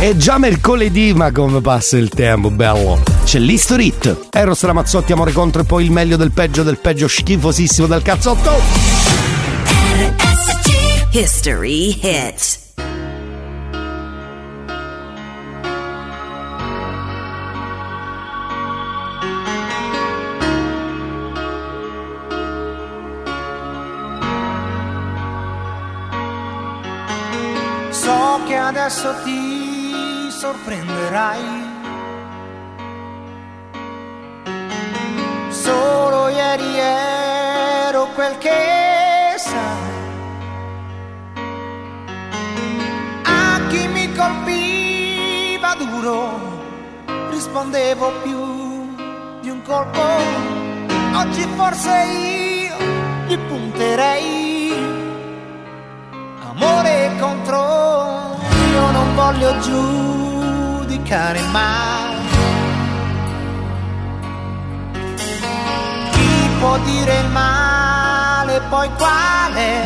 È già mercoledì, ma come passa il tempo, bello. C'è l'History Hit, Eros Ramazzotti, Amore Contro, e poi il meglio del peggio schifosissimo del cazzotto. History Hit. So che adesso ti sorprenderai. Solo ieri ero quel che sai. A chi mi colpiva duro rispondevo più di un colpo. Oggi forse io gli punterei. Amore contro, io non voglio giudicare mai. Chi può dire il male, poi quale?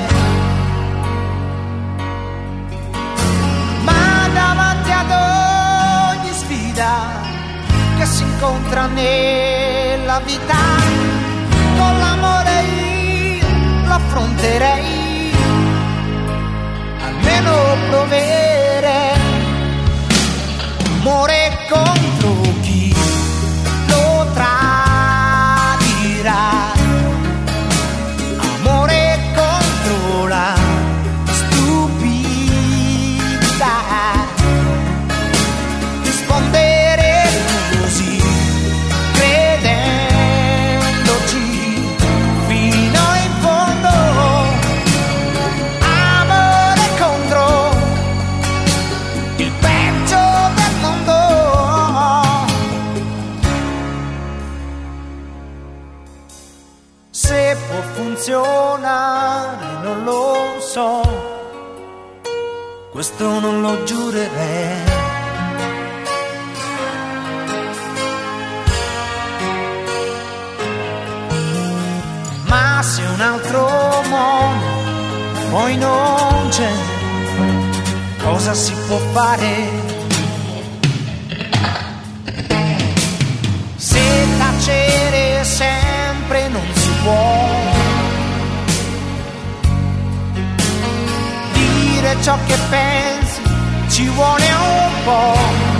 Ma davanti ad ogni sfida che si incontra nella vita, con l'amore io l'affronterei. Almeno proverei. Amore contro chi lo tradirà. Amore contro la stupidità. Rispondere così, credendoci fino in fondo. Se può funzionare non lo so, questo non lo giurerei. Ma se un altro mondo poi non c'è, cosa si può fare? Se tacere sempre non si può, dire ciò che pensi ci vuole un po',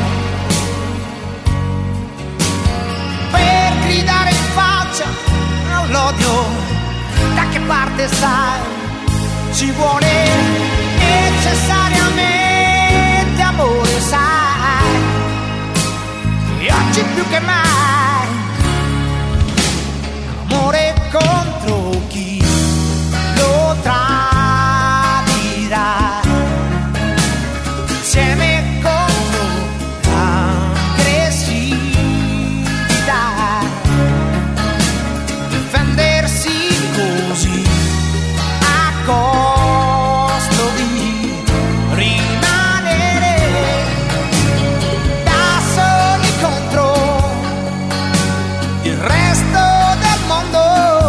per gridare in faccia all'odio. Da che parte stai? Ci vuole necessariamente amore, sai, e oggi più che mai. Amore contro chi lo tradirà, insieme contro l'aggressività, difendersi così a costo di rimanere da soli contro il resto del mondo.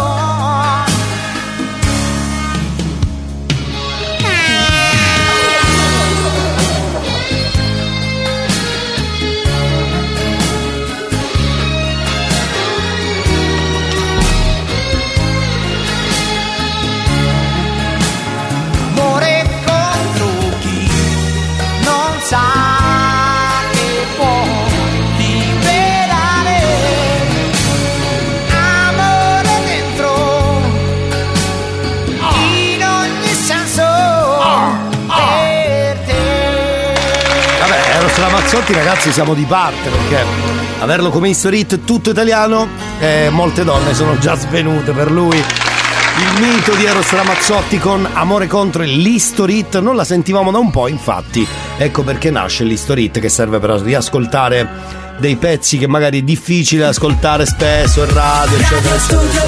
Amore contro chi non sa che può liberare. Amore dentro in ogni senso per te. Vabbè, Eros Ramazzotti, ragazzi, siamo di parte, perché averlo come History Hit tutto italiano, molte donne sono già svenute per lui. Il mito di Eros Ramazzotti con Amore Contro e l'History Hit non la sentivamo da un po', infatti ecco perché nasce l'History Hit, che serve per riascoltare dei pezzi che magari è difficile ascoltare spesso in radio, eccetera, eccetera.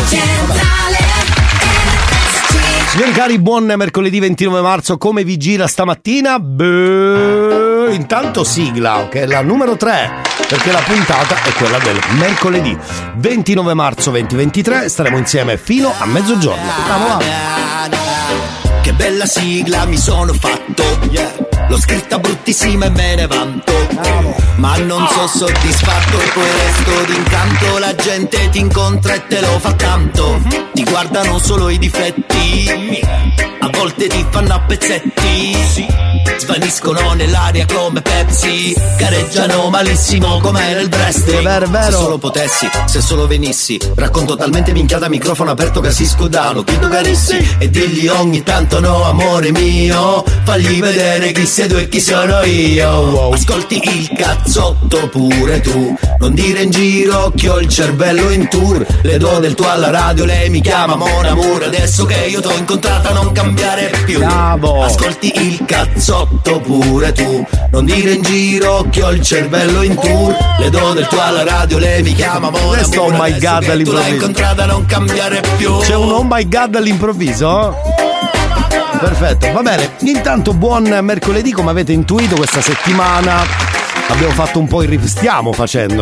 Signori cari, buon mercoledì 29 marzo. Come vi gira stamattina? Intanto sigla, che è la numero 3, perché la puntata è quella del mercoledì 29 marzo 2023. Staremo insieme fino a mezzogiorno. Bravo. Che bella sigla mi sono fatto, l'ho scritta bruttissima e me ne vanto, ma non so soddisfatto e poi resto d'incanto. La gente ti incontra e te lo fa tanto, ti guardano solo i difetti, a volte ti fanno a pezzetti, svaniscono nell'aria come Pepsi, gareggiano malissimo come nel wrestling. Se solo potessi, se solo venissi, racconto talmente minchiata a microfono aperto che si scudano, chiedo carissi e digli ogni tanto no amore mio, fagli vedere chi sei tu e chi sono io. Ascolti il cazzotto pure tu, non dire in giro che ho il cervello in tour, le do del tuo alla radio, lei mi chiama Mon Amour, adesso che io t'ho incontrata non cambiare più. Bravo. Ascolti il cazzotto pure tu, non dire in giro che ho il cervello in tour, le do del tuo alla radio, lei mi chiama Mon Amour, oh my God, che tu l'hai incontrata non cambiare più. C'è un oh my God all'improvviso? Perfetto, va bene. Intanto buon mercoledì, come avete intuito questa settimana abbiamo fatto un po' stiamo facendo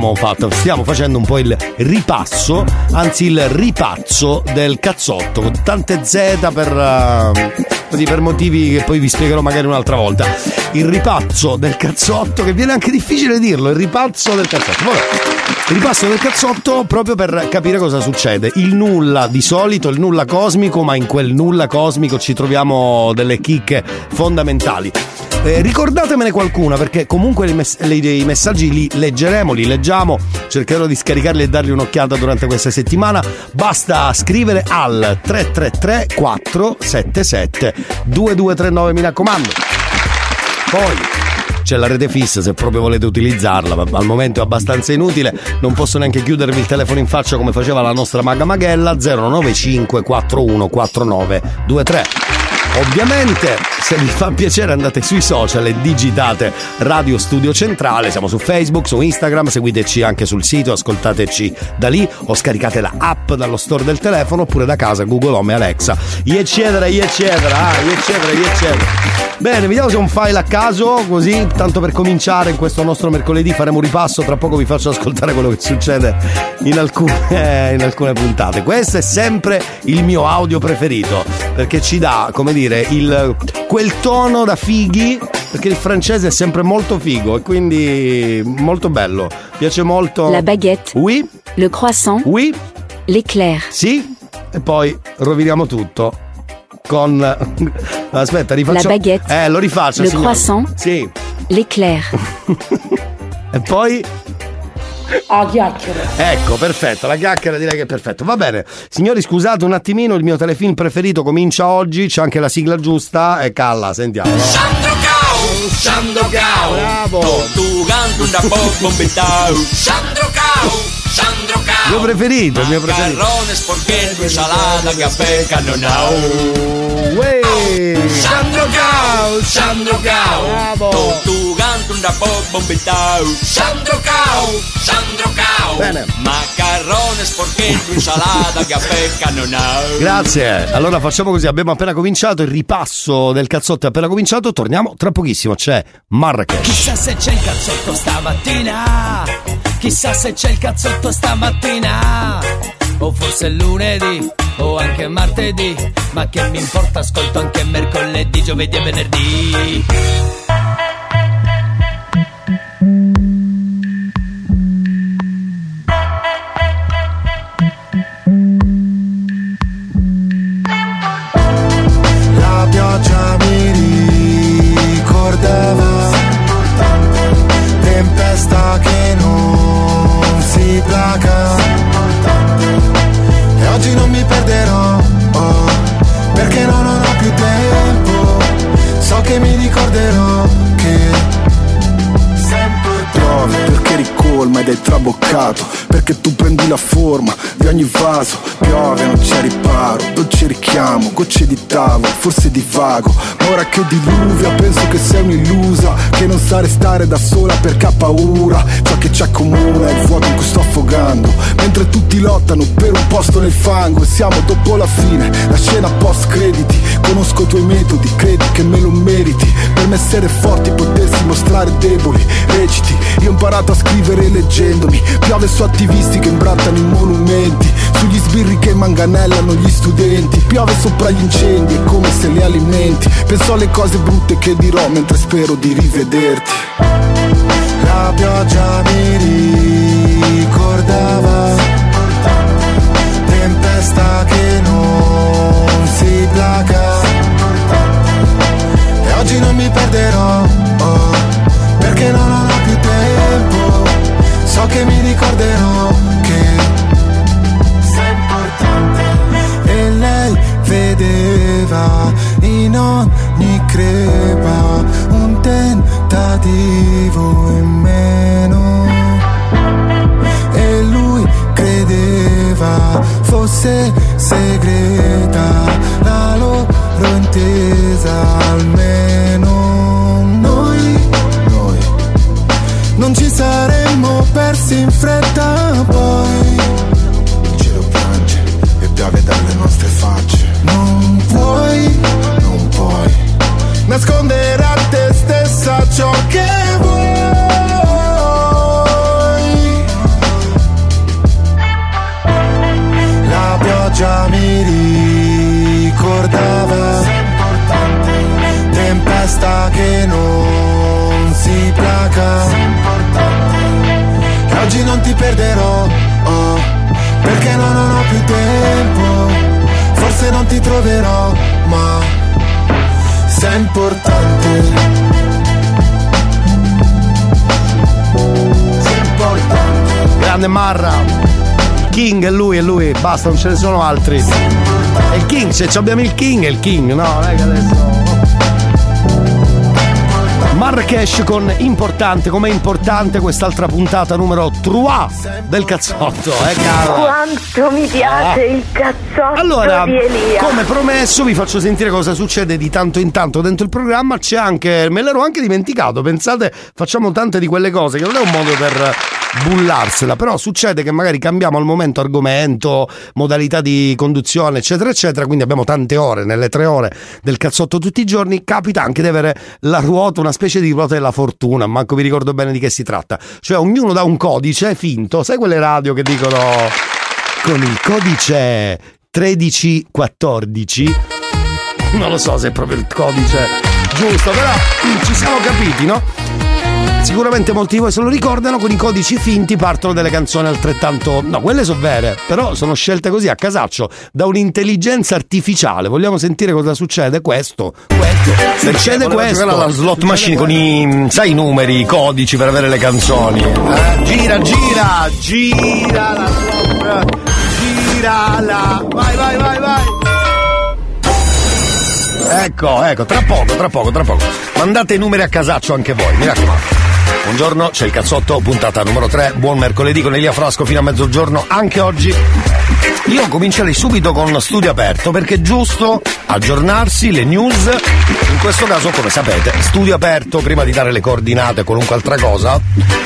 un po' il ripasso, anzi il ripazzo del cazzotto, con tante Z per motivi che poi vi spiegherò magari un'altra volta. Il ripazzo del cazzotto, che viene anche difficile dirlo, il ripazzo del cazzotto. Vabbè. Il ripasso del cazzotto proprio per capire cosa succede. Il nulla di solito, il nulla cosmico, ma in quel nulla cosmico ci troviamo delle chicche fondamentali. Ricordatemene qualcuna, perché comunque i messaggi li leggiamo, cercherò di scaricarli e dargli un'occhiata durante questa settimana. Basta scrivere al 333 477 2239, mi raccomando. Poi c'è la rete fissa se proprio volete utilizzarla, ma al momento è abbastanza inutile, non posso neanche chiudervi il telefono in faccia come faceva la nostra maga Maghella. 095 41 49 23. Ovviamente, se vi fa piacere, andate sui social e digitate Radio Studio Centrale. Siamo su Facebook, su Instagram, seguiteci anche sul sito, ascoltateci da lì o scaricate la app dallo store del telefono oppure da casa, Google Home e Alexa, eccetera. Bene, vediamo se è un file a caso, così tanto per cominciare in questo nostro mercoledì faremo un ripasso. Tra poco vi faccio ascoltare quello che succede in alcune puntate. Questo è sempre il mio audio preferito, perché ci dà, come dire, quel tono da fighi, perché il francese è sempre molto figo e quindi molto bello. Piace molto. La baguette. Oui. Le croissant. Oui. L'éclair. Sì. E poi roviniamo tutto con aspetta, rifaccio. La baguette. Lo rifaccio. Le signor. croissant. Sì. L'éclair. E poi la chiacchiera. Ecco, perfetto, la chiacchiera direi che è perfetto. Va bene, signori, scusate un attimino, il mio telefilm preferito comincia oggi, c'è anche la sigla giusta e calla, sentiamo. Sandro Cao, bravo. Tu canto da bombitao. Sandro Cao. Il mio preferito. Macarrone, sporchetto, insalata, caffè, cannonau. Sandro Cao, bravo. Tu canto da bombitao. Sandro Cao. Bene. Macarrone, sporchetto, insalata, caffè, cannonau. Grazie. Allora facciamo così, abbiamo appena cominciato, il ripasso del cazzotto è appena cominciato, torniamo tra pochissimo, c'è Marrakesh. Chissà se c'è il cazzotto stamattina, chissà se c'è il cazzotto stamattina, o forse lunedì o anche martedì, ma che mi importa, ascolto anche mercoledì, giovedì e venerdì. La pioggia mi ricordava, tempesta che non si placa, e oggi non mi perderò, perché non ho più tempo, so che mi ricorderò che sempre trovi, perché ricolma ed è traboccato, perché tu prendi la forma di ogni vaso, piove non c'è riparo, dolce richiamo, gocce di tavolo, forse divago, ma ora che diluvia penso che sei un'illusa, che non sa restare da sola perché ha paura, ciò che ci accomuna è il vuoto in cui sto affogando, mentre tutti lottano per un posto nel fango, e siamo dopo la fine, la scena post crediti, conosco i tuoi metodi, credi che me lo meriti, per me essere forti potersi mostrare deboli, reciti, io ho imparato a scrivere leggendomi, piove su attivisti che imbrattano i monumenti, sugli sbirri che manganellano gli studenti. Piove sopra gli incendi, è come se li alimenti. Penso alle cose brutte che dirò mentre spero di rivederti. La pioggia mi ricordava, tempesta che non si placa. E oggi non mi perderò, perché non ho più tempo. So che mi ricorderò che sei importante. E lei vedeva in ogni crepa un tentativo in meno. E lui credeva fosse segreta la loro intesa. Almeno noi non ci saremmo persi in fretta. Poi il cielo piange e piove dalle nostre facce. Non puoi nascondere a te stessa ciò che vuoi. La pioggia mi ricordava, tempesta che non si placa. E oggi non ti perderò, perché non ho più tempo. Forse non ti troverò, ma sei importante. Sei importante. Grande Marra. King è lui, basta, non ce ne sono altri. È il King, se abbiamo il King è il King, no? Non è che adesso. Marrakesh con Importante, com'è importante quest'altra puntata numero 3 del cazzotto, caro? Quanto mi piace il cazzotto allora, di Elia. come promesso vi faccio sentire cosa succede di tanto in tanto dentro il programma. C'è anche, me l'ero anche dimenticato, pensate, facciamo tante di quelle cose che non è un modo per bullarsela, però succede che magari cambiamo al momento argomento, modalità di conduzione, eccetera eccetera, quindi abbiamo tante ore, nelle 3 ore del cazzotto tutti i giorni capita anche di avere la ruota, una specie di ruota della fortuna, manco vi ricordo bene di che si tratta, cioè ognuno dà un codice finto, sai quelle radio che dicono con il codice 1314, non lo so se è proprio il codice giusto, però ci siamo capiti, no? Sicuramente molti di voi se lo ricordano, con i codici finti partono delle canzoni altrettanto, no, quelle sono vere, però sono scelte così a casaccio da un'intelligenza artificiale. Vogliamo sentire cosa succede? Questo succede questo. La slot machine con i, sai, i numeri, i codici per avere le canzoni. Gira la slot, girala, vai. Ecco, tra poco. Mandate i numeri a casaccio anche voi, mi raccomando. Buongiorno, c'è il cazzotto, puntata numero 3, buon mercoledì con Elia Frasco fino a mezzogiorno, anche oggi. Io comincerei subito con Studio Aperto, perché è giusto aggiornarsi, le news, in questo caso, come sapete, Studio Aperto, prima di dare le coordinate o qualunque altra cosa,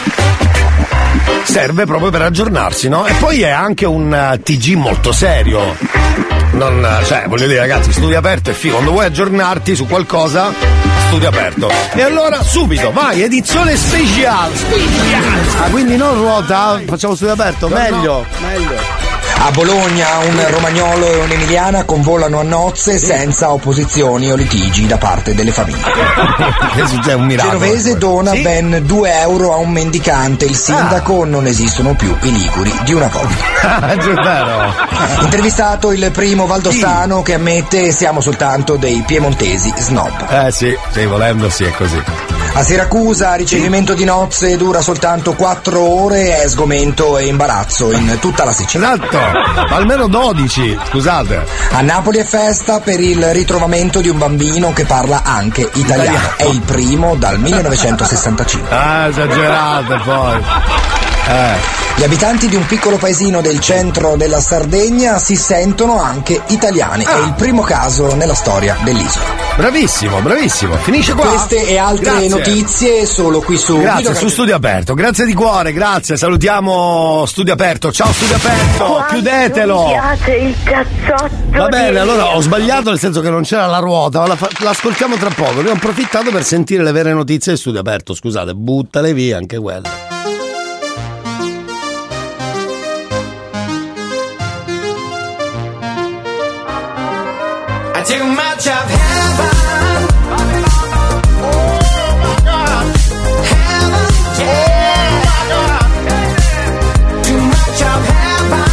serve proprio per aggiornarsi, no? E poi è anche un TG molto serio. Voglio dire, ragazzi, Studio Aperto è figo, quando vuoi aggiornarti su qualcosa, Studio Aperto. E allora subito, vai, edizione speciale. Quindi non ruota, facciamo Studio Aperto, meglio. A Bologna un romagnolo e un'emiliana convolano a nozze senza opposizioni o litigi da parte delle famiglie. È un miracolo. Genovese dona ben 2 euro a un mendicante. Il sindaco non esistono più i liguri di una volta. Intervistato il primo valdostano che ammette siamo soltanto dei piemontesi snob. Sì, volendo sì, è così. A Siracusa ricevimento di nozze dura soltanto 4 ore e sgomento e imbarazzo in tutta la Sicilia. Esatto, ma almeno 12, scusate. A Napoli è festa per il ritrovamento di un bambino che parla anche italiano. È il primo dal 1965. Esagerato poi. Gli abitanti di un piccolo paesino del centro della Sardegna si sentono anche italiani. È il primo caso nella storia dell'isola. Bravissimo, finisce qua. Queste e altre notizie solo qui su. Grazie, su Studio Aperto, grazie di cuore, grazie, salutiamo Studio Aperto, ciao Studio Aperto, quanto chiudetelo. Mi piace il cazzotto. Va bene, allora ho sbagliato nel senso che non c'era la ruota, l'ascoltiamo tra poco, ne ho approfittato per sentire le vere notizie di Studio Aperto, scusate, buttale via anche quelle. Too much of heaven. Oh my God. Heaven, yeah. Too much of heaven.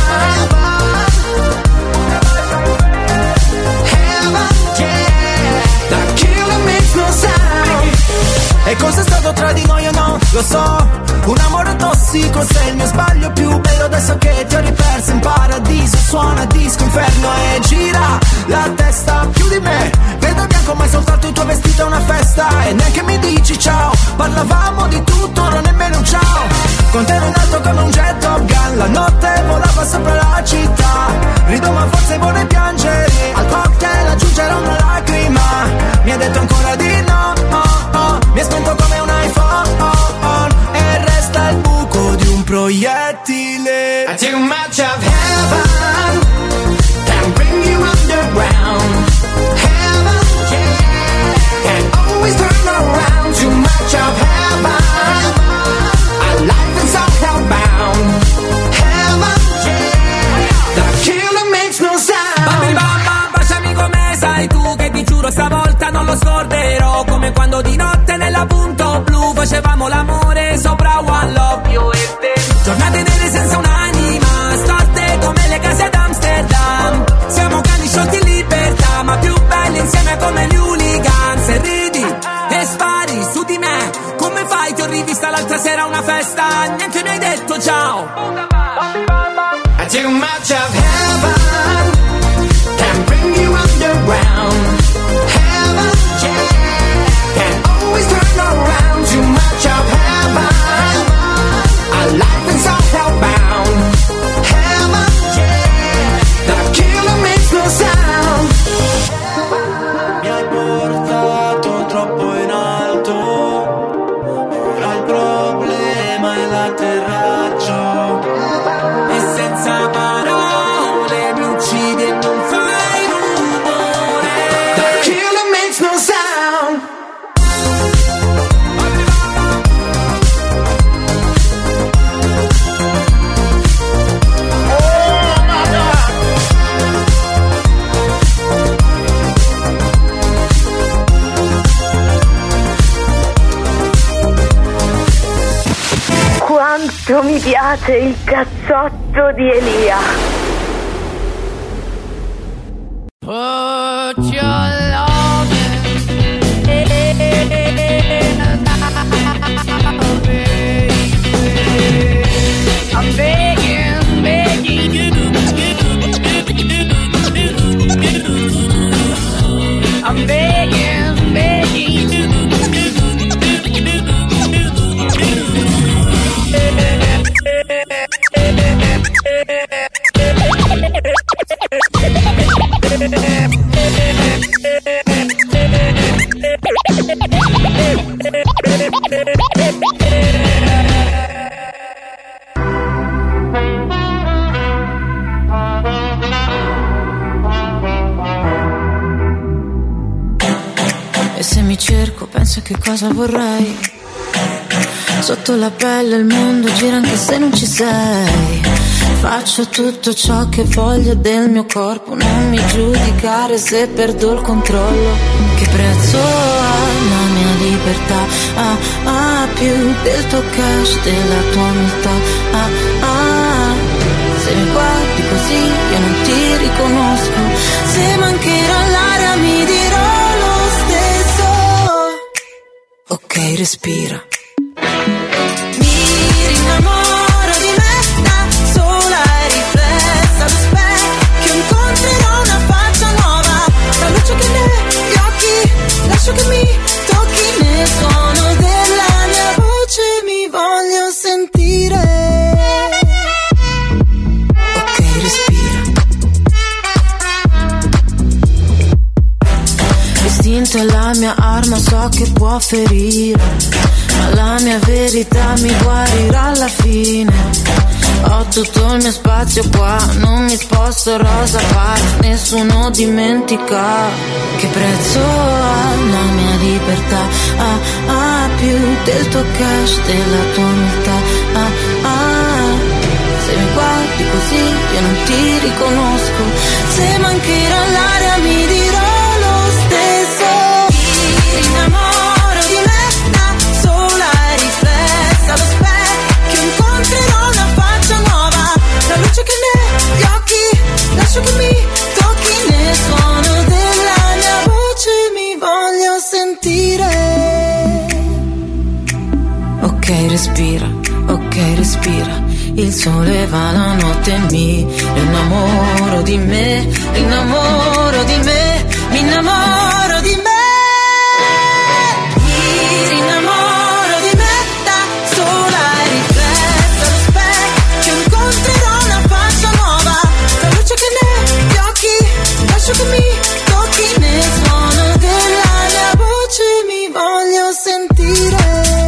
Heaven, yeah. The killer makes no sound. E cos'è stato tra di noi o no? Lo so. Un amore tossico, sei il mio sbaglio più bello. Adesso che ti ho riperso in paradiso, suona disco inferno e gira la testa più di me. Vedo bianco ma è soltanto il tuo vestito è una festa. E neanche mi dici ciao. Parlavamo di tutto, ora nemmeno un ciao. Con te ero in alto come un jet Top Gun. La notte volava sopra la città. Rido ma forse vorrei piangere. Al cocktail aggiungerò una lacrima. Mi ha detto ancora di no, oh, oh. Mi è spento come un iPhone, e resta il buco di un proiettile. Too much of heaven can bring you underground. Heaven, yeah, can always turn around. Too much of heaven, our life is all hellbound. Heaven, yeah, the killer makes no sound. Bambini bamba, baciami come sai tu, che ti giuro stavolta non lo scorderò. Come quando di notte nella punto blu facevamo l'amore sopra One Love, io e te. Giornate nere senza un'anima, storte come le case ad Amsterdam. Siamo cani sciolti in libertà, ma più belli insieme come gli hooligans. E ridi e spari su di me. Come fai? Ti ho rivista l'altra sera a una festa, neanche mi hai detto ciao. Too much of heaven can bring you underground. Heaven, yeah, can always turn around. Too much of heaven, our life is all hellbound. Heaven, yeah, the killer makes no sound. Mi hai portato troppo in alto, ora il problema è l'atterraggio. E senza parole mi uccidi e non fai rumore. The killer makes no sound. Quanto mi piace il cazzotto di Elia. Put your love I'm begging, begging you. I'm begging, begging you. E se mi cerco, penso a che cosa vorrei. Sotto la pelle il mondo gira anche se non ci sei. Faccio tutto ciò che voglio del mio corpo. Non mi giudicare se perdo il controllo. Che prezzo ha la mia libertà? Più del tuo cash, della tua umiltà. Se mi guardi così io non ti riconosco. Se mancherò l'aria mi dirò lo stesso. Ok, respira. Mi rinnamoro di me da sola e riflessa allo specchio. Incontrerò una faccia nuova. La luce che negli occhi, lascio che mi tocchi. Nel suono della mia voce mi voglio sentire. Ok, respira. L'istinto è la mia arma, so che può ferire, ma la mia verità mi guarirà alla fine. Ho tutto il mio spazio qua, non mi sposto rosa park, nessuno dimentica. Che prezzo ha la mia libertà? Più del tuo cash, della tua umiltà. Se mi guardi così io non ti riconosco. Se mancherà l'aria mi dirò respira, ok respira. Il sole va la notte mi innamoro di me, innamoro di me, mi innamoro di me. Mi rinnamoro di me da sola e riflessa allo specchio. Incontrerò una faccia nuova, la luce che negli occhi, lascio che mi tocchi nel suono della mia voce, mi voglio sentire.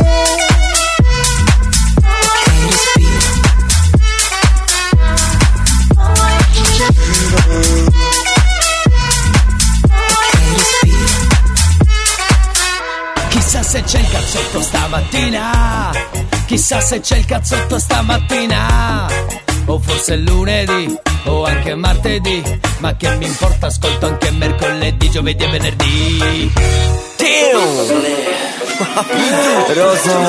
Chissà se c'è il cazzotto stamattina, chissà se c'è il cazzotto stamattina, o forse è lunedì, o anche martedì, ma che mi importa, ascolto anche mercoledì, giovedì e venerdì. Rosa,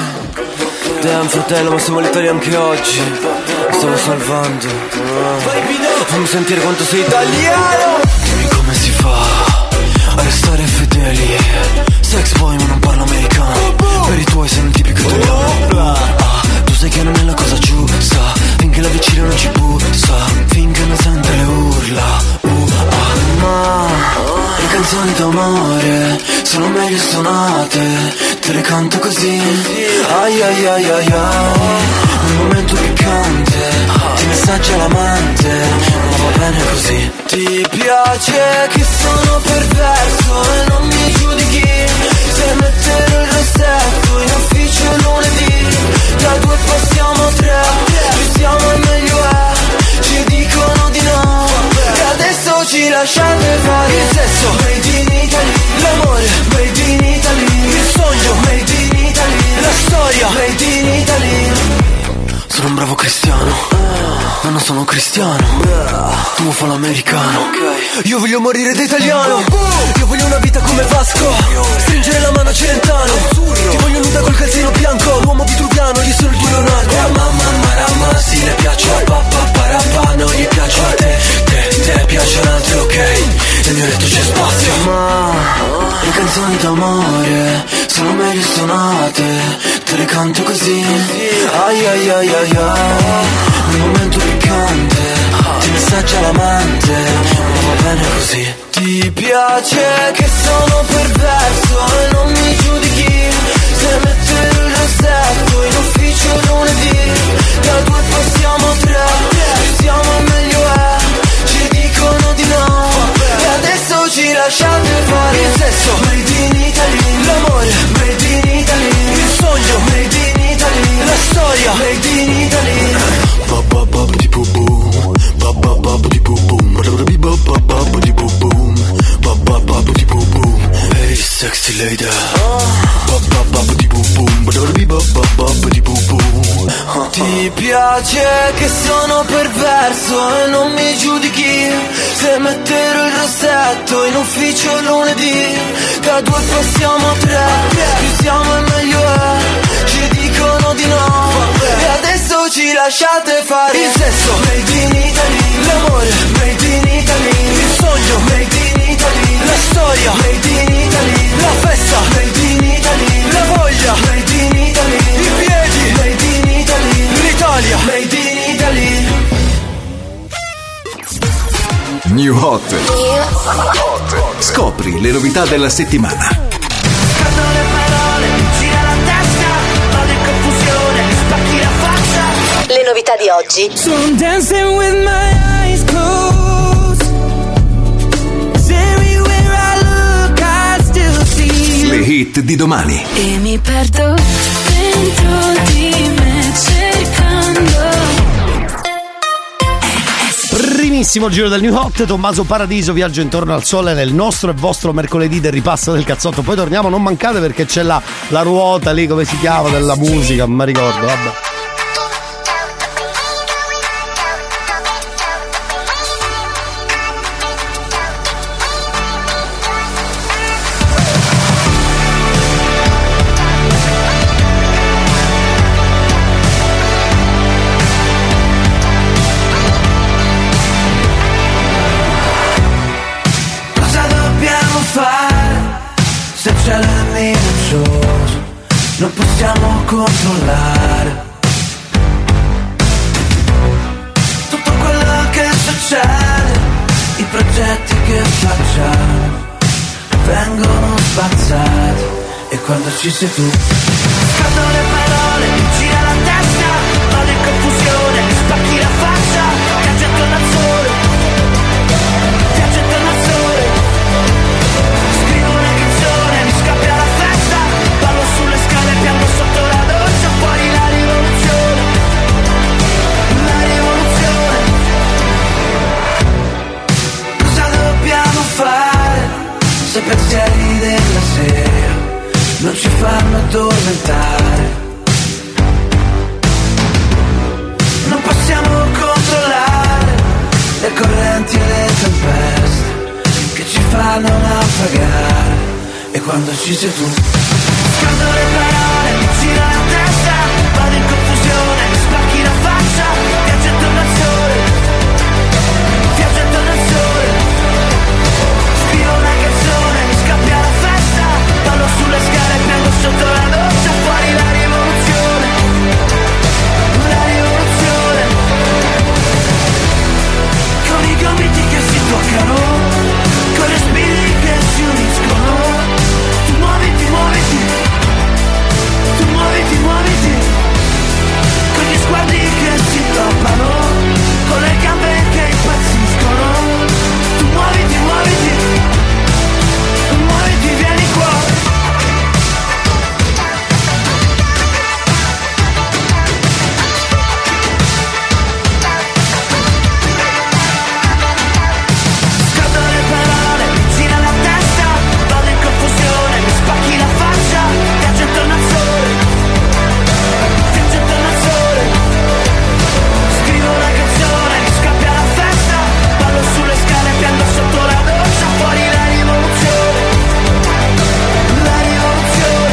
damn fratello, ma siamo letali anche oggi, mi stavo salvando. Fammi sentire quanto sei italiano. Dimmi come si fa a restare fedeli. Sex boy ma non parlo americano, per i tuoi sei un tipico italiano. Tu sai che non è la cosa giusta, finché la vicina non ci bussa, finché non sente le urla. Ma le canzoni d'amore sono meglio suonate, te le canto così. Ai ai ai ai ai, nel momento piccante ti messaggia l'amante, ma va bene così. Ti piace che sono perverso e non mi giudichi, se metterò il rossetto in ufficio lunedì. Da 2 passiamo a 3, più siamo e meglio è, ci dicono di no e adesso ci lasciate fare. Il sesso made in Italy, l'amore made in Italy, il sogno made in Italy, la storia made in Italy. Sono un bravo cristiano, ma non sono cristiano. Tu fa l'americano, io voglio morire da italiano. Io voglio una vita come Vasco, stringere la mano a Celentano. Ti voglio nuda col calzino bianco, l'uomo vitruviano, io sono il tuo Leonardo. Mamma marama, sì le piaccio a papà parapà, non gli piaccio a te, te piacciono altri, ok, nel mio letto c'è spazio. Ma le canzoni d'amore sono meglio suonate, te le canto così. Ai ai ai ai ai, nel momento piccante ti messaggia l'amante, ma va bene così. Ti piace che sono perverso e non mi giudichi, se metterò il rossetto in ufficio lunedì. Da 2 passiamo a 3, più siamo e meglio è, ci dicono di no e adesso ci lasciate fare. Il sesso made in Italy, l'amore made in Italy, il sogno made in Italy, la storia made in Italy. Hey sexy lady, ti piace che sono perverso e non mi giudichi, se metterò il rossetto in ufficio lunedì. Da 2 passiamo a 3, più siamo e meglio è, ci dicono di no e adesso ci lasciate fare. Il sesso made in Italy, l'amore made in Italy, il sogno made in Italy, la storia made in Italy, la festa made in Italy, la voglia made in Italy, i piedi made in Italy, l'Italia made in Italy. New Hot. Scopri le novità della settimana. Le novità di oggi. So I'm dancing with my eyes closed. Everywhere I look I still see you. Le hit di domani. E mi perdo dentro di me cercando. Primissimo giro del New Hot, Tommaso Paradiso, Viaggio intorno al sole nel nostro e vostro mercoledì del ripasso del cazzotto. Poi torniamo, non mancate perché c'è la ruota lì, come si chiama, della musica, non mi ricordo, vabbè. Se c'è la minacciosa, non possiamo controllare tutto quello che succede, i progetti che facciamo vengono spazzati, e quando ci sei tu scatto le parole, mi gira la testa, vado in confusione, mi spacchi la faccia, viaggio intorno al sole, viaggio intorno al sole, scrivo una canzone, mi scappia la festa, ballo sulle scale, piango sotto la doccia, fuori la rivoluzione, la rivoluzione. Cosa dobbiamo fare se pensieri della sera non ci fanno addormentare? Non possiamo controllare le correnti e le tempeste che ci fanno naufragare, e quando ci sei tu scaldo le parole, mi gira la testa, vado in confusione, mi spacchi la faccia, viaggio intorno al sole, viaggio intorno al sole, scrivo una canzone, mi scappia la festa, ballo sulle scale, piango sotto la doccia, fuori la rivoluzione, la rivoluzione, con i gomiti che si toccano, con le spiriti che si uniscono, tu muoviti, muoviti, tu muoviti, muoviti, con gli sguardi che si toppano, con le gambe che impazziscono, tu muoviti, muoviti, muoviti, vieni qua. Scaldo le parole, mi gira la testa, vado in confusione, mi spacchi la faccia, viaggio intorno al sole, viaggio intorno al sole, scrivo una canzone, mi scappia la festa, ballo sulle scale, piango sotto la doccia, fuori la rivoluzione, la rivoluzione.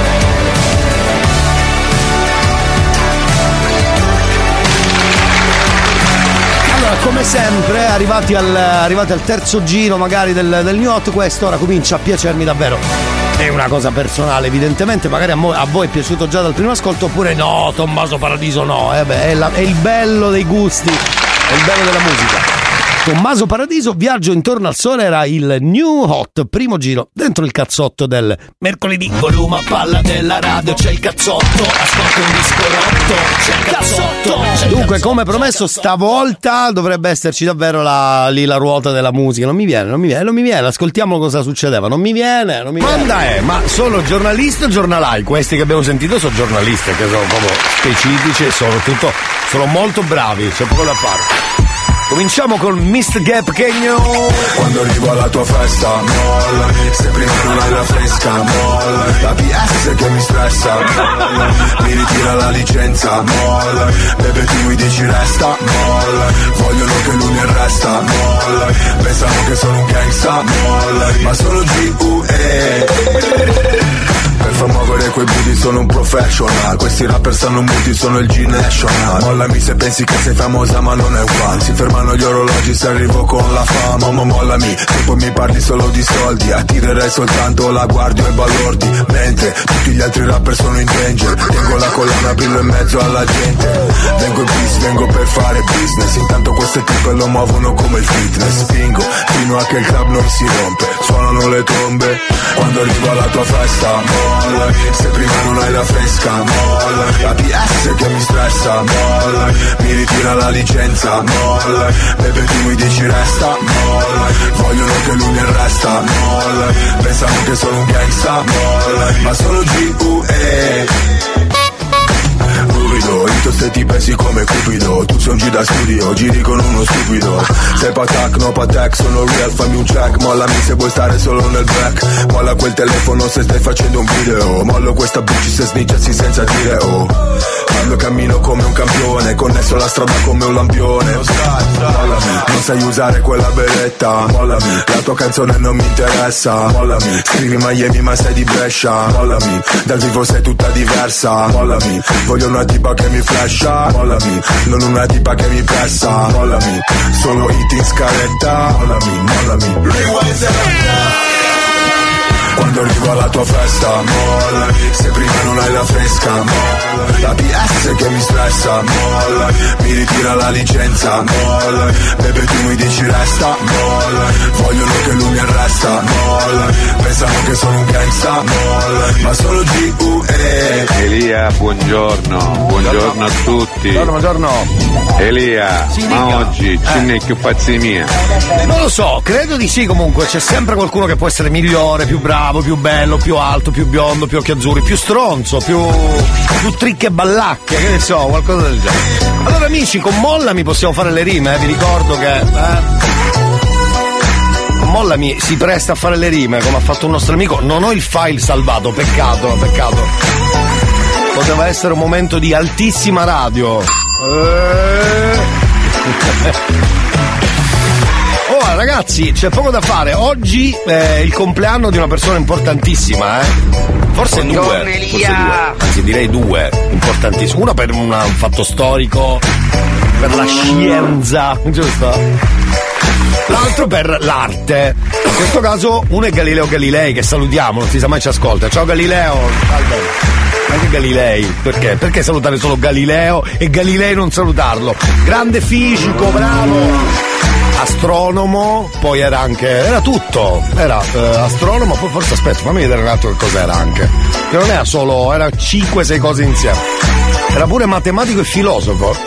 Allora, come sempre, arrivati al terzo giro magari del New Hot, quest'ora comincia a piacermi davvero. È una cosa personale, evidentemente, magari a voi è piaciuto già dal primo ascolto, oppure no, Tommaso Paradiso no, è il bello dei gusti, è il bello della musica. Tommaso Paradiso, Viaggio intorno al sole, era il New Hot, primo giro dentro il cazzotto del mercoledì. Volume a palla della radio, c'è il cazzotto, ascolta un disco rotto, c'è il cazzotto. Dunque, come promesso, stavolta dovrebbe esserci davvero la ruota della musica. Non mi viene, ascoltiamo cosa succedeva. Non mi viene. Ma sono giornalisti o giornalai? Questi che abbiamo sentito sono giornalisti, che sono proprio specifici e soprattutto sono molto bravi, c'è poco da fare. Cominciamo con Mr. Gap Kenyo. Quando arrivo alla tua festa, molla, se prima non hai la fresca, molla, la PS che mi stressa, molla, mi ritira la licenza, molla, bebe tu mi dici resta, molla, vogliono che lui mi arresta, molla, pensano che sono un gangsta, molla, ma sono G.U.E. Per far muovere quei booty sono un professional, questi rapper sanno muti, sono il G-National. Mollami se pensi che sei famosa ma non è un fan, si fermano gli orologi se arrivo con la fama. Mollami, se poi mi parli solo di soldi, attirerei soltanto la guardia e balordi, mentre tutti gli altri rapper sono in danger. Tengo la collana, brillo in mezzo alla gente, vengo in peace, vengo per fare business, intanto queste tipe lo muovono come il fitness. Spingo fino a che il club non si rompe, suonano le trombe quando arrivo alla tua festa, molla, se prima non hai la fresca, molla, la PS che mi stressa, molla, mi ritira la licenza, molla, bebe tu mi dici resta, molla, vogliono che lui mi arresta, molla, pensano che sono un gangsta, molla, ma sono G.U.E. Io se ti pensi come Cupido, tu sei un G da studio, giri con uno stupido. Sei patak, no patak, sono real, fammi un check. Mollami se vuoi stare solo nel black, molla quel telefono se stai facendo un video, mollo questa bitch se snitchassi senza dire oh. Quando cammino come un campione, connesso la strada come un lampione. Mollami, non sai usare quella beretta, mollami, la tua canzone non mi interessa, mollami, scrivi Miami ma sei di Brescia, mollami, dal vivo sei tutta diversa, mollami, voglio una tipa che mi flasha, mollami, non una tipa che mi pressa, mollami, solo hit in scaletta, mollami, rewind selecta. Quando arrivo alla tua festa, molla, se prima non hai la La PS che mi stressa, molla. Mi ritira la licenza, molla. Bebe tu mi dici resta, molla. Vogliono che lui mi arresta, molla. Pensano che sono un gangsta, molla. Ma solo G.U.E. Elia, buongiorno. Buongiorno a tutti. Buongiorno. Elia, ma oggi ce n'è più pazzi mia? Non lo so, credo di sì. Comunque c'è sempre qualcuno che può essere migliore, più bravo, più bello, più alto, più biondo, più occhi azzurri, più stronzo, più tricche e ballacche, che ne so, qualcosa del genere. Allora amici, con Mollami possiamo fare le rime, vi ricordo che con Mollami si presta a fare le rime come ha fatto un nostro amico. Non ho il file salvato, peccato. Poteva essere un momento di altissima radio. Oh ragazzi, c'è poco da fare. Oggi è il compleanno di una persona importantissima, Forse buongiorno, due. Elia. Forse due. Anzi direi due importantissimi. Uno per un fatto storico, per la scienza, giusto? L'altro per l'arte. In questo caso uno è Galileo Galilei, che salutiamo, non si sa mai ci ascolta. Ciao Galileo. Anche Galilei, perché? Perché salutare solo Galileo e Galilei non salutarlo? Grande fisico, bravo! Astronomo, poi era tutto, era astronomo, poi forse aspetta, fammi vedere un attimo che cos'era anche, che non era solo, era 5-6 cose insieme, era pure matematico e filosofo.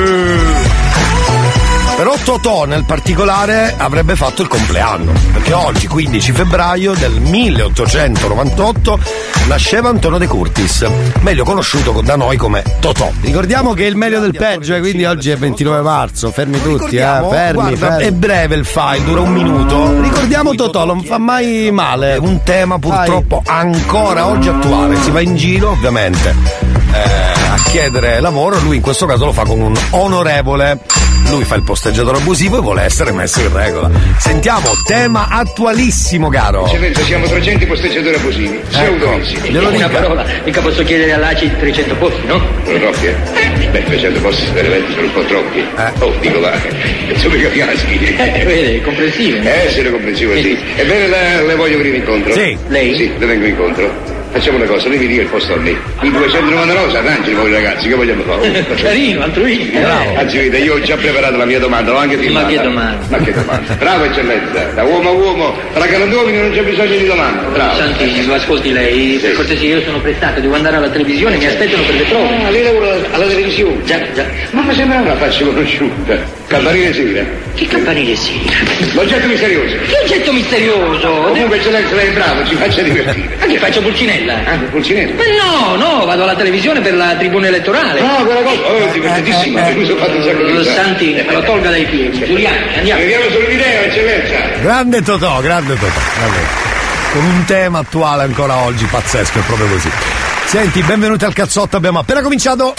Però Totò nel particolare avrebbe fatto il compleanno, perché oggi, 15 febbraio del 1898, nasceva Antonio De Curtis, meglio conosciuto da noi come Totò. Ricordiamo che è il meglio del peggio, quindi oggi è 29 marzo, fermi tutti, fermi. È breve il file, dura un minuto. Ricordiamo Totò, non fa mai male. Un tema purtroppo ancora oggi attuale, si va in giro ovviamente a chiedere lavoro, lui in questo caso lo fa con un onorevole. Lui fa il posteggiatore abusivo e vuole essere messo in regola. Sentiamo, tema attualissimo, caro. Eccellenza, siamo 300 posteggiatori abusivi. Sei autorizzi. Glielo dica. Una parola, mica posso chiedere all'ACI 300 posti, no? Sono troppi, Beh, 300 posti per eventi sono un po' troppi. Oh, dico va, penso mica fiaschi. Vede, comprensive. Sono comprensivo, sì. Ebbene, le voglio venire incontro. Sì. Lei? Sì, le vengo incontro. Facciamo una cosa, lei mi dia il posto a me. I 299 arrangi voi ragazzi, che vogliamo fare? Carino, altruismo. Anzi, vede, io ho già preparato la mia domanda, l'ho anche firmata. Ma che domanda? Ma che domanda? Bravo eccellenza, da uomo a uomo, tra galantuomini non c'è bisogno di domanda. Bravo. Santissimo, ascolti lei, per cortesia, io sono prestato, devo andare alla televisione, mi aspettano per le prove. Ah, lei lavora alla televisione? Già. Ma mi sembra una faccia conosciuta. Campanile sera. Che campanile sera? L'oggetto misterioso. Che oggetto misterioso? Comunque eccellenza, lei è bravo, ci faccia divertire. Ma che faccio Pulcinella? Pulcinella? Ma no, vado alla televisione per la tribuna elettorale. No, quella cosa. Oh, divertentissima, per cui sono fatto un sacco di cose. Santi, me lo tolga dai piedi. Giuliani, andiamo. Vediamo sul video, eccellenza. Grande Totò. Con un tema attuale ancora oggi, pazzesco, è proprio così. Senti, benvenuti al cazzotto, abbiamo appena cominciato.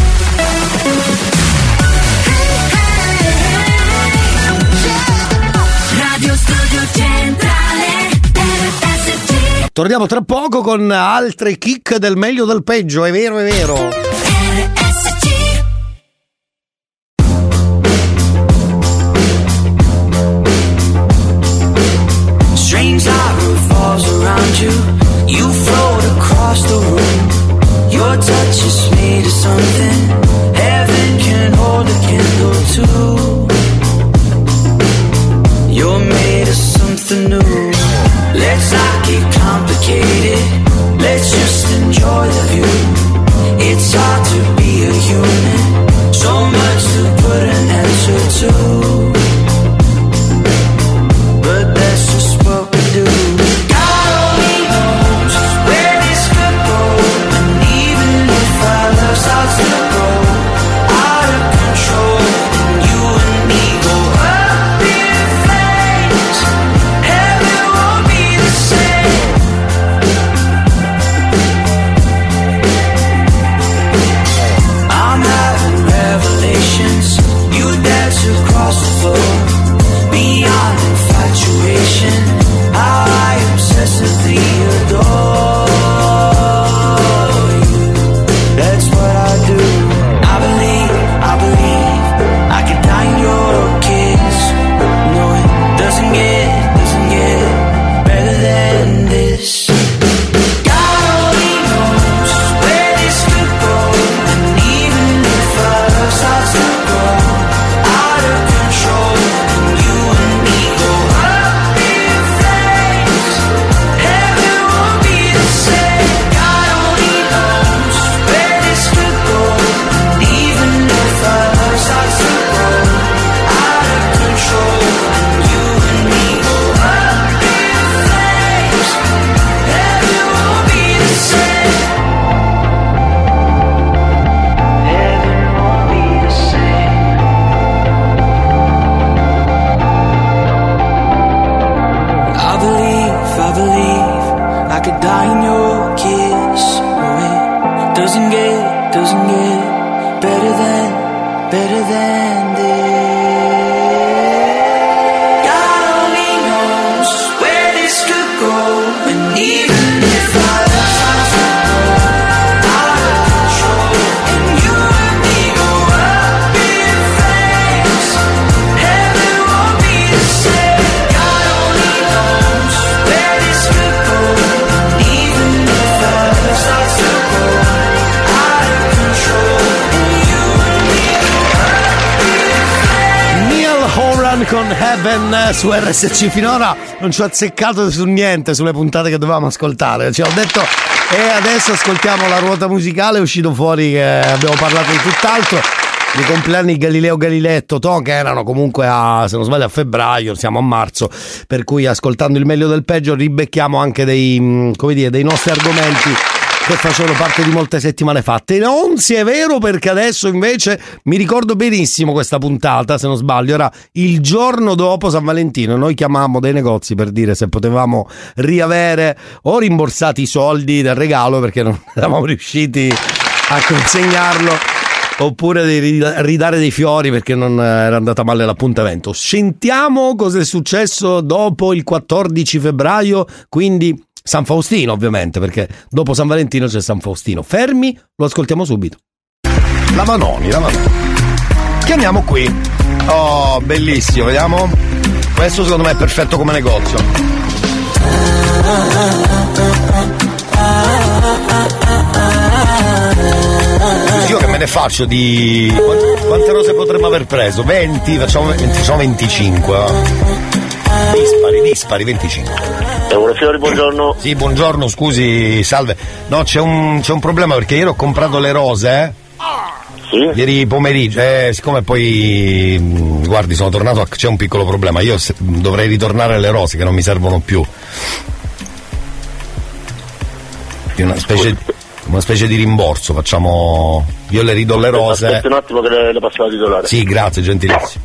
Radio Studio Centrale. Torniamo tra poco con altre kick del meglio del peggio, è vero. Strange light falls around you. You float across the room. Your touch is made of something heaven can hold a candle to. You're made of something new. Let's not get complicated. Let's just enjoy the view. It's hard to be a human. So much to put an answer to. But that's just what we do. God only knows where this could go. And even if our love starts to grow out of control, then you and doesn't get better than this. God only knows where this could go, and even if our love starts to go out of control, and you and me go up in flames, heaven won't be the same. God only knows where this could go, and even if our love starts to go out of control, and you and me go up in flames. Neil Horan con Heaven su RSC. Finora non ci ho azzeccato su niente sulle puntate che dovevamo ascoltare. Ci ho detto e adesso ascoltiamo la ruota musicale. È uscito fuori che abbiamo parlato di tutt'altro, di compleanni Galileo Galilei e Totò, che erano comunque se non sbaglio a febbraio, siamo a marzo, per cui ascoltando il meglio del peggio ribecchiamo anche dei, come dire, dei nostri argomenti che facevano parte di molte settimane fatte. Non sia vero, perché adesso invece mi ricordo benissimo questa puntata, se non sbaglio era il giorno dopo San Valentino. Noi chiamammo dei negozi per dire se potevamo riavere o rimborsati i soldi del regalo perché non eravamo riusciti a consegnarlo, oppure di ridare dei fiori perché non era andata male l'appuntamento. Sentiamo cosa è successo dopo il 14 febbraio, quindi San Faustino ovviamente, perché dopo San Valentino c'è San Faustino. Fermi, lo ascoltiamo subito. La Vanoni. Chiamiamo qui. Oh, bellissimo, vediamo. Questo secondo me è perfetto come negozio. Io che me ne faccio di... Quante rose potremmo aver preso? 20? Facciamo 25. Dispari, 25. Fiori, buongiorno. Sì, buongiorno, scusi, salve. No, c'è un problema perché ieri ho comprato le rose, Sì? Ieri pomeriggio, siccome poi, guardi, sono tornato, c'è un piccolo problema. Io dovrei ritornare alle rose che non mi servono più. Una specie di rimborso, facciamo... Io le ridò le rose. Aspetta un attimo che le passo la titolare. Sì, grazie, gentilissimo.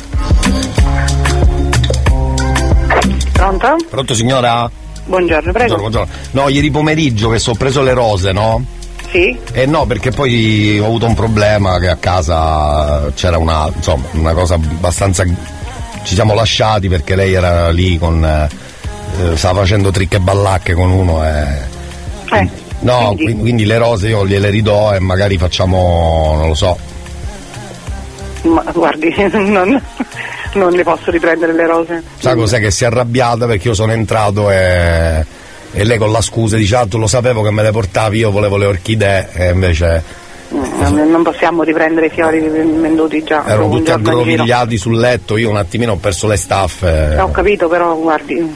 Pronto? Pronto, signora? Buongiorno, prego. Buongiorno. No, ieri pomeriggio che ho preso le rose, no? Sì. No, perché poi ho avuto un problema che a casa c'era una cosa abbastanza... Ci siamo lasciati perché lei era lì con... stava facendo tricche e ballacche con uno e... No, quindi le rose io gliele ridò e magari facciamo... non lo so. Ma guardi, non le posso riprendere le rose. Sa cos'è? Che si è arrabbiata perché io sono entrato e lei con la scusa dice tu lo sapevo che me le portavi, io volevo le orchidee e invece... Non possiamo riprendere i fiori venduti già. Erano tutti aggrovigliati sul letto, io un attimino ho perso le staffe. Ho capito, però guardi,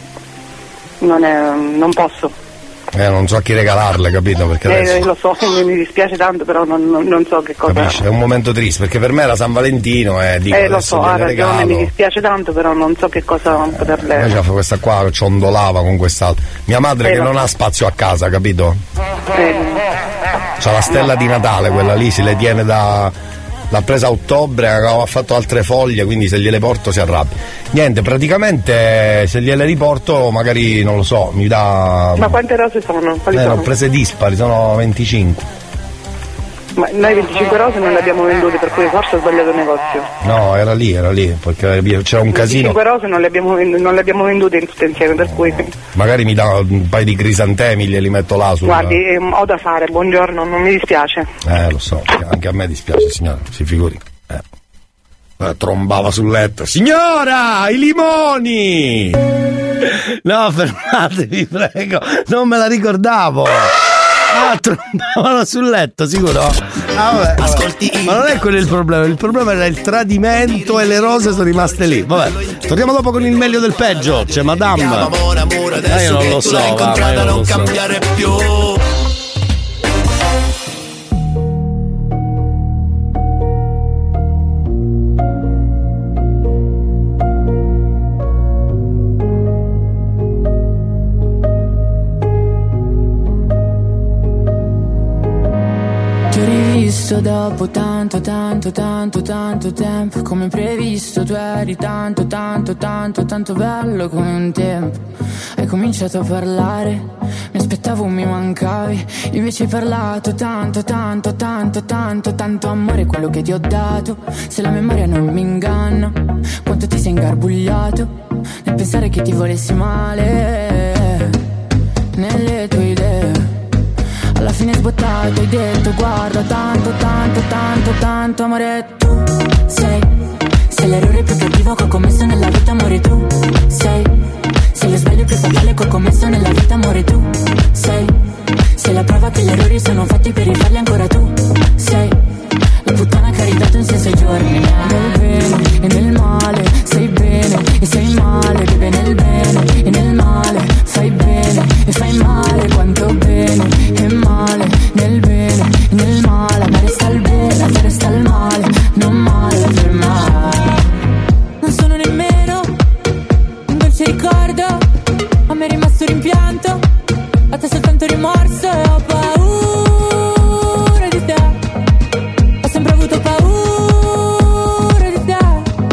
non posso. Non so a chi regalarle, capito? Perché adesso... Lo so, mi dispiace tanto, però non so che cosa. Capisci? È un momento triste perché per me era San Valentino e dico lo so, ha ragione, regalo. mi dispiace tanto, però non so che cosa poterle. Invece questa qua ciondolava con quest'altra. Mia madre che non ha spazio a casa, capito? C'ha la stella di Natale, quella lì, si le tiene l'ha presa a ottobre, ha fatto altre foglie, quindi se gliele porto si arrabbia. Niente, praticamente se gliele riporto magari, non lo so, mi dà... Ma quante rose sono? Quali sono? Ne ho prese dispari, sono 25. Ma noi 25 rose non le abbiamo vendute, per cui forse ho sbagliato il negozio. No, era lì, perché c'era un casino. 25 rose non le abbiamo vendute tutte insieme, per cui... Magari mi dà un paio di crisantemi, glieli metto là sul... Guardi, ho da fare, buongiorno, non mi dispiace. Lo so, anche a me dispiace, signora, si figuri. Trombava sul letto. Signora, i limoni! No, fermatevi, prego, non me la ricordavo. Trombavano sul letto, sicuro? Vabbè. Ma non è quello il problema era il tradimento e le rose sono rimaste lì. Vabbè, torniamo dopo con il meglio del peggio. C'è Madame. Io non lo so, ma io non lo so. Ti ho rivisto dopo tanto tempo. Come previsto tu eri tanto bello come un tempo. Hai cominciato a parlare, mi aspettavo mi mancavi. Invece hai parlato tanto amore quello che ti ho dato. Se la memoria non mi inganna, quanto ti sei ingarbugliato nel pensare che ti volessi male nelle tue idee. Alla fine sbottato hai detto guarda tanto amore. Tu sei l'errore più cattivo che ho commesso nella vita amore. Tu sei lo sbaglio più fatale che ho commesso nella vita amore. Tu sei la prova che gli errori sono fatti per rifarli ancora. Tu sei la puttana che ha ridato un senso ai giorni. Nel bene e nel male sei bene e sei male. Vive nel bene e nel male, fai bene e fai male. Quanto bene e male, nel bene e nel male. Ma resta il bene, ma resta il male, non male per mai. Non sono nemmeno un dolce ricordo, a me è rimasto rimpianto, a te soltanto rimorso e ho paura di te. Ho sempre avuto paura di te.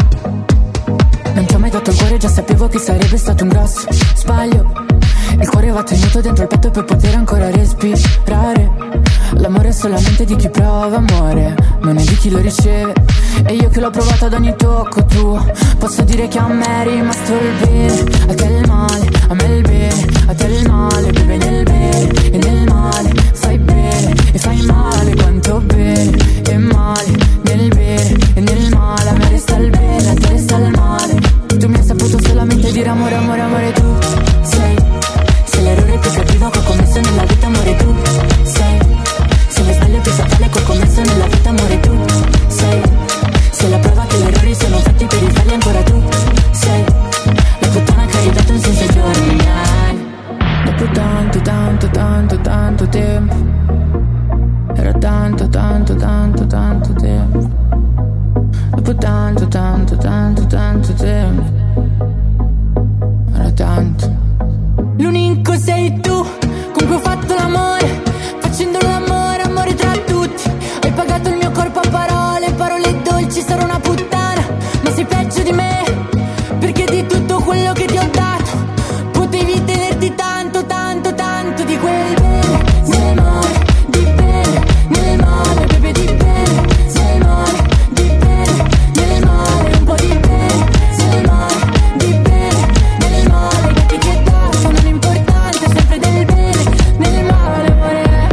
Non ti ho mai dato il cuore, già sapevo che sarebbe stato un grosso sbaglio. Il cuore va tenuto dentro il petto per poter ancora respirare. L'amore è solamente di chi prova amore, non è di chi lo riceve. E io che l'ho provato ad ogni tocco tuo, posso dire che a me è rimasto il bene. A te il male, a me il bene. A te il male, vive nel bene e nel male. Fai bene e fai male. Quanto bene e male, nel bene e nel male. A me resta il bene, a te resta il male. Tu mi hai saputo solamente dire amore, amore, amore. Tu sei l'errore più cattivo che ho commesso nella vita amore. Tu sei lo sbaglio più fatale che ho commesso nella vita amore. Tu sei la prova che gli errori sono fatti per rifarli ancora. Tu sei la puttana che ha ridato un senso ai giorni miei. Dopo tanto tempo, era tanto tempo. Dopo tanto tempo, era tanto. L'unico sei tu con cui ho fatto l'amore, facendo l'amore, amore tra tutti. Hai pagato il mio corpo a parole dolci, sarò una puttana, ma sei peggio di me, perché di tutto quello che ti ho dato potevi tenerti tanto di quel bene, nel male, di bene, nel male, bebe di bene, nel male, di bene, nel male, un po' di bene, nel male, di bene, nel male, che ti ho dato non è importante, sempre del bene, nel male, amore.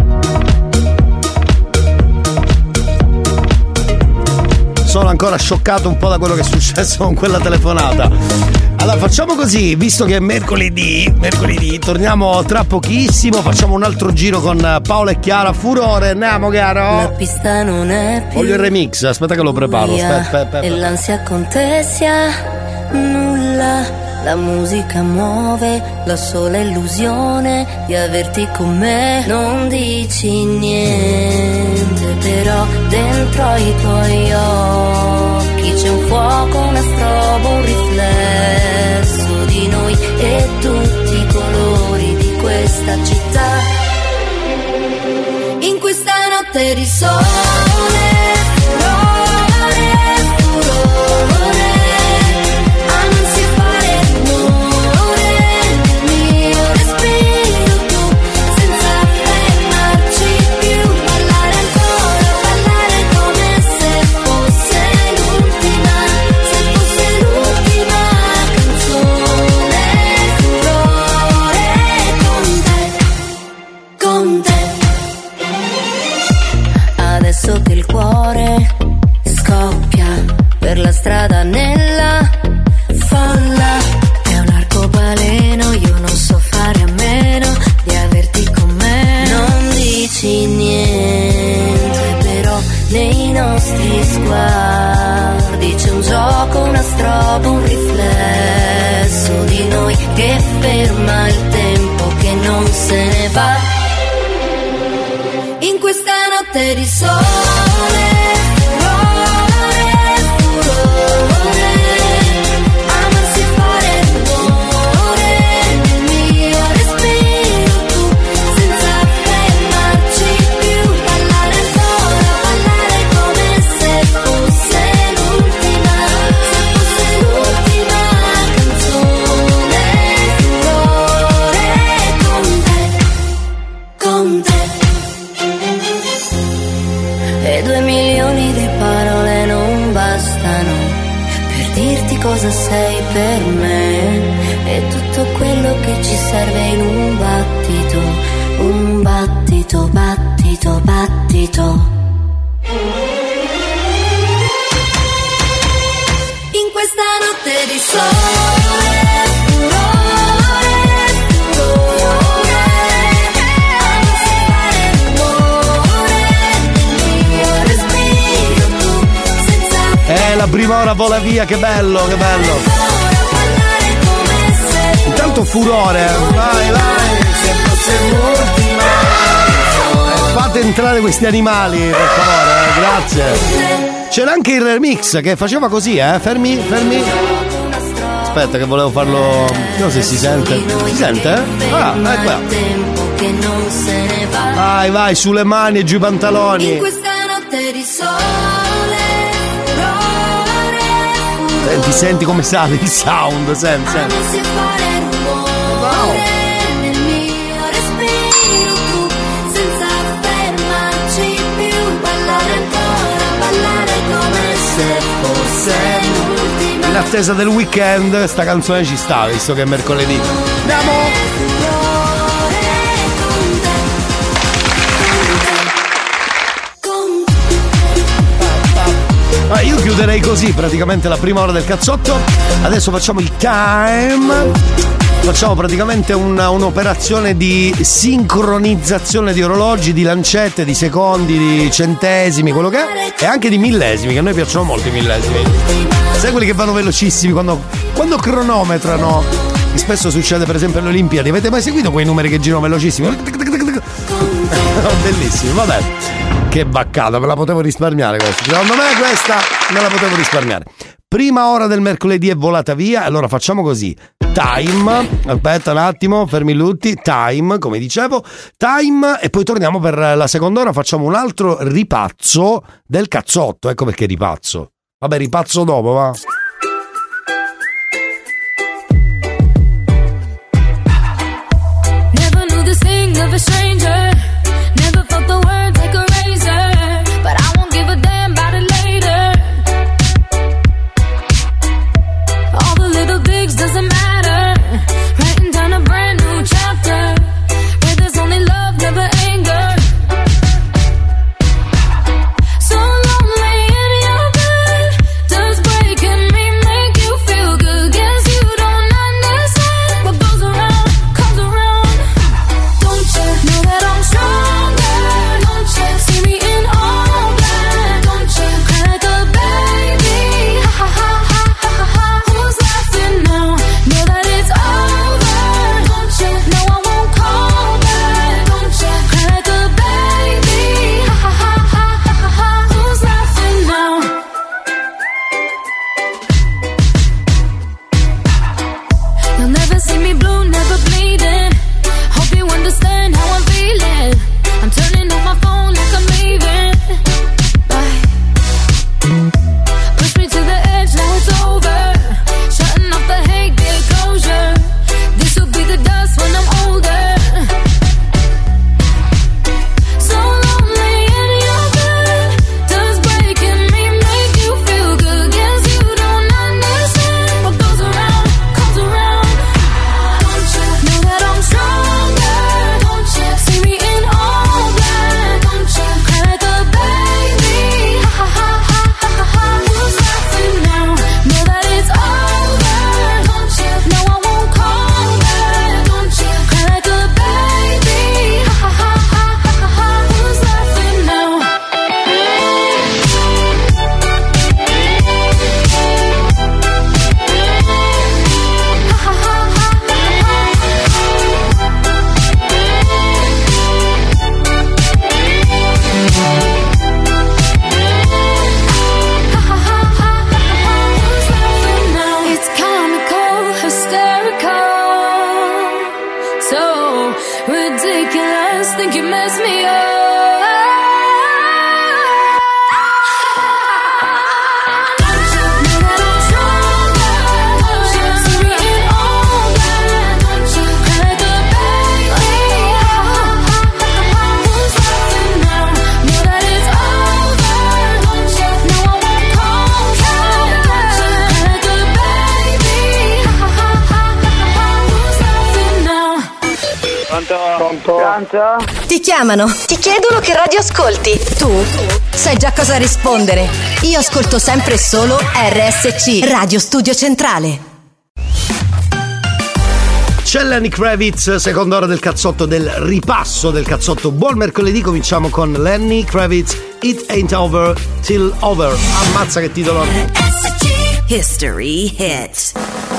Sono ancora scioccato un po' da quello che è successo con quella telefonata. Allora facciamo così, visto che è mercoledì, torniamo tra pochissimo, facciamo un altro giro con Paola e Chiara. Furore, andiamo caro. La pista non è più voglio il remix, aspetta che lo preparo. Aspetta. E l'ansia con te sia nulla. La musica muove la sola illusione di averti con me. Non dici niente, però dentro ai tuoi occhi c'è un fuoco, una strobo, un riflesso di noi e tutti i colori di questa città. In questa notte di sole, furore, a non si fare rumore nel mio respiro, tu senza fermarci più, ballare ancora, ballare come se fosse l'ultima canzone, furore con te. Adesso che il cuore scoppia per la strada nella folla, è un arcobaleno, io non so fare a meno di averti con me. Non dici niente, però nei nostri sguardi c'è un gioco, una strobo, un riflesso di noi che ferma il tempo, che non se ne va. In questa notte di sole, furore, a non si fare rumore nel mio respiro, tu senza fermarci più, ballare ancora. e 2 milioni di parole non bastano per dirti cosa sei per me e tutto quello che ci serve in un battito, battito, battito, battito. In questa notte di sole, furore, furore, amo fare rumore, il mio respiro tu, senza la prima ora vola via, che bello, che bello. Intanto furore, vai, se fosse l'ultima. Fate entrare questi animali, per favore, grazie. C'era anche il remix che faceva così, fermi. Aspetta che volevo farlo. Non so se si sente. Si sente? Ah, ecco. Vai, sulle mani e giù i pantaloni. In questa notte di sole, Senti come sale il sound, senti. Wow. Nel mio respiro tu, senza fermarci più, ballare ancora, ballare come se fosse l'ultima. In attesa del weekend sta canzone ci sta, visto che è mercoledì. Andiamo! Io chiuderei così praticamente la prima ora del cazzotto. Adesso facciamo il time. Facciamo praticamente un'operazione di sincronizzazione di orologi, di lancette, di secondi, di centesimi, quello che è, e anche di millesimi, che a noi piacciono molto i millesimi. Sai quelli che vanno velocissimi quando cronometrano? Che spesso succede per esempio alle Olimpiadi. Avete mai seguito quei numeri che girano velocissimi? Bellissimo, vabbè. Che baccata, me la potevo risparmiare questa. Secondo me questa me la potevo risparmiare. Prima ora del mercoledì è volata via, allora facciamo così. Time, aspetta un attimo, fermi tutti. Time, come dicevo, time, e poi torniamo per la seconda ora. Facciamo un altro ripazzo del cazzotto. Ecco perché ripazzo. Vabbè, ripazzo dopo, va. Never knew this thing of a stranger. Never felt the word take a razor. But I won't give a damn about it later. All the little things doesn't matter. Writing down a brand new chapter where there's only love, never anger. So lonely in your bed. Does breaking me make you feel good? Guess you don't understand. What goes around comes around. Don't you know Pronto? Ti chiamano, ti chiedono che radio ascolti. Tu sai già cosa rispondere. Io ascolto sempre e solo RSC, Radio Studio Centrale. C'è Lenny Kravitz, seconda ora del cazzotto, del ripasso del cazzotto. Buon mercoledì, cominciamo con Lenny Kravitz, It Ain't Over Till Over. Ammazza che titolo. History Hits.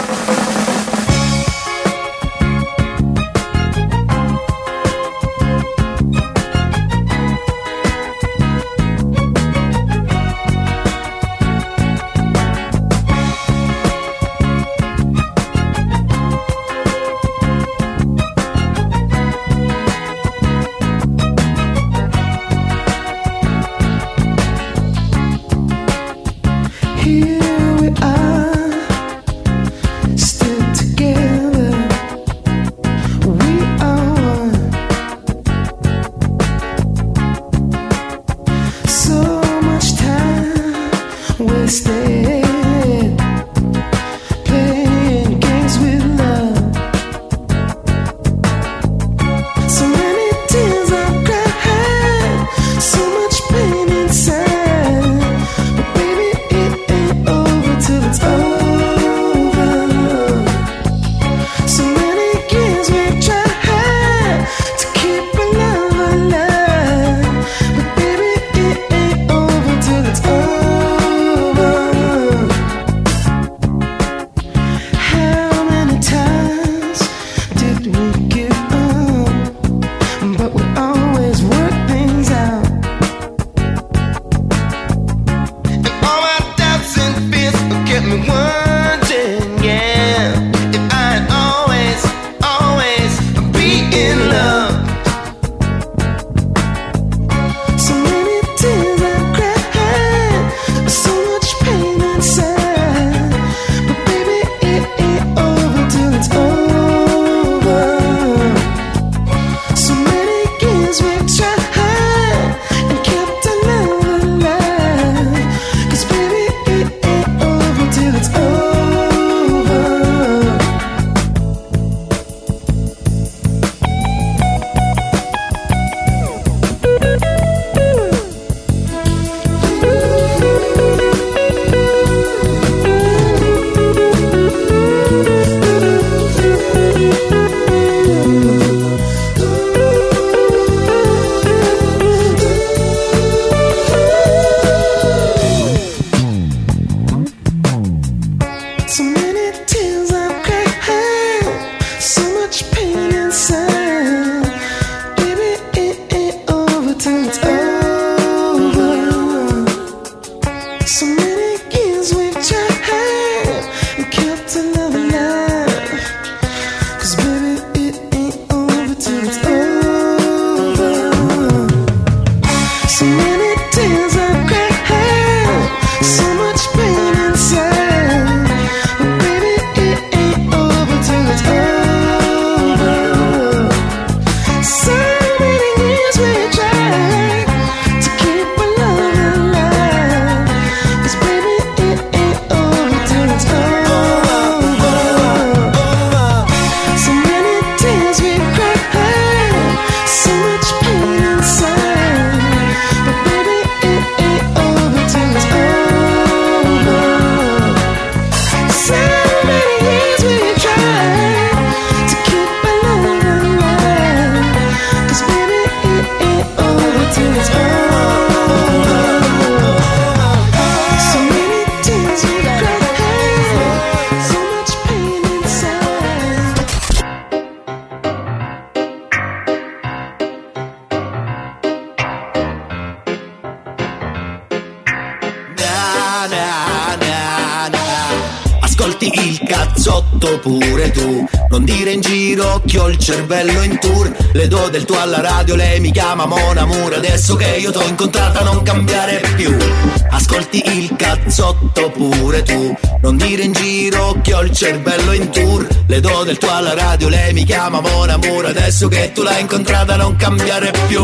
il cazzotto pure tu. Non dire in giro che ho il cervello in tour. Le do del tuo alla radio, lei mi chiama Mon Amour. Adesso che io t'ho incontrata non cambiare più. Ascolti il cazzotto pure tu. Non dire in giro che ho il cervello in tour. Le do del tuo alla radio, lei mi chiama Mon Amour. Adesso che tu l'hai incontrata non cambiare più.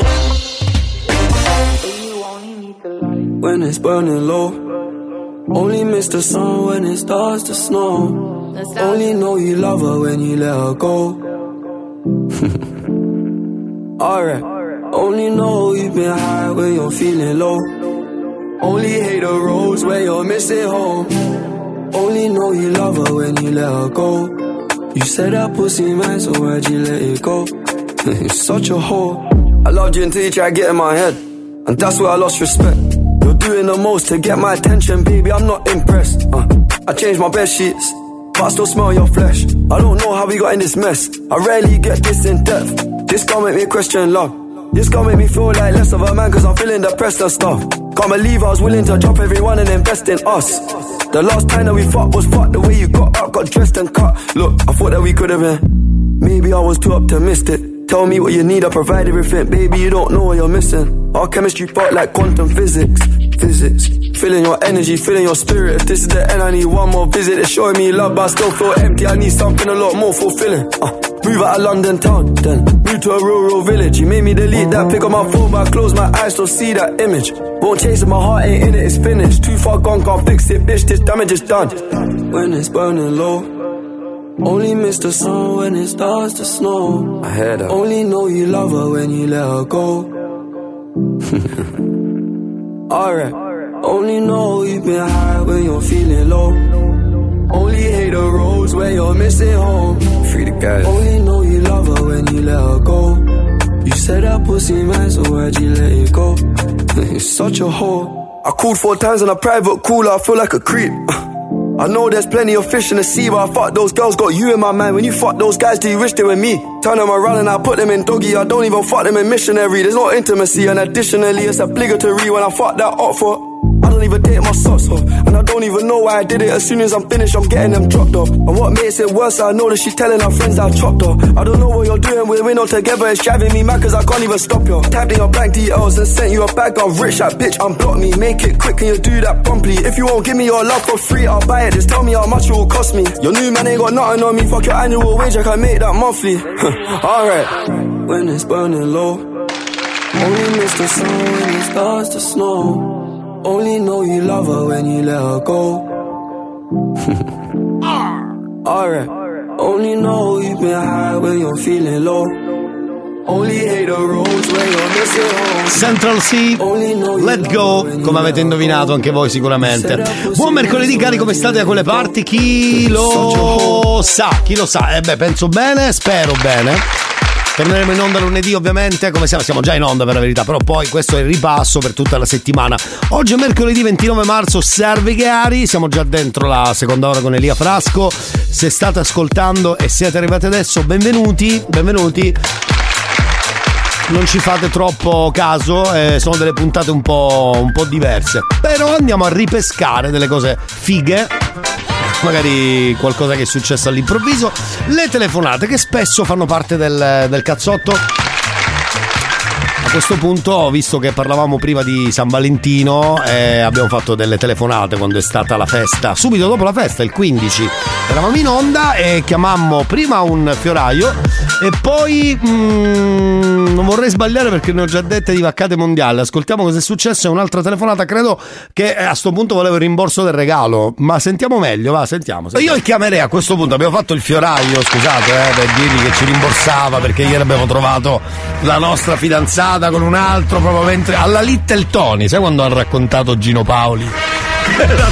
When it's burning low, only miss the sun when it starts to snow. Only know you love her when you let her go. Alright. Only know you've been high when you're feeling low. Only hate the roads when you're missing home. Only know you love her when you let her go. You said that pussy man, so why'd you let it go? You're such a whore. I loved you until you tried to get in my head, and that's where I lost respect. You're doing the most to get my attention, baby, I'm not impressed. I changed my bed sheets, but I still smell your flesh. I don't know how we got in this mess. I rarely get this in depth. This gon' make me question love. This gon' make me feel like less of a man, cause I'm feeling depressed and stuff. Can't believe I was willing to drop everyone and invest in us. The last time that we fucked was fucked. The way you got up, got dressed and cut. Look, I thought that we could've been. Maybe I was too optimistic. Tell me what you need, I provide everything. Baby, you don't know what you're missing. Our chemistry felt like quantum physics. Feeling your energy, feeling your spirit. If this is the end, I need one more visit. It's showing me love, but I still feel empty. I need something a lot more fulfilling. Move out of London town, then move to a rural village. You made me delete that pic on my phone, but I close my eyes, still see that image. Won't chase it, my heart ain't in it, it's finished. Too far gone, can't fix it, bitch, this damage is done. When it's burning low, only miss the sun when it starts to snow. I heard her. Only know you love her when you let her go. Alright. Only know you've been high when you're feeling low. Only hate the roads when you're missing home. Free the guys. Only know you love her when you let her go. You said that pussy man, so why'd you let it go? You're such a whore. I called 4 times on a private cooler, I feel like a creep. I know there's plenty of fish in the sea, but I fuck those girls, got you in my mind. When you fuck those guys, do you wish they were me? Turn them around and I put them in doggy. I don't even fuck them in missionary. There's no intimacy, and additionally it's obligatory when I fuck that up for. I don't even take my socks off, and I don't even know why I did it. As soon as I'm finished, I'm getting them dropped off. And what makes it worse, I know that she's telling her friends I chopped off. I don't know what you're doing, we're not together. It's driving me mad cause I can't even stop you. Tapped in your bank details and sent you a bag of rich. That bitch unblock me, make it quick, can you do that promptly? If you won't give me your love for free, I'll buy it. Just tell me how much it will cost me. Your new man ain't got nothing on me. Fuck your annual wage, I can make that monthly. Alright. When it's burning low, only miss the sun when it starts to snow. Only know you love her when you let her go. Alright. Only know you've been high when you're feeling low. Only hate the roads when you're missing home. Central C, Let Go, come avete indovinato anche voi sicuramente. Buon mercoledì cari, come state da quelle parti? Chi lo sa? Chi lo sa? Penso bene, spero bene. Torneremo in onda lunedì ovviamente, come siamo già in onda per la verità, però poi questo è il ripasso per tutta la settimana. Oggi è mercoledì 29 marzo, serve Gari, siamo già dentro la seconda ora con Elia Frasco. Se state ascoltando e siete arrivati adesso, benvenuti. Non ci fate troppo caso, sono delle puntate un po' diverse, però andiamo a ripescare delle cose fighe, magari qualcosa che è successo all'improvviso, le telefonate che spesso fanno parte del cazzotto. A questo punto, visto che parlavamo prima di San Valentino, abbiamo fatto delle telefonate quando è stata la festa, subito dopo la festa, il 15 eravamo in onda e chiamammo prima un fioraio e poi non vorrei sbagliare perché ne ho già dette di vaccate mondiali. Ascoltiamo cosa è successo, è un'altra telefonata, credo che a sto punto volevo il rimborso del regalo, ma sentiamo meglio, va, sentiamo. Io chiamerei a questo punto, abbiamo fatto il fioraio, scusate, per dirgli che ci rimborsava perché ieri abbiamo trovato la nostra fidanzata con un altro proprio mentre alla Little Tony, sai quando ha raccontato Gino Paoli? Era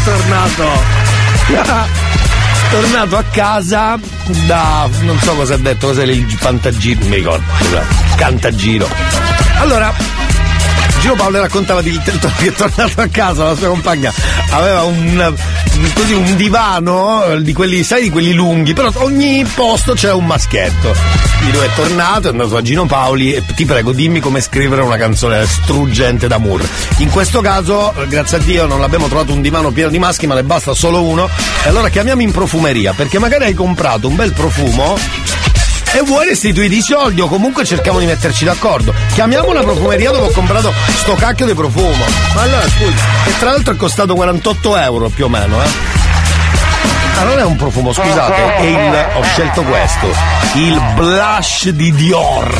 tornato a casa da non so cosa ha detto, cos'è il fantagiro, mi ricordo, cantagiro. Allora Gino Paolo raccontava di Little Tony che è tornato a casa, la sua compagna aveva un divano di quelli, sai, di quelli lunghi, però ogni posto c'è un maschietto. Lui è tornato, è andato a Gino Paoli e ti prego dimmi come scrivere una canzone struggente d'amore. In questo caso, grazie a Dio, non l'abbiamo trovato un divano pieno di maschi, ma ne basta solo uno. E allora chiamiamo in profumeria, perché magari hai comprato un bel profumo e vuoi restituire i soldi, o comunque cerchiamo di metterci d'accordo. Chiamiamo una profumeria dove ho comprato sto cacchio di profumo. Ma allora scusa, che tra l'altro è costato 48 euro più o meno, Ma non è un profumo, scusate, ho scelto questo, il blush di Dior.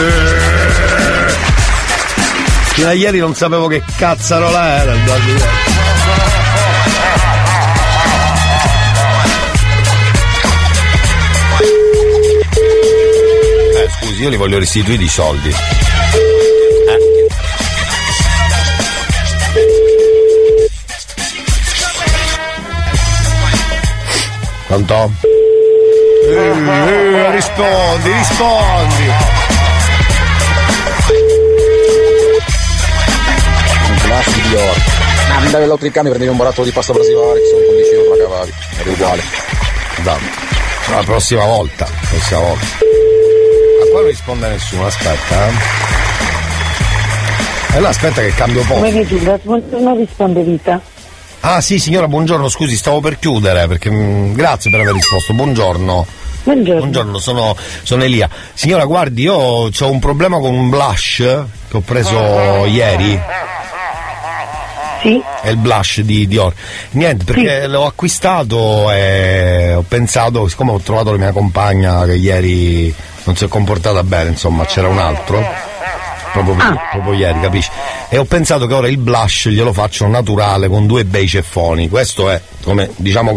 Fino a ieri non sapevo che cazzarola era il blush di Dior. scusi, io li voglio restituire i soldi. Pronto? Rispondi. Un flash di Dior. Andavi all'altro il cambio, prendevi un barattolo di pasta brasilare, che sono 15 euro la cavavi. Era uguale. La prossima volta. Ma qua non risponde nessuno, aspetta. Allora aspetta che cambio poco. Non risponde Vita. Ah sì signora, buongiorno, scusi, stavo per chiudere perché grazie per aver risposto. Buongiorno, sono Elia. Signora, guardi, io ho un problema con un blush che ho preso ieri. Sì. È il blush di Dior. Niente, perché l'ho acquistato e ho pensato, siccome ho trovato la mia compagna che ieri non si è comportata bene, insomma, c'era un altro. Proprio ieri, capisci? E ho pensato che ora il blush glielo faccio naturale con 2 bei ceffoni. Questo è come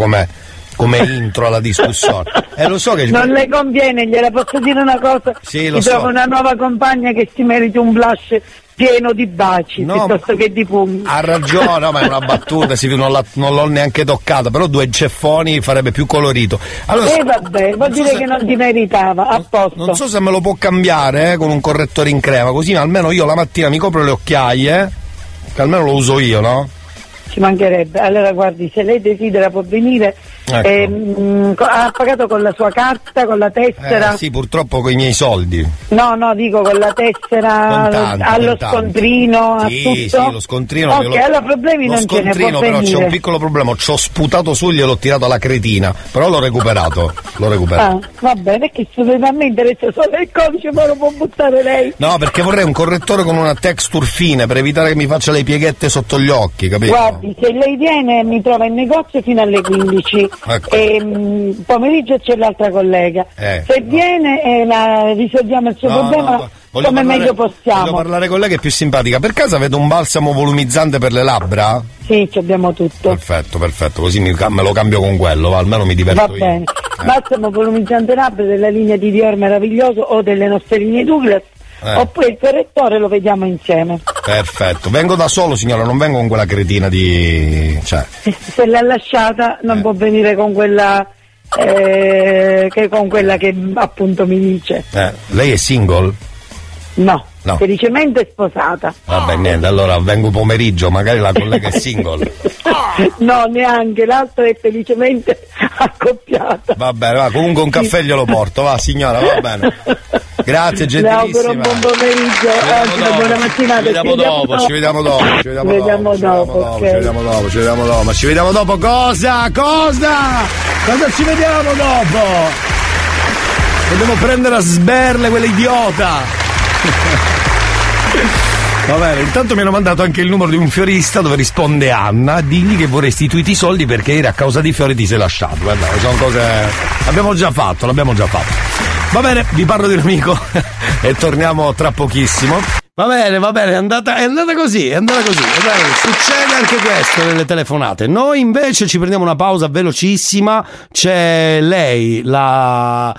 intro alla discussione. E lo so che non le conviene, gliela posso dire una cosa. Sì, lo trova una nuova compagna che si meriti un blush pieno di baci piuttosto che di pugni. Ha ragione, no, ma è una battuta, non l'ho neanche toccata, però 2 ceffoni farebbe più colorito. Allora, vabbè, vuol dire che non ti meritava, a posto. Non so se me lo può cambiare con un correttore in crema, così almeno io la mattina mi copro le occhiaie, che almeno lo uso io, no? Ci mancherebbe. Allora guardi, se lei desidera può venire. Ecco. Ha pagato con la sua carta, con la tessera? Sì, purtroppo con i miei soldi. No, dico con la tessera, allo scontrino, a tutto. Sì, lo scontrino. Ok, allora problemi non ce ne può venire. Però c'è un piccolo problema, ci ho sputato su, gliel'ho tirato alla cretina, però l'ho recuperato. Va bene, che se a me interessa solo il codice, ma lo può buttare lei. No, perché vorrei un correttore con una texture fine per evitare che mi faccia le pieghette sotto gli occhi, capito? Guardi, se lei viene mi trova in negozio fino alle 15. Ecco. E pomeriggio c'è l'altra collega. Se viene risolviamo il suo problema come meglio possiamo. Voglio parlare con lei che è più simpatica. Per caso avete un balsamo volumizzante per le labbra? Sì, abbiamo tutto. Perfetto, così me lo cambio con quello, almeno mi diverto. Va bene. Balsamo volumizzante labbra della linea di Dior meraviglioso o delle nostre linee Douglas. Oppure il correttore lo vediamo insieme. Perfetto, vengo da solo signora, non vengo con quella cretina di... Se l'ha lasciata non può venire con quella che appunto mi dice. Lei è single? No, felicemente sposata. Vabbè, niente, allora vengo pomeriggio, magari la collega è single. No, neanche, l'altra è felicemente accoppiata. Va bene, va, comunque un caffè glielo porto, va signora, va bene. Grazie, gentilissima. Le auguro un buon pomeriggio, oggi una buona mattinata. Ci vediamo dopo. Ma ci vediamo dopo cosa? Cosa ci vediamo dopo? Dobbiamo prendere a sberle quell'idiota. Va bene, intanto mi hanno mandato anche il numero di un fiorista dove risponde Anna. Digli che vorrei restituiti i soldi perché ieri a causa di fiori ti sei lasciato. Guarda, sono cose. L'abbiamo già fatto. Va bene, vi parlo di un amico e torniamo tra pochissimo. Va bene, è andata così. Succede anche questo nelle telefonate. Noi invece ci prendiamo una pausa velocissima. C'è lei, la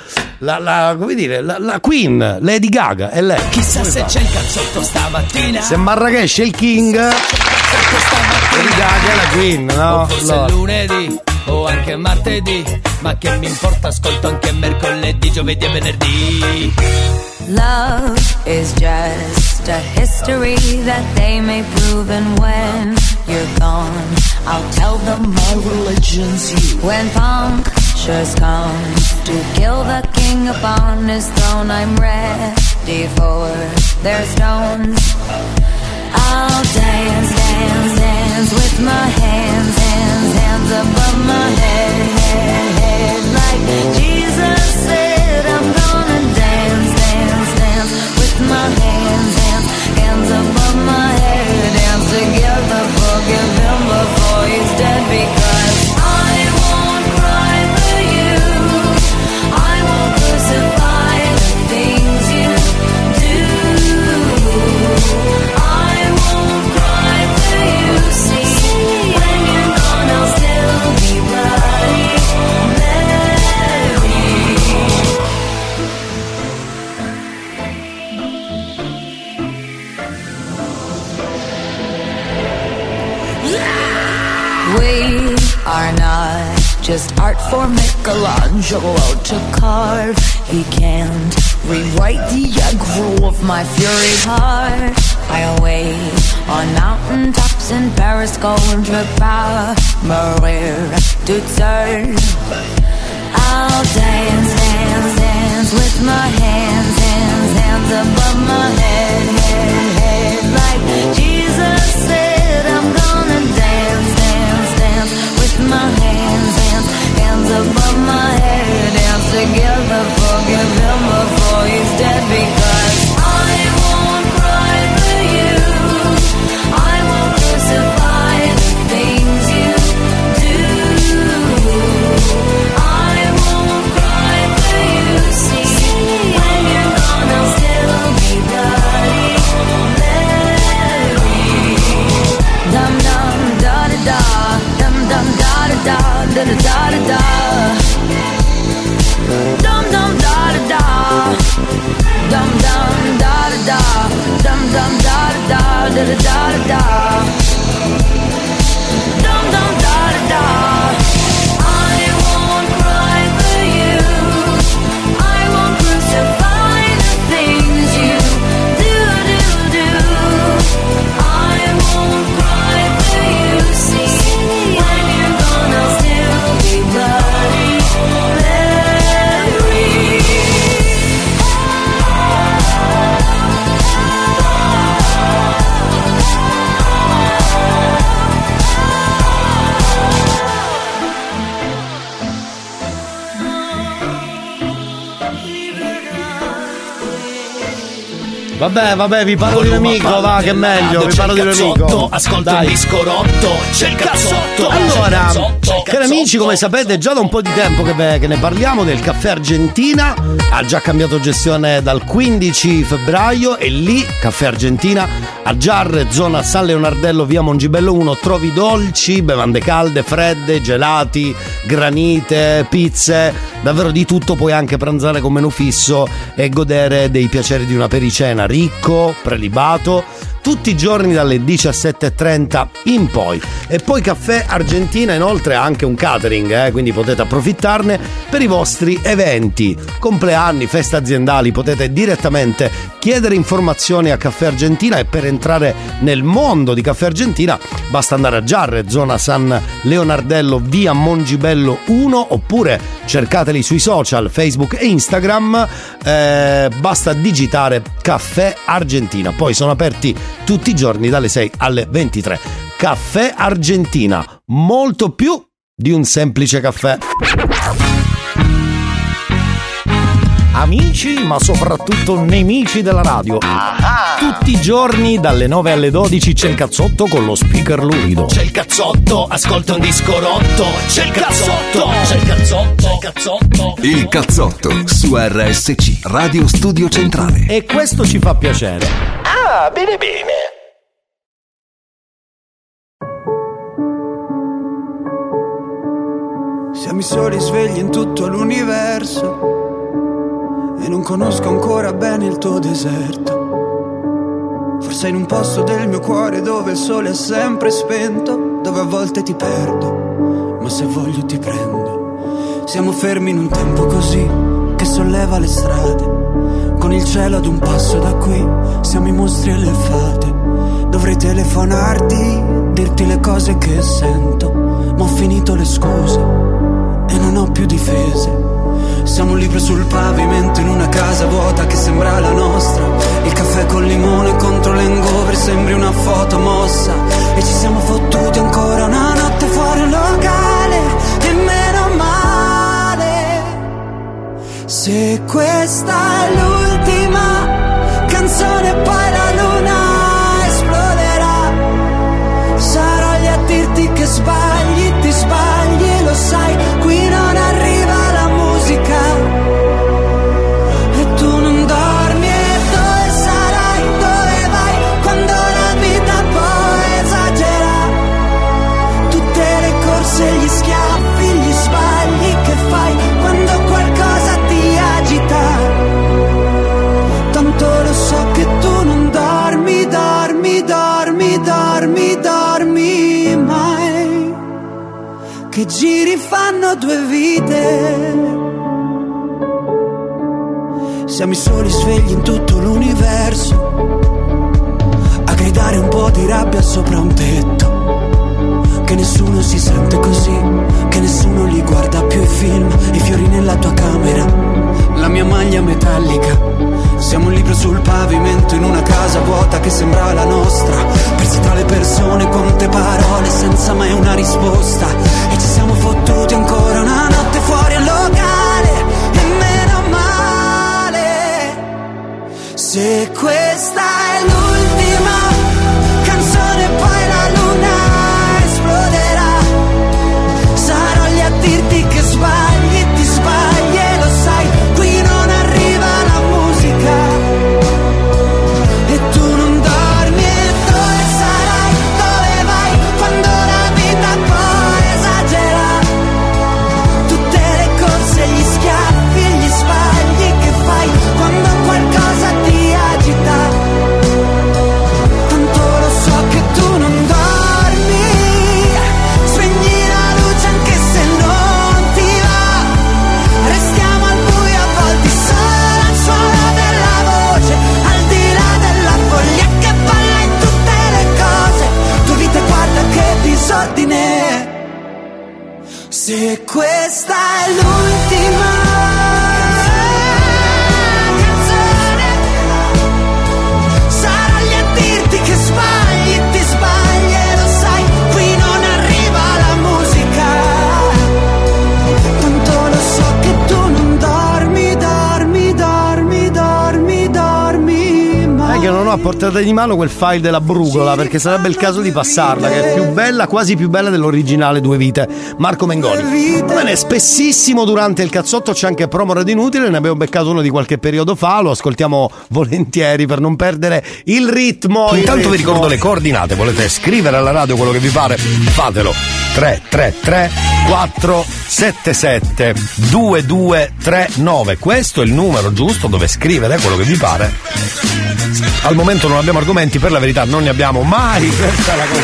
Queen, Lady Gaga, è lei. Chissà se c'è il cazzotto stamattina. Se Marrakesh è il King, Lady Gaga è la Queen, no? O forse lunedì o anche martedì, ma che mi importa, ascolto anche mercoledì, giovedì e venerdì. Love is just a history that they may prove, and when you're gone, I'll tell them my religion's you. When punctures come to kill the king upon his throne, I'm ready for their stones. I'll dance with my hands above my head, like Jesus said. I'm gonna dance with my hands above my head, dance together, forgive him before he's dead, because I won't cry for you, I won't crucify the things you do, I won't cry for you, see, when We are not just art for Michelangelo to carve. He can't rewrite the aggro of my fury heart. I await on mountaintops in Paris, going to power, Maria to turn. I'll dance, dance, dance with my hands, hands, hands above my head, head, head. Like Jesus said, I'm gonna dance, dance, dance with my hands, hands, hands above my head. Dance together, forgive him before he's dead, because I won't cry for you. I won't crucify the things you do. I won't cry for you. See, when you're gone, I'll still be bloody Mary. Dum dum da da da, dum dum da da da, da da da da da. Dum dum da da da, dum dum da da da, dum dum da da da, da da da da. Dum dum da da da. I won't cry for you. I won't crucify the things you do, do, do. I won't cry for you. See, when you're gone, I'll still be bloody Mary. Vabbè, vi parlo di un amico, va, che è meglio, vi parlo di un amico. Ascolta il disco rotto, c'è il cazzotto. Allora, cari amici, come sapete, già da un po' di tempo che ne parliamo del Caffè Argentina. Ha già cambiato gestione dal 15 febbraio e lì, Caffè Argentina, a Giarre, zona San Leonardello, via Mongibello 1, trovi dolci, bevande calde, fredde, gelati, granite, pizze, davvero di tutto. Puoi anche pranzare con menù fisso e godere dei piaceri di una pericena ricco, prelibato, tutti i giorni dalle 17:30 in poi. E poi Caffè Argentina inoltre ha anche un catering, quindi potete approfittarne per i vostri eventi, compleanni, feste aziendali. Potete direttamente chiedere informazioni a Caffè Argentina, e per entrare nel mondo di Caffè Argentina basta andare a Giarre, zona San Leonardello, via Mongibello 1, oppure cercateli sui social, Facebook e Instagram, basta digitare Caffè Argentina. Poi sono aperti tutti i giorni dalle 6 alle 23. Caffè Argentina, molto più di un semplice caffè. Amici, ma soprattutto nemici della radio. Tutti i giorni dalle 9 alle 12 c'è il cazzotto con lo speaker luido. C'è il cazzotto, ascolta un disco rotto. C'è il cazzotto, c'è il cazzotto, il cazzotto. Il cazzotto su RSC, Radio Studio Centrale. E questo ci fa piacere. Ah, bene bene. Siamo i soli svegli in tutto l'universo e non conosco ancora bene il tuo deserto. Forse in un posto del mio cuore dove il sole è sempre spento, dove a volte ti perdo, ma se voglio ti prendo. Siamo fermi in un tempo così che solleva le strade, con il cielo ad un passo da qui. Siamo i mostri e le fate. Dovrei telefonarti, dirti le cose che sento, ma ho finito le scuse e non ho più difese. Siamo un libro sul pavimento in una casa vuota che sembra la nostra. Il caffè col limone contro l'hangover sembri una foto mossa. E ci siamo fottuti ancora una notte fuori un locale, e meno male. Se questa è l'ultima canzone poi la luna esploderà. Sarò lì a dirti che sbagli, ti sbagli e lo sai. Qui non arriva la musica e tu non dormi. E dove sarai, dove vai, quando la vita poi esagera? Tutte le corse, gli schiaffi, gli sbagli che fai quando qualcosa ti agita. che giri fanno 2 vite. Siamo i soli svegli in tutto l'universo, a gridare un po' di rabbia sopra un tetto. Che nessuno si sente così, che nessuno li guarda più i film, i fiori nella tua camera, la mia maglia metallica. Siamo un libro sul pavimento in una casa vuota che sembra la nostra, persi tra le persone, quante parole senza mai una risposta. E ci siamo fottuti ancora una notte fuori al locale, e meno male. Se questa è l'ultima canzone poi la luna esploderà, sarò lì a dirti che sbagli, ti sbagli e lo sai, qui non arriva la musica e tu non dormi. E dove sarai, dove vai, quando la vita poi esagera, tutte le corse, gli schiaffi, gli sbagli che fai quando qualcosa ti agita. Tanto lo so che tu non dormi, spegni la luce anche se non ti va, restiamo al buio avvolti solo al suono della voce, al di là della foglia che balla in tutte le cose. Tua vita guarda che disordine, se questa è l'ultima canzone, sarò lì a dirti che sbagli, ti sbagli e lo sai, qui non arriva la musica. Tanto lo so che tu non dormi, dormi, dormi, dormi, dormi mai. È che non ho a portata di mano quel file della Brugola, perché sarebbe il caso di passarla, che è più bella, quasi più bella dell'originale Due Vite, Marco Mengoni. Bene, spessissimo durante il cazzotto c'è anche promo radio inutile, ne abbiamo beccato uno di qualche periodo fa, lo ascoltiamo volentieri per non perdere il ritmo. Intanto vi ricordo le coordinate, volete scrivere alla radio quello che vi pare, fatelo. 333 477 2239, questo è il numero giusto dove scrivere quello che vi pare. Al momento non abbiamo argomenti, per la verità non ne abbiamo mai, questa è la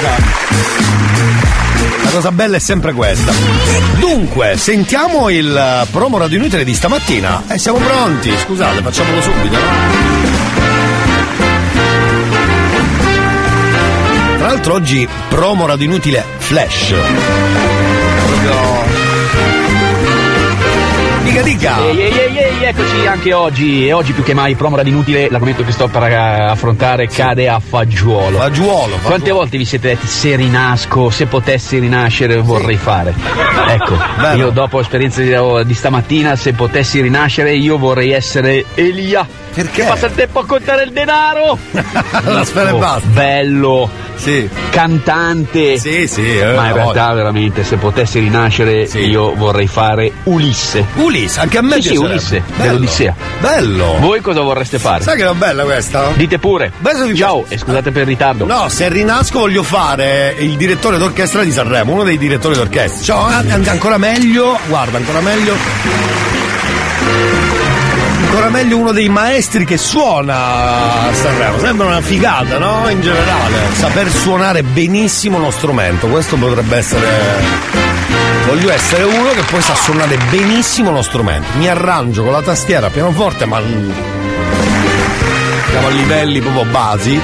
cosa bella è sempre questa. Dunque, sentiamo il promo radio inutile di stamattina e siamo pronti, scusate, facciamolo subito, no? Tra l'altro oggi promo radio inutile flash. Dica. Ehi, eccoci anche oggi. E oggi più che mai promo radio inutile, l'argomento che sto per affrontare cade a fagiolo. Quante volte vi siete detti se rinasco, se potessi rinascere vorrei fare? Ecco, bello. Io dopo l'esperienza di stamattina, se potessi rinascere io vorrei essere Elia. Perché? Che passa il tempo a contare il denaro. La sfera e basta. Bello. Sì. Cantante. Sì. Ma in realtà veramente se potessi rinascere io vorrei fare Ulisse. Ulisse, anche a me piacerebbe. Sì, Ulisse, dell'Odissea. Bello. Voi cosa vorreste fare? Sai che è bella questa? Dite pure. Ciao e scusate per il ritardo. No, se rinasco voglio fare il direttore d'orchestra di Sanremo, uno dei direttori d'orchestra. Ciao, ancora meglio, guarda, ancora meglio uno dei maestri che suona a Sanremo. Sembra una figata, no? In generale, saper suonare benissimo uno strumento, questo potrebbe essere. Voglio essere uno che poi sa suonare benissimo uno strumento. Mi arrangio con la tastiera a pianoforte, ma siamo a livelli proprio livelli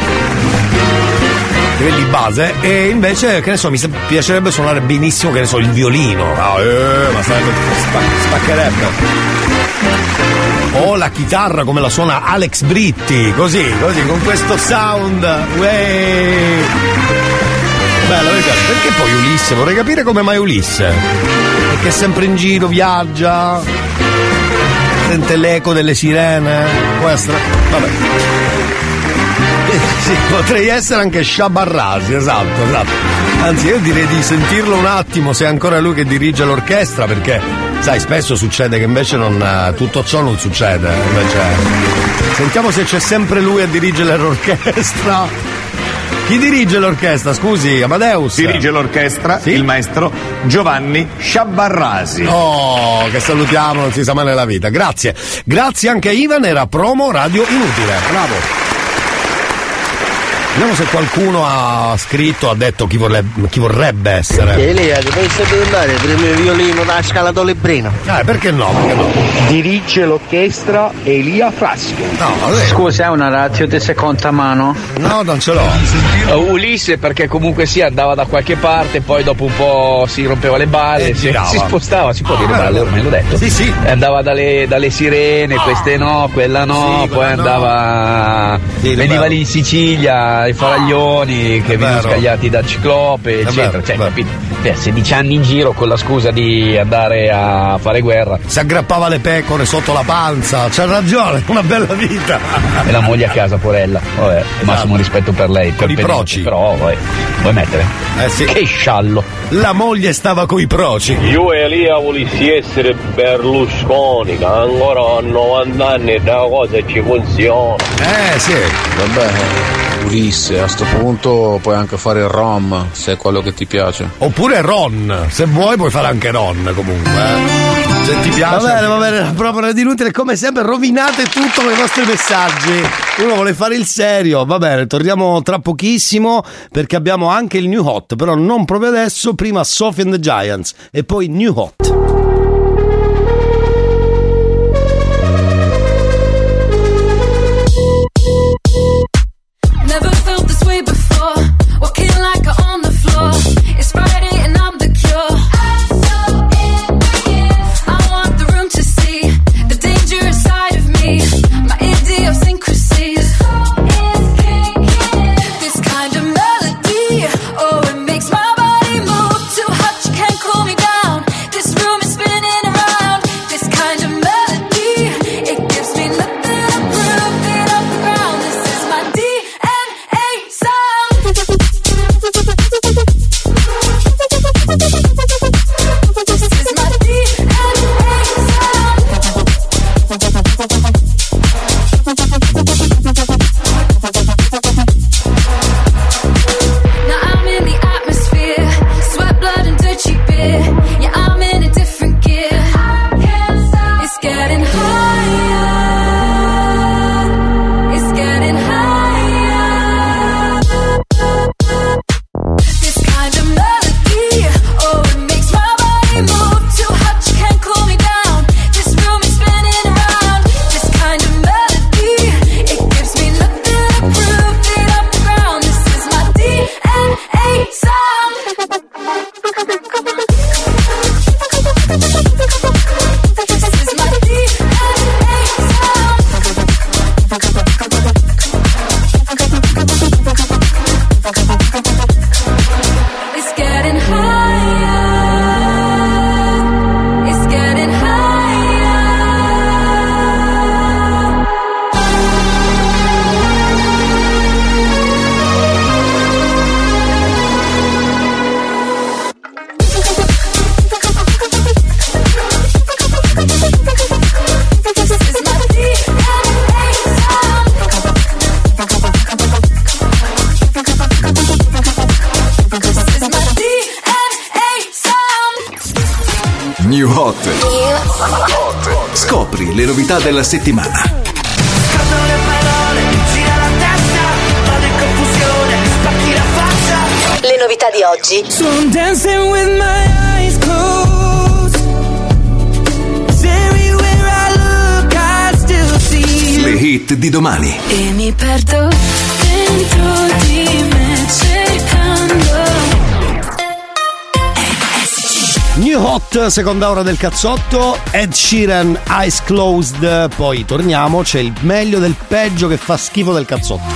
base, e invece, che ne so, mi piacerebbe suonare benissimo, che ne so, il violino. Ma sarebbe spaccherebbe. O la chitarra come la suona Alex Britti, così, con questo sound. Bello, mi piace. Perché poi Ulisse? Vorrei capire come mai Ulisse. Perché è sempre in giro, viaggia, sente l'eco delle sirene. Può essere. Vabbè. Sì, potrei essere anche Shabarrasi, esatto. Anzi, io direi di sentirlo un attimo, se è ancora lui che dirige l'orchestra, perché sai, spesso succede che invece tutto ciò non succede. Invece sentiamo se c'è sempre lui a dirigere l'orchestra. Chi dirige l'orchestra? Scusi, Amadeus. Dirige l'orchestra il maestro Giovanni Shabarrasi. Oh, che salutiamo, non si sa mai nella vita. Grazie anche a Ivan, era promo radio inutile. Bravo. Vediamo se qualcuno ha scritto, ha detto chi vorrebbe essere. Elia, ti puoi andare il premio violino da Scala Lebrino? Perché no? Perché no? Dirige l'orchestra Elia Frasco. No, scusa, è una ratio di seconda mano? No, non ce l'ho. Ulisse, perché comunque andava da qualche parte, poi dopo un po' si rompeva le balle, si spostava, si può dire balle, ormai l'ho detto. Sì. Andava dalle sirene, queste no, quella no, sì, poi andava, veniva lì in Sicilia, i faraglioni che venivano scagliati dal ciclope, eccetera. Capito? 16 anni in giro con la scusa di andare a fare guerra. Si aggrappava le pecore sotto la panza, c'ha ragione, una bella vita. E la moglie a casa, porella. Vabbè, massimo rispetto per lei. Con i proci. Però vuoi mettere? Sì. Che sciallo. La moglie stava coi proci. Io e Elia volessi essere Berlusconi, che ancora a 90 anni da cosa ci funziona. Sì. Vabbè, Ulisse, a sto punto puoi anche fare il Rom, se è quello che ti piace. Oppure Ron, se vuoi puoi fare anche Ron comunque. Se ti piace. Va bene, proprio di inutile, come sempre rovinate tutto con i vostri messaggi. Uno vuole fare il serio. Va bene, torniamo tra pochissimo perché abbiamo anche il New Hot, però non proprio adesso, prima Sophie and the Giants e poi New Hot. Never felt this way before. Walking like I'm on the floor. It's Friday and I'm the cure. I'm so in. I want the room to see the dangerous side of me. My idiosyncrasies. This kind of melody, oh, it makes my body move. Too hot, you can't cool me down. This room is spinning around. This kind of melody, it gives me nothing to prove it off the ground. This is my DNA sound. This is my DNA Now I'm in the atmosphere, sweat, blood, and dirty beer. Yeah, I'm in a different gear. It's getting higher. It's getting higher. This kind of melody, oh, it makes my body move. Too hot, you can't cool me down. This room is spinning around. This kind of melody, it gives me nothing to prove it off the ground. This is my DNA sound. This is my DNA sound. It's getting higher. It's getting higher. This is my DNA sound. This is my DNA sound. New Hot. Scopri le novità della settimana. Scattano le parole, gira la testa, vado in confusione, spacchi la faccia. Le novità di oggi. So I'm dancing with my eyes closed. Everywhere I look, I still see Le hit di domani. E mi perdo dentro di me cercando. New Hot, seconda ora del cazzotto. Ed Sheeran, Eyes Closed. Poi torniamo, c'è il meglio del peggio che fa schifo del cazzotto.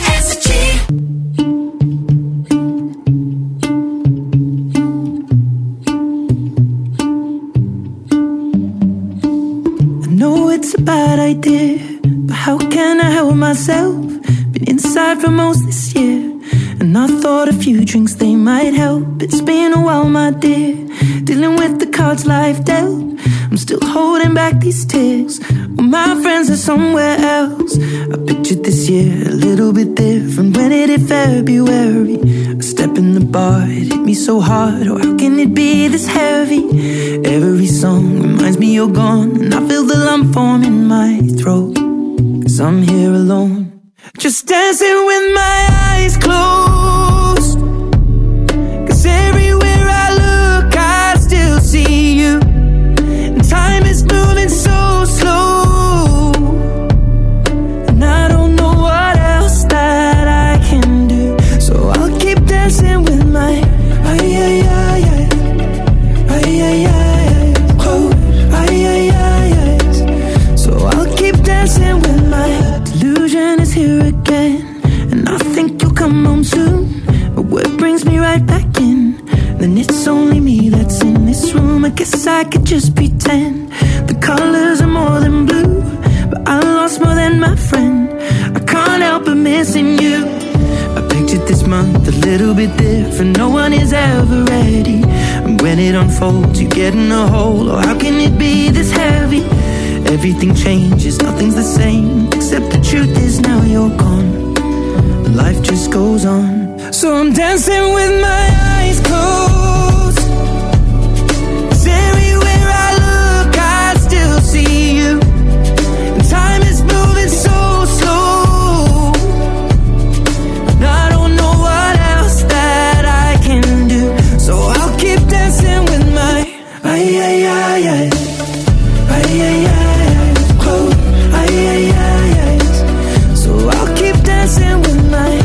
I know it's a bad idea, but how can I help myself? Been inside for most this year, and I thought a few drinks they might help. It's been a while, my dear, dealing with the cards life dealt. I'm still holding back these tears, well, my friends are somewhere else. I pictured this year a little bit different when it hit February. A step in the bar, it hit me so hard, oh how can it be this heavy? Every song reminds me you're gone, and I feel the lump form in my throat. 'Cause I'm here alone, just dancing with my eyes closed. 'Cause everywhere I look, I still see you. And time is moving so slow, and I don't know what else that I can do. So I'll keep dancing with my eyes closed. So I'll keep dancing with my delusion is here again, and I think you'll come home soon. But what brings me right back in? Then it's only me that's in this room. I guess I could just pretend the colors are more than blue, but I lost more than my friend. I can't help but missing you. I pictured this month a little bit different. No one is ever ready, and when it unfolds, you get in a hole. Oh, how can it be this heavy? Everything changes, nothing's the same, except the truth is now you're gone. Life just goes on. So I'm dancing with my eyes closed. 'Cause everywhere I look, I still see you. And time is moving so slow, and I don't know what else that I can do. So I'll keep dancing with my eyes closed. So I'll keep dancing with my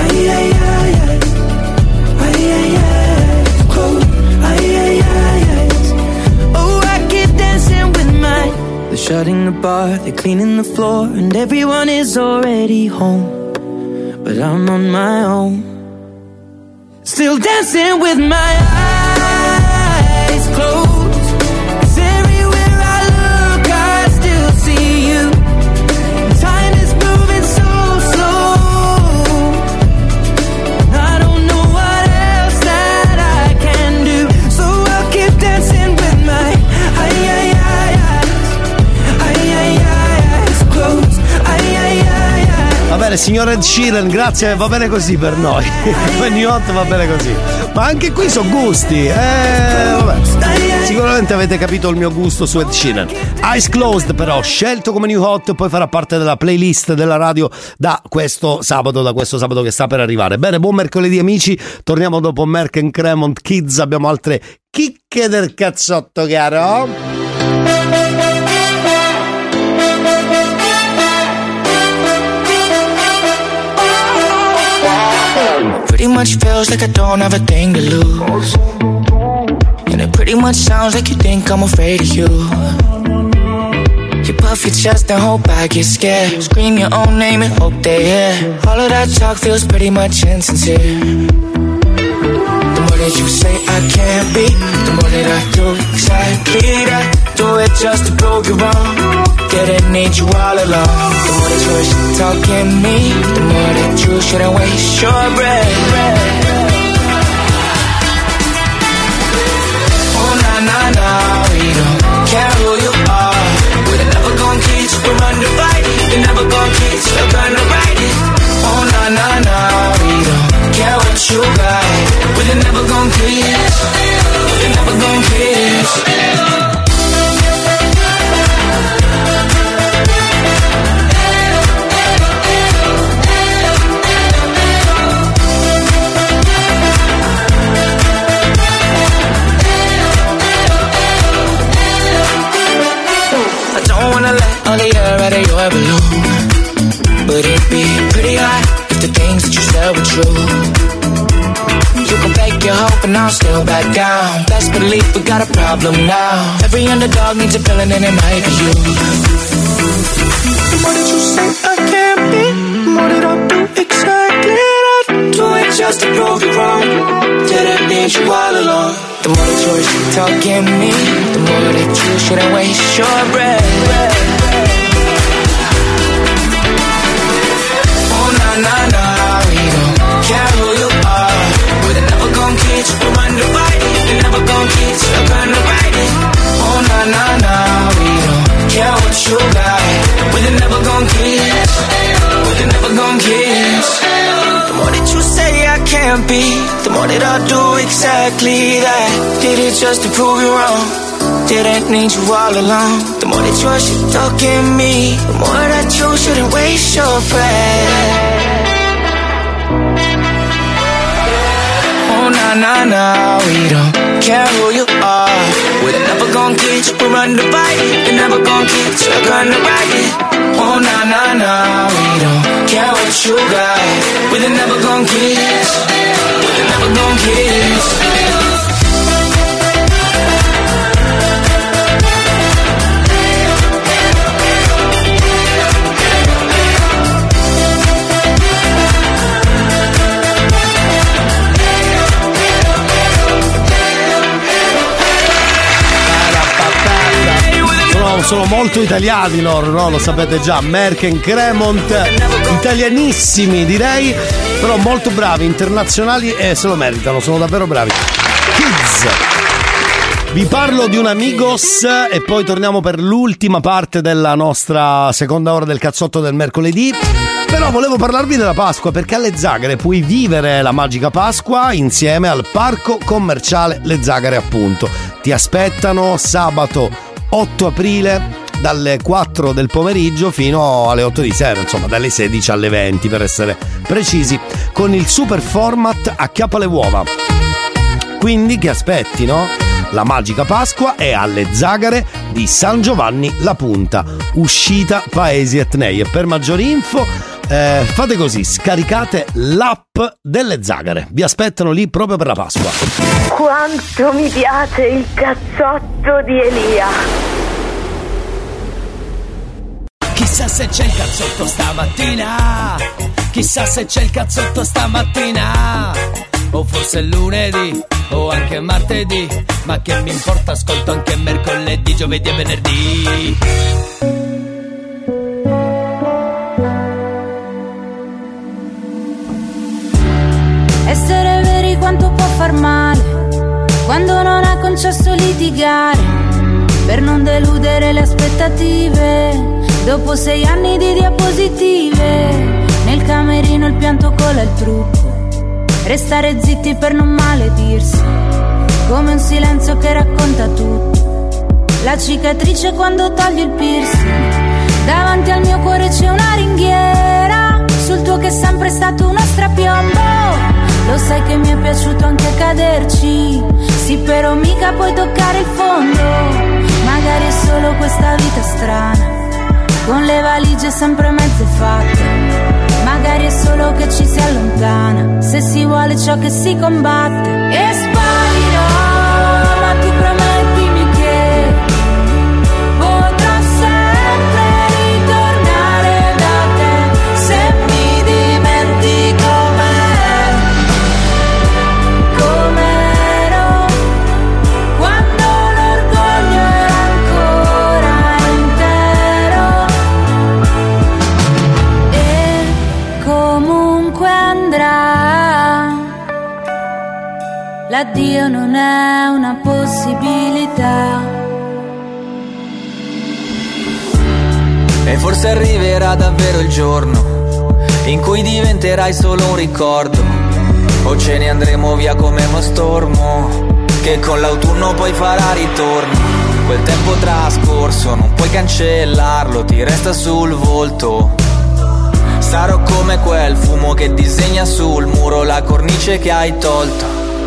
closed. Oh, I keep dancing with my. They're shutting the bar, they're cleaning the floor, and everyone is already home, but I'm on my own, still dancing with my eyes closed. Va bene, signor Ed Sheeran, grazie, va bene così per noi. New Hot va bene così. Ma anche qui sono gusti. Vabbè. Sicuramente avete capito il mio gusto su Ed Sheeran. Eyes Closed però, scelto come New Hot, poi farà parte della playlist della radio da questo sabato che sta per arrivare. Bene, buon mercoledì amici, torniamo dopo Merck and Cremont Kids, abbiamo altre chicche del cazzotto, caro. Pretty much feels like I don't have a thing to lose, and it pretty much sounds like you think I'm afraid of you. You puff your chest and hope I get scared. Scream your own name and hope they hear. All of that talk feels pretty much insincere. The more that you say I can't be, the more that I do exactly that. Do it just to prove you wrong. Didn't need you all along. The more that you're talking me, the more that you shouldn't waste your breath. Oh na na na, we don't care who you are. We're never gonna kiss, we're undivided. You're never gonna kiss, you're gonna ride it. Oh na na na, we don't care what you got. We're never gonna kiss, we're never gonna kiss. All the air out of your balloon, but it'd be pretty hot if the things that you said were true. You can fake your hope and I'll still back down. Best believe we got a problem now. Every underdog needs a villain and it might be you. The more that you say I can't be, the more that I'll do exactly that. Do it just to prove you wrong. Didn't need you all along. The more that you're talking me, the more that you shouldn't waste your breath. Na na, we don't care who you are. We're never gonna kiss, we're undivided. You're never gonna kiss, you're gonna ride it. Oh na na na, we don't care what you got. We're never gonna kiss, we're never gonna kiss. The more that you say I can't be, the more that I'll do exactly that. Did it just to prove you wrong. Didn't need you all along. The more that trust you talk in me, the more that you shouldn't waste your breath. Oh na na na, we don't care who you are. We're never gonna get you, we're under bite. We're never gonna get you, we're gonna ride it. Oh na na na, we don't care what you got. We're never gonna get you, we're never gonna get you. Sono molto italiani loro, no? Lo sapete già, Merck e Cremont, italianissimi direi, però molto bravi, internazionali e se lo meritano, sono davvero bravi. Kids. Vi parlo di un Amigos e poi torniamo per l'ultima parte della nostra seconda ora del cazzotto del mercoledì. Però volevo parlarvi della Pasqua, perché alle Zagare puoi vivere la magica Pasqua insieme al Parco Commerciale Le Zagare, appunto. Ti aspettano sabato 8 aprile dalle 4 del pomeriggio fino alle 8 di sera, insomma dalle 16 alle 20 per essere precisi, con il super format Acchiappa le uova. Quindi che aspetti, no? La magica Pasqua è alle Zagare di San Giovanni La Punta, uscita Paesi Etnei. E per maggiori info fate così, scaricate l'app delle Zagare, vi aspettano lì proprio per la Pasqua. Quanto mi piace il cazzotto di Elia. Chissà se c'è il cazzotto stamattina, chissà se c'è il cazzotto stamattina, o forse è lunedì o anche martedì, ma che mi importa, ascolto anche mercoledì, giovedì e venerdì. Essere veri quanto può far male, quando non ha concesso litigare, per non deludere le aspettative. Dopo 6 anni di diapositive, nel camerino il pianto cola il trucco, restare zitti per non maledirsi, come un silenzio che racconta tutto. La cicatrice quando togli il piercing, davanti al mio cuore c'è una ringhiera, sul tuo che è sempre stato uno strapiombo. Lo sai che mi è piaciuto anche caderci, sì però mica puoi toccare il fondo. Magari è solo questa vita strana, con le valigie sempre mezze fatte. Magari è solo che ci si allontana, se si vuole ciò che si combatte. E sparirò, ma tu promettimi che potrò sempre ritornare da te, se mi dimentico com'ero, quando l'orgoglio era ancora intero. E comunque andrà, l'addio non è una possibilità. E forse arriverà davvero il giorno in cui diventerai solo un ricordo, o ce ne andremo via come uno stormo che con l'autunno poi farà ritorno. Quel tempo trascorso non puoi cancellarlo, ti resta sul volto. Sarò come quel fumo che disegna sul muro la cornice che hai tolto.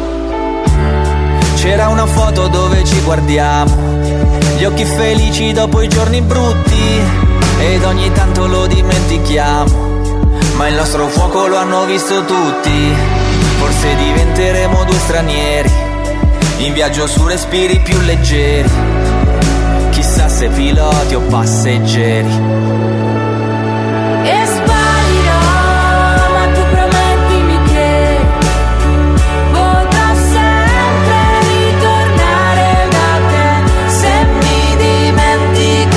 C'era una foto dove ci guardiamo, gli occhi felici dopo i giorni brutti, ed ogni tanto lo dimentichiamo, ma il nostro fuoco lo hanno visto tutti. Forse diventeremo due stranieri in viaggio su respiri più leggeri, chissà se piloti o passeggeri. E sparirò, ma tu promettimi che potrò sempre ritornare da te, se mi dimentico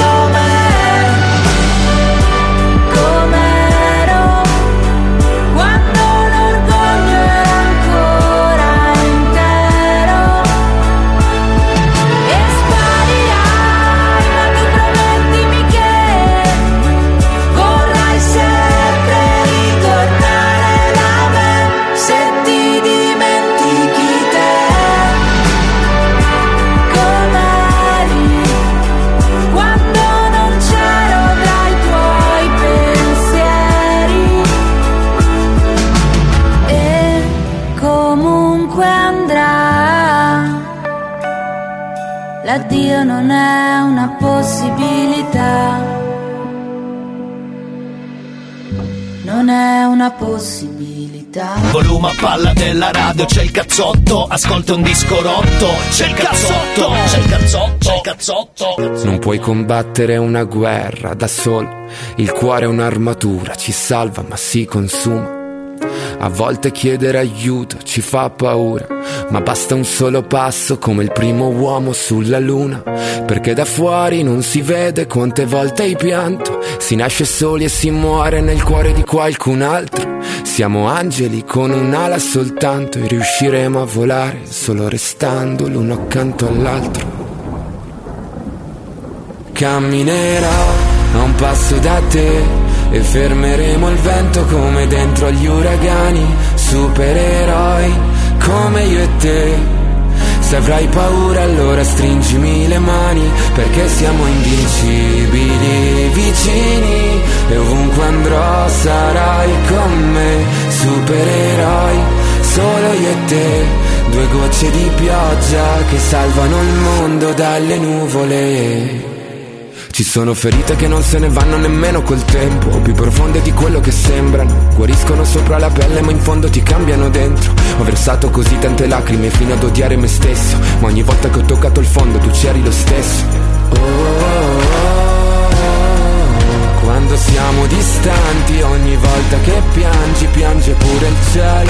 com'ero, quando l'orgoglio era ancora intero. E sparirai, ma tu promettimi che ovunque andrà. L'addio non è una possibilità. Non è una possibilità. Volume a palla della radio, c'è il cazzotto, ascolta un disco rotto. C'è il cazzotto, c'è il cazzotto, c'è il cazzotto. Non puoi combattere una guerra da solo. Il cuore è un'armatura, ci salva ma si consuma. A volte chiedere aiuto ci fa paura, ma basta un solo passo come il primo uomo sulla luna. Perché da fuori non si vede quante volte hai pianto. Si nasce soli e si muore nel cuore di qualcun altro. Siamo angeli con un'ala soltanto e riusciremo a volare solo restando l'uno accanto all'altro. Camminerò a un passo da te e fermeremo il vento come dentro agli uragani. Supereroi come io e te. Se avrai paura allora stringimi le mani, perché siamo invincibili, vicini. E ovunque andrò sarai con me. Supereroi solo io e te. Due gocce di pioggia che salvano il mondo dalle nuvole. Ci sono ferite che non se ne vanno nemmeno col tempo, più profonde di quello che sembrano. Guariscono sopra la pelle ma in fondo ti cambiano dentro. Ho versato così tante lacrime fino ad odiare me stesso, ma ogni volta che ho toccato il fondo tu c'eri lo stesso. Quando siamo distanti, ogni volta che piangi, piange pure il cielo.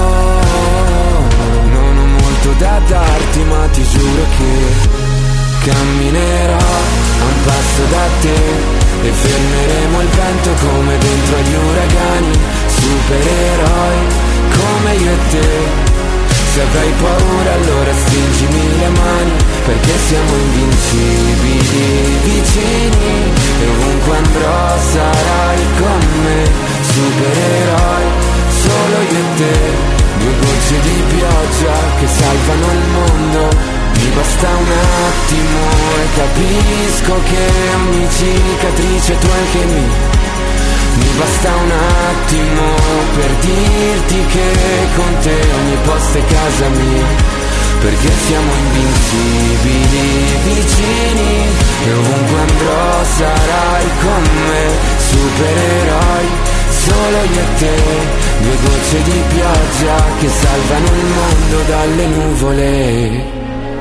Non ho molto da darti ma ti giuro che camminerò a un passo da te e fermeremo il vento come dentro agli uragani. Supereroi come io e te. Se avrai paura allora stringimi le mani, perché siamo invincibili, vicini. E ovunque andrò sarai con me. Supereroi solo io e te. Due gocce di pioggia che salvano il mondo. Mi basta un attimo e capisco che ogni cicatrice tu anche mia. Mi basta un attimo per dirti che con te ogni posto è casa mia. Perché siamo invincibili, vicini. E ovunque andrò sarai con me. Supereroi solo io e te. Due gocce di pioggia che salvano il mondo dalle nuvole.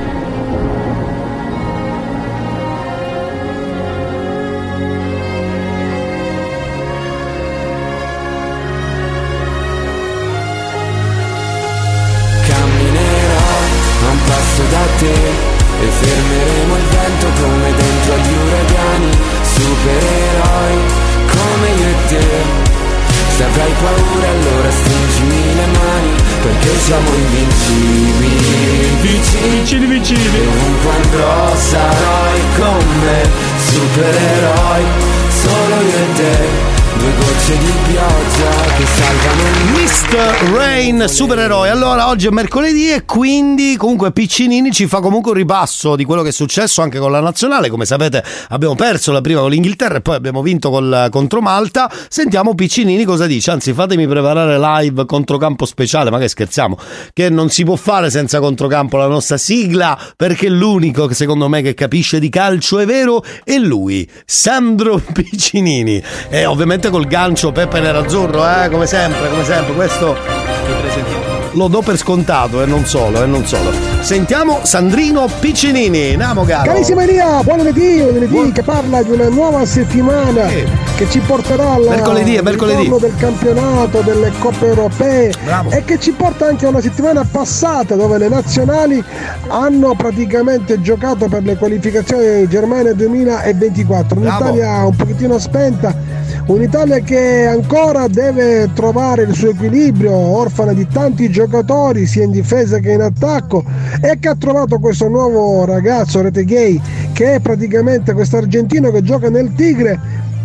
Da te e fermeremo il vento come dentro agli uragani. Supereroi come io e te. Se avrai paura allora stringimi le mani, perché siamo invincibili, vicini, vicini. E ovunque andrò sarai con me. Supereroi solo io e te. Due gocce di pioggia che salvano il Mr. Rain, supereroi. Allora, oggi è mercoledì e quindi comunque Piccinini ci fa comunque un ripasso di quello che è successo anche con la nazionale. Come sapete abbiamo perso la prima con l'Inghilterra e poi abbiamo vinto contro Malta. Sentiamo Piccinini cosa dice. Anzi, fatemi preparare live controcampo speciale, ma che scherziamo, che non si può fare senza controcampo la nostra sigla, perché l'unico che secondo me che capisce di calcio è vero è lui, Sandro Piccinini. E ovviamente col gancio Peppe Nerazzurro, come sempre, questo lo do per scontato e non solo. Sentiamo Sandrino Piccinini. Andiamo, caro. Carissima Elia, buon lunedì che parla di una nuova settimana che ci porterà al ritorno del campionato, delle coppe europee. Bravo. E che ci porta anche a una settimana passata dove le nazionali hanno praticamente giocato per le qualificazioni di Germania 2024. Un'Italia un pochettino spenta, un'Italia che ancora deve trovare il suo equilibrio, orfana di tanti giocatori sia in difesa che in attacco, e che ha trovato questo nuovo ragazzo Retegui, che è praticamente questo argentino che gioca nel Tigre,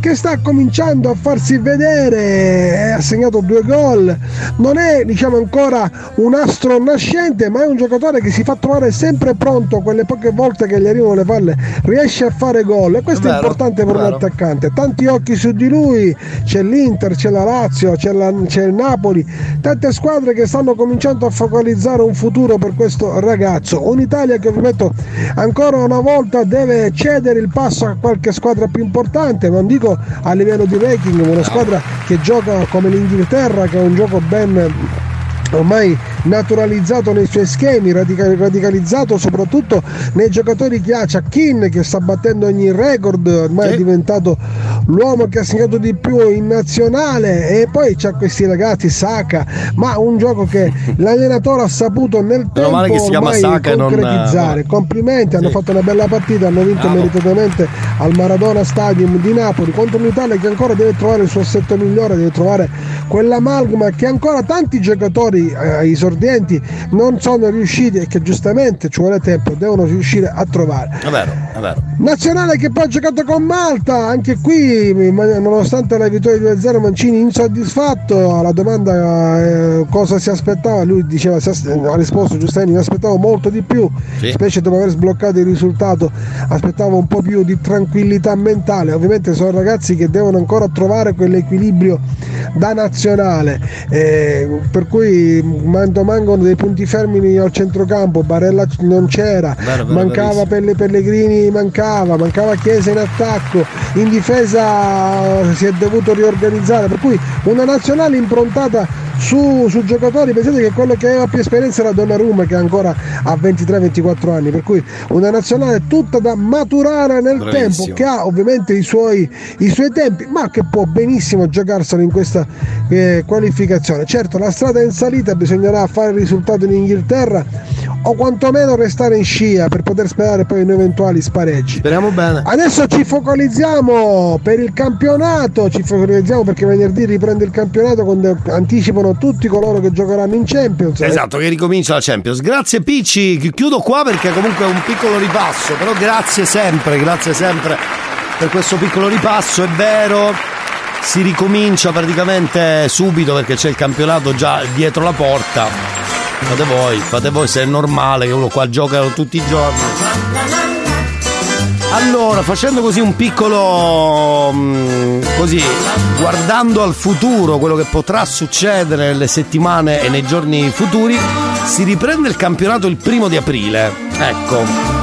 che sta cominciando a farsi vedere, ha segnato 2 gol, non è ancora un astro nascente, ma è un giocatore che si fa trovare sempre pronto, quelle poche volte che gli arrivano le palle riesce a fare gol, e questo è importante per un attaccante. Tanti occhi su di lui, c'è l'Inter, c'è la Lazio, c'è il Napoli, tante squadre che stanno cominciando a focalizzare un futuro per questo ragazzo. Un'Italia che ovviamente ancora una volta deve cedere il passo a qualche squadra più importante, non dico a livello di ranking, una squadra che gioca come l'Inghilterra, che è un gioco ben ormai naturalizzato nei suoi schemi, radicalizzato soprattutto nei giocatori che ha. C'è Keane che sta battendo ogni record, ormai è diventato l'uomo che ha segnato di più in nazionale, e poi c'ha questi ragazzi, Saka, ma un gioco che l'allenatore ha saputo nel tempo ormai concretizzare. Complimenti, hanno fatto una bella partita, hanno vinto meritatamente al Maradona Stadium di Napoli contro un'Italia che ancora deve trovare il suo assetto migliore, deve trovare quell'amalgama che ancora tanti giocatori esordienti non sono riusciti, e che giustamente ci vuole tempo, devono riuscire a trovare. È vero. Nazionale che poi ha giocato con Malta, anche qui nonostante la vittoria 2-0 Mancini insoddisfatto. Alla domanda cosa si aspettava, lui diceva, ha risposto giustamente, mi aspettavo molto di più, specie dopo aver sbloccato il risultato, aspettavo un po' più di tranquillità mentale. Ovviamente sono ragazzi che devono ancora trovare quell'equilibrio da nazionale, per cui mancano dei punti fermi al centrocampo. Barella non c'era, mancava Pellegrini, mancava Chiesa in attacco, in difesa si è dovuto riorganizzare, per cui una nazionale improntata su giocatori. Pensate che quello che aveva più esperienza era Donnarumma, che ancora ha 23-24 anni, per cui una nazionale tutta da maturare nel tempo, che ha ovviamente i suoi tempi, ma che può benissimo giocarselo in questa qualificazione. Certo, la strada è in salita, bisognerà fare il risultato in Inghilterra o quantomeno restare in scia per poter sperare poi in eventuali spareggi. Speriamo bene. Adesso ci focalizziamo per il campionato, perché venerdì riprende il campionato, quando anticipano tutti coloro che giocheranno in Champions. Esatto, che ricomincia la Champions. Grazie Picci, chiudo qua perché comunque è un piccolo ripasso, però grazie sempre per questo piccolo ripasso. È vero, si ricomincia praticamente subito perché c'è il campionato già dietro la porta. Fate voi se è normale che uno qua gioca tutti i giorni. Allora, facendo così un piccolo guardando al futuro, quello che potrà succedere nelle settimane e nei giorni futuri, si riprende il campionato il 1° di aprile. Ecco.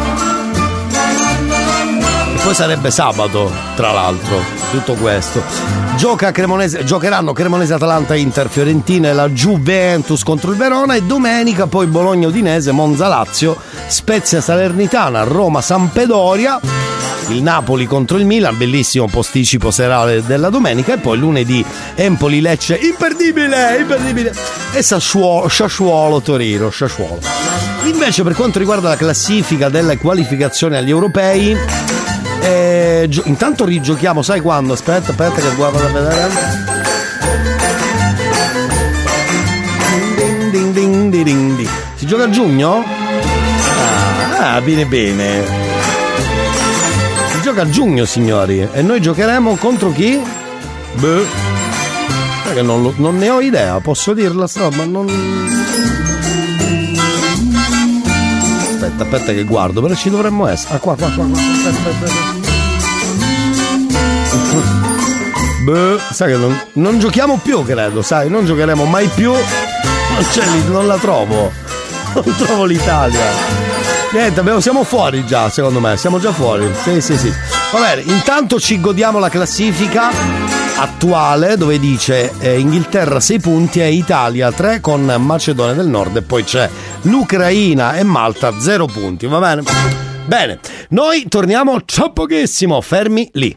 E poi sarebbe sabato, tra l'altro, tutto questo. Giocheranno Cremonese, Atalanta, Inter, Fiorentina e la Juventus contro il Verona, e domenica poi Bologna, Udinese, Monza, Lazio, Spezia, Salernitana, Roma, Sampdoria, il Napoli contro il Milan, bellissimo posticipo serale della domenica, e poi lunedì Empoli, Lecce, imperdibile, e Sassuolo, Torino. Invece per quanto riguarda la classifica delle qualificazioni agli europei, intanto rigiochiamo, sai quando? Aspetta che guardo da vedere. Si gioca a giugno? Bene. Si gioca a giugno, signori, e noi giocheremo contro chi? Perché non ne ho idea, posso dirla ma non. Aspetta che guardo, però ci dovremmo essere. Qua. Sai che non giochiamo più, credo, sai, non giocheremo mai più. Non la trovo. Non trovo l'Italia. Niente, siamo fuori già, secondo me, siamo già fuori. Sì. Va bene, intanto ci godiamo la classifica attuale, dove dice Inghilterra 6 punti e Italia 3 con Macedonia del Nord, e poi c'è l'Ucraina e Malta 0 punti, va bene? Bene, noi torniamo tra pochissimo, fermi lì.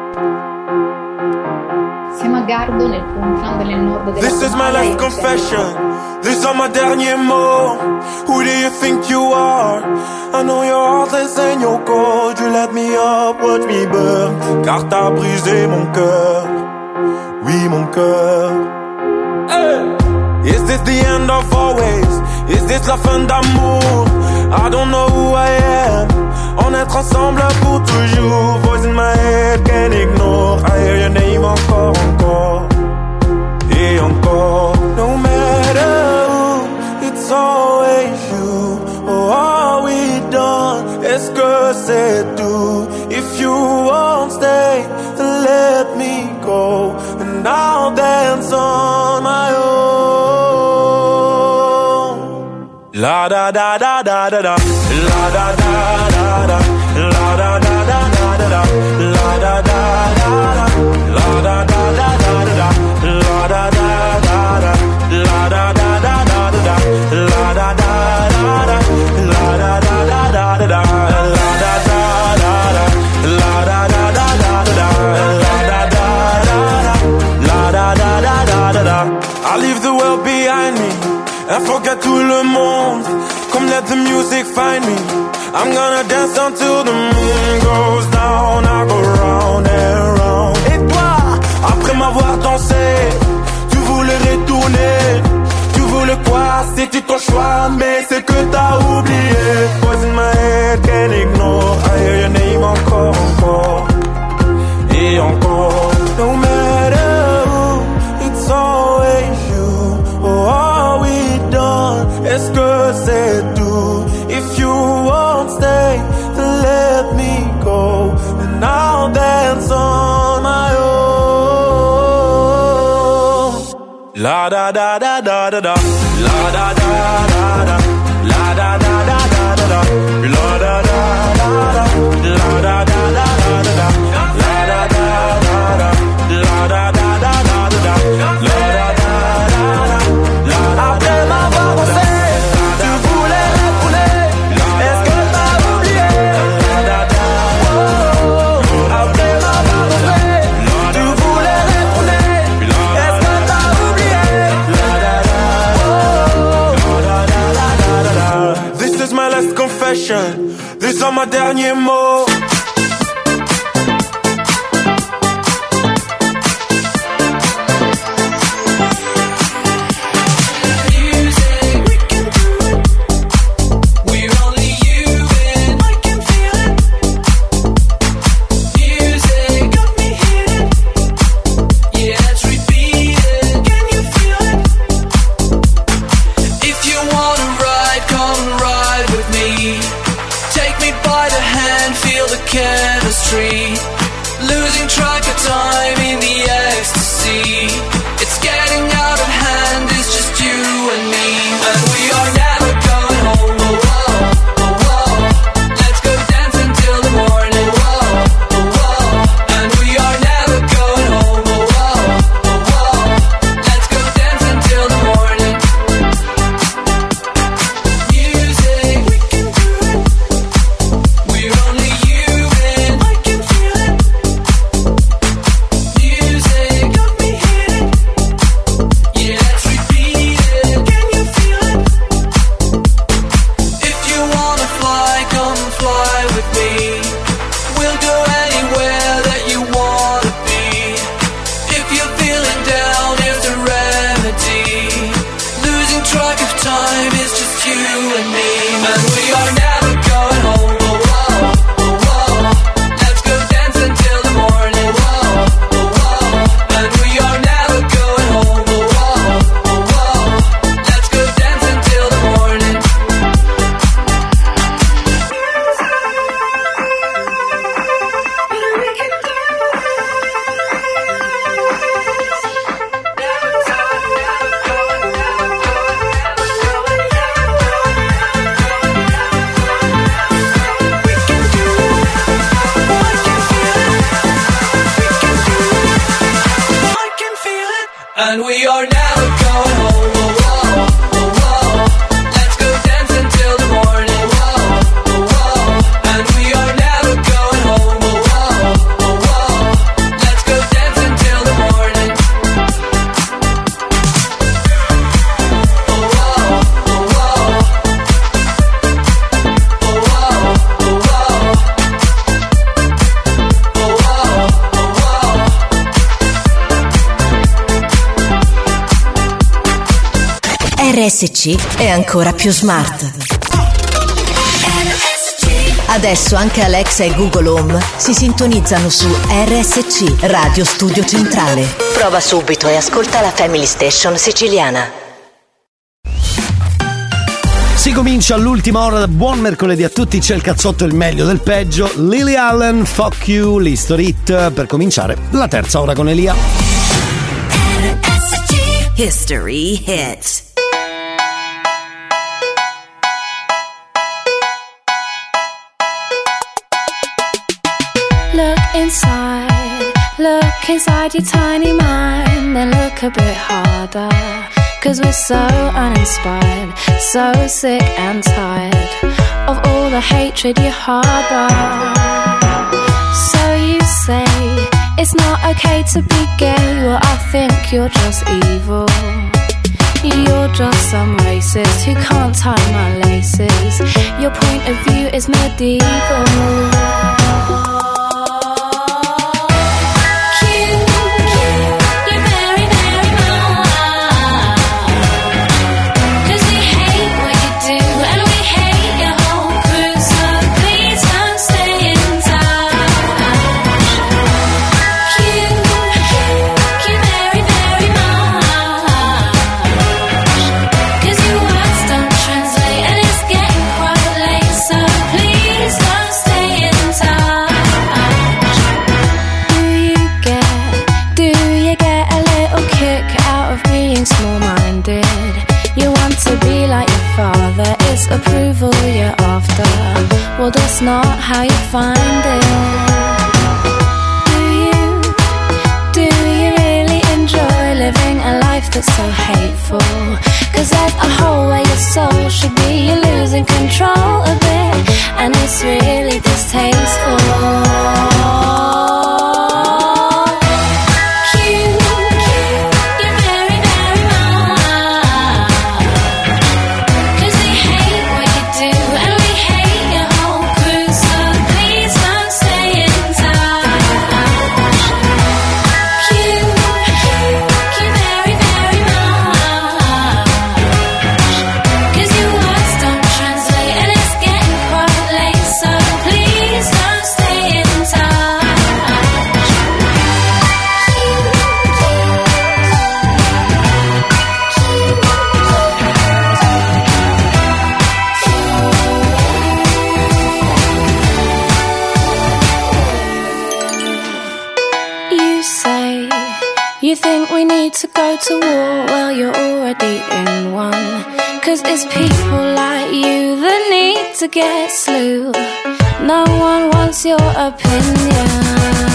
Siamo a Gardo, nel puntland del nord della This is my last confession. These are my derniers mots. Who do you think you are? I know your heart is in your cold. You let me up, watch me burn. Car t'as brisé mon cœur. Oui, mon cœur. Hey. Is this the end of always? Is this la fin d'amour? I don't know who I am. en être ensemble pour toujours. Voice in my head, can't ignore. I hear your name encore, encore et encore. No matter who, it's always you. Oh, are we done? Est-ce que c'est tout? If you won't stay, then let me go, and I'll dance on my own. La da da da da da da, la da da da da, la da da da da da, la da da da da, la da da da da da, la da da da da, la da da da da da, la da da da da, la da da da da da, la da da da da, la da da da da, la da da da da. I leave the world behind me and forget tout le monde. Come let the music find me. I'm gonna dance until the moon goes down. I go round and round. Et toi, après m'avoir dansé, tu voulais retourner. Tu voulais quoi? C'était ton choix, mais c'est que t'as oublié. Voice in my head, can't ignore. I hear your name encore, encore et encore. No matter who, it's always you. Oh, are we done? Est-ce que c'est tout? If you won't stay, then let me go, and I'll dance on my own. La da da da da da da, la da da da da, la da da da da da, la da da da da, la da da da da da, la da da da da, la da da da da da, la da da da da. Après m'avoir dansé, tu voulais refouler. Est-ce que t'as oublié? Après m'avoir dansé, tu voulais refouler. Est-ce que t'as oublié? This is my last confession. These are my derniers mots. Chemistry, losing track of time in the ecstasy. It's getting out of hand, it's just you and me, and we are never going home. Oh, whoa, oh, whoa. Let's go dance until the morning. Whoa, oh, whoa. And we are never going home. Oh, whoa, oh, whoa. Let's go dance until the morning. Music, we can do it. We're only and we are never going home. Oh, whoa, oh, whoa. Let's go dance until the morning. Whoa, oh, whoa. And we are never going home. Oh, whoa, oh, whoa. Let's go dance until the morning. Oh, whoa, oh, whoa. Oh, whoa, oh, whoa. Oh, whoa, oh, whoa. RSC è ancora più smart. Adesso anche Alexa e Google Home si sintonizzano su RSC, Radio Studio Centrale. Prova subito e ascolta la Family Station siciliana. Si comincia l'ultima ora del buon mercoledì a tutti, c'è il cazzotto, il meglio del peggio. Lily Allen, Fuck You, l'History Hit, per cominciare la terza ora con Elia. History Hit. Look inside your tiny mind, then look a bit harder. 'Cause we're so uninspired, so sick and tired of all the hatred you harbor. So you say it's not okay to be gay, well I think you're just evil. You're just some racist who can't tie my laces. Your point of view is medieval. Approval you're after, well that's not how you find it. Do you really enjoy living a life that's so hateful? 'Cause there's a hole where your soul should be, you're losing control a bit, and it's really distasteful. To go to war, well you're already in one. 'Cause it's people like you that need to get slew. No one wants your opinion.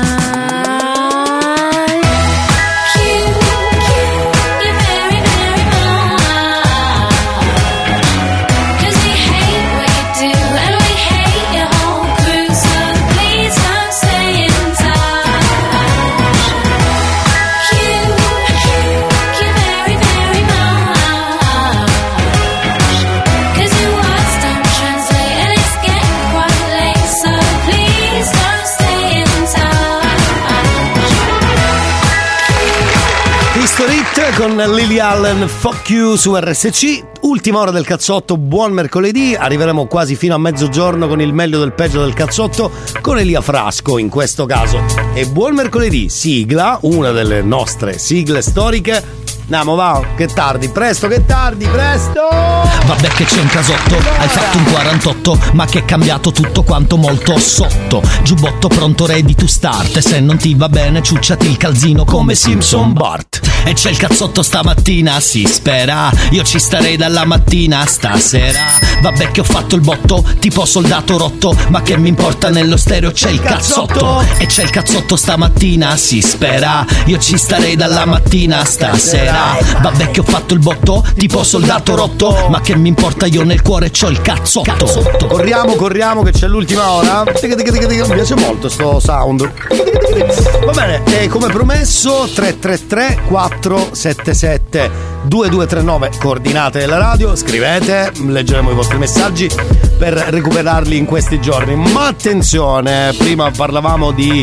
Con Lily Allen, Fuck You su RSC. Ultima ora del cazzotto, buon mercoledì. Arriveremo quasi fino a mezzogiorno con il meglio del peggio del cazzotto con Elia Frasco in questo caso. E buon mercoledì, sigla, una delle nostre sigle storiche. Andiamo, va, che tardi, presto, presto! Vabbè che c'è un casotto, hai fatto un 48, ma che è cambiato tutto quanto molto sotto. Giubbotto pronto, ready to start, e se non ti va bene ciucciati il calzino come Simpson Bart. E c'è il cazzotto stamattina, si spera, io ci starei dalla mattina stasera. Vabbè che ho fatto il botto, tipo soldato rotto, ma che mi importa, nello stereo c'è il cazzotto. E c'è il cazzotto stamattina, si spera, io ci starei dalla mattina stasera. Vabbè che ho fatto il botto, tipo soldato rotto, ma che mi importa, io nel cuore c'ho il cazzotto. Corriamo che c'è l'ultima ora. Mi piace molto sto sound. Va bene, e come promesso 333 477 2239 coordinate della radio, scrivete, leggeremo i vostri messaggi per recuperarli in questi giorni. Ma attenzione, prima parlavamo di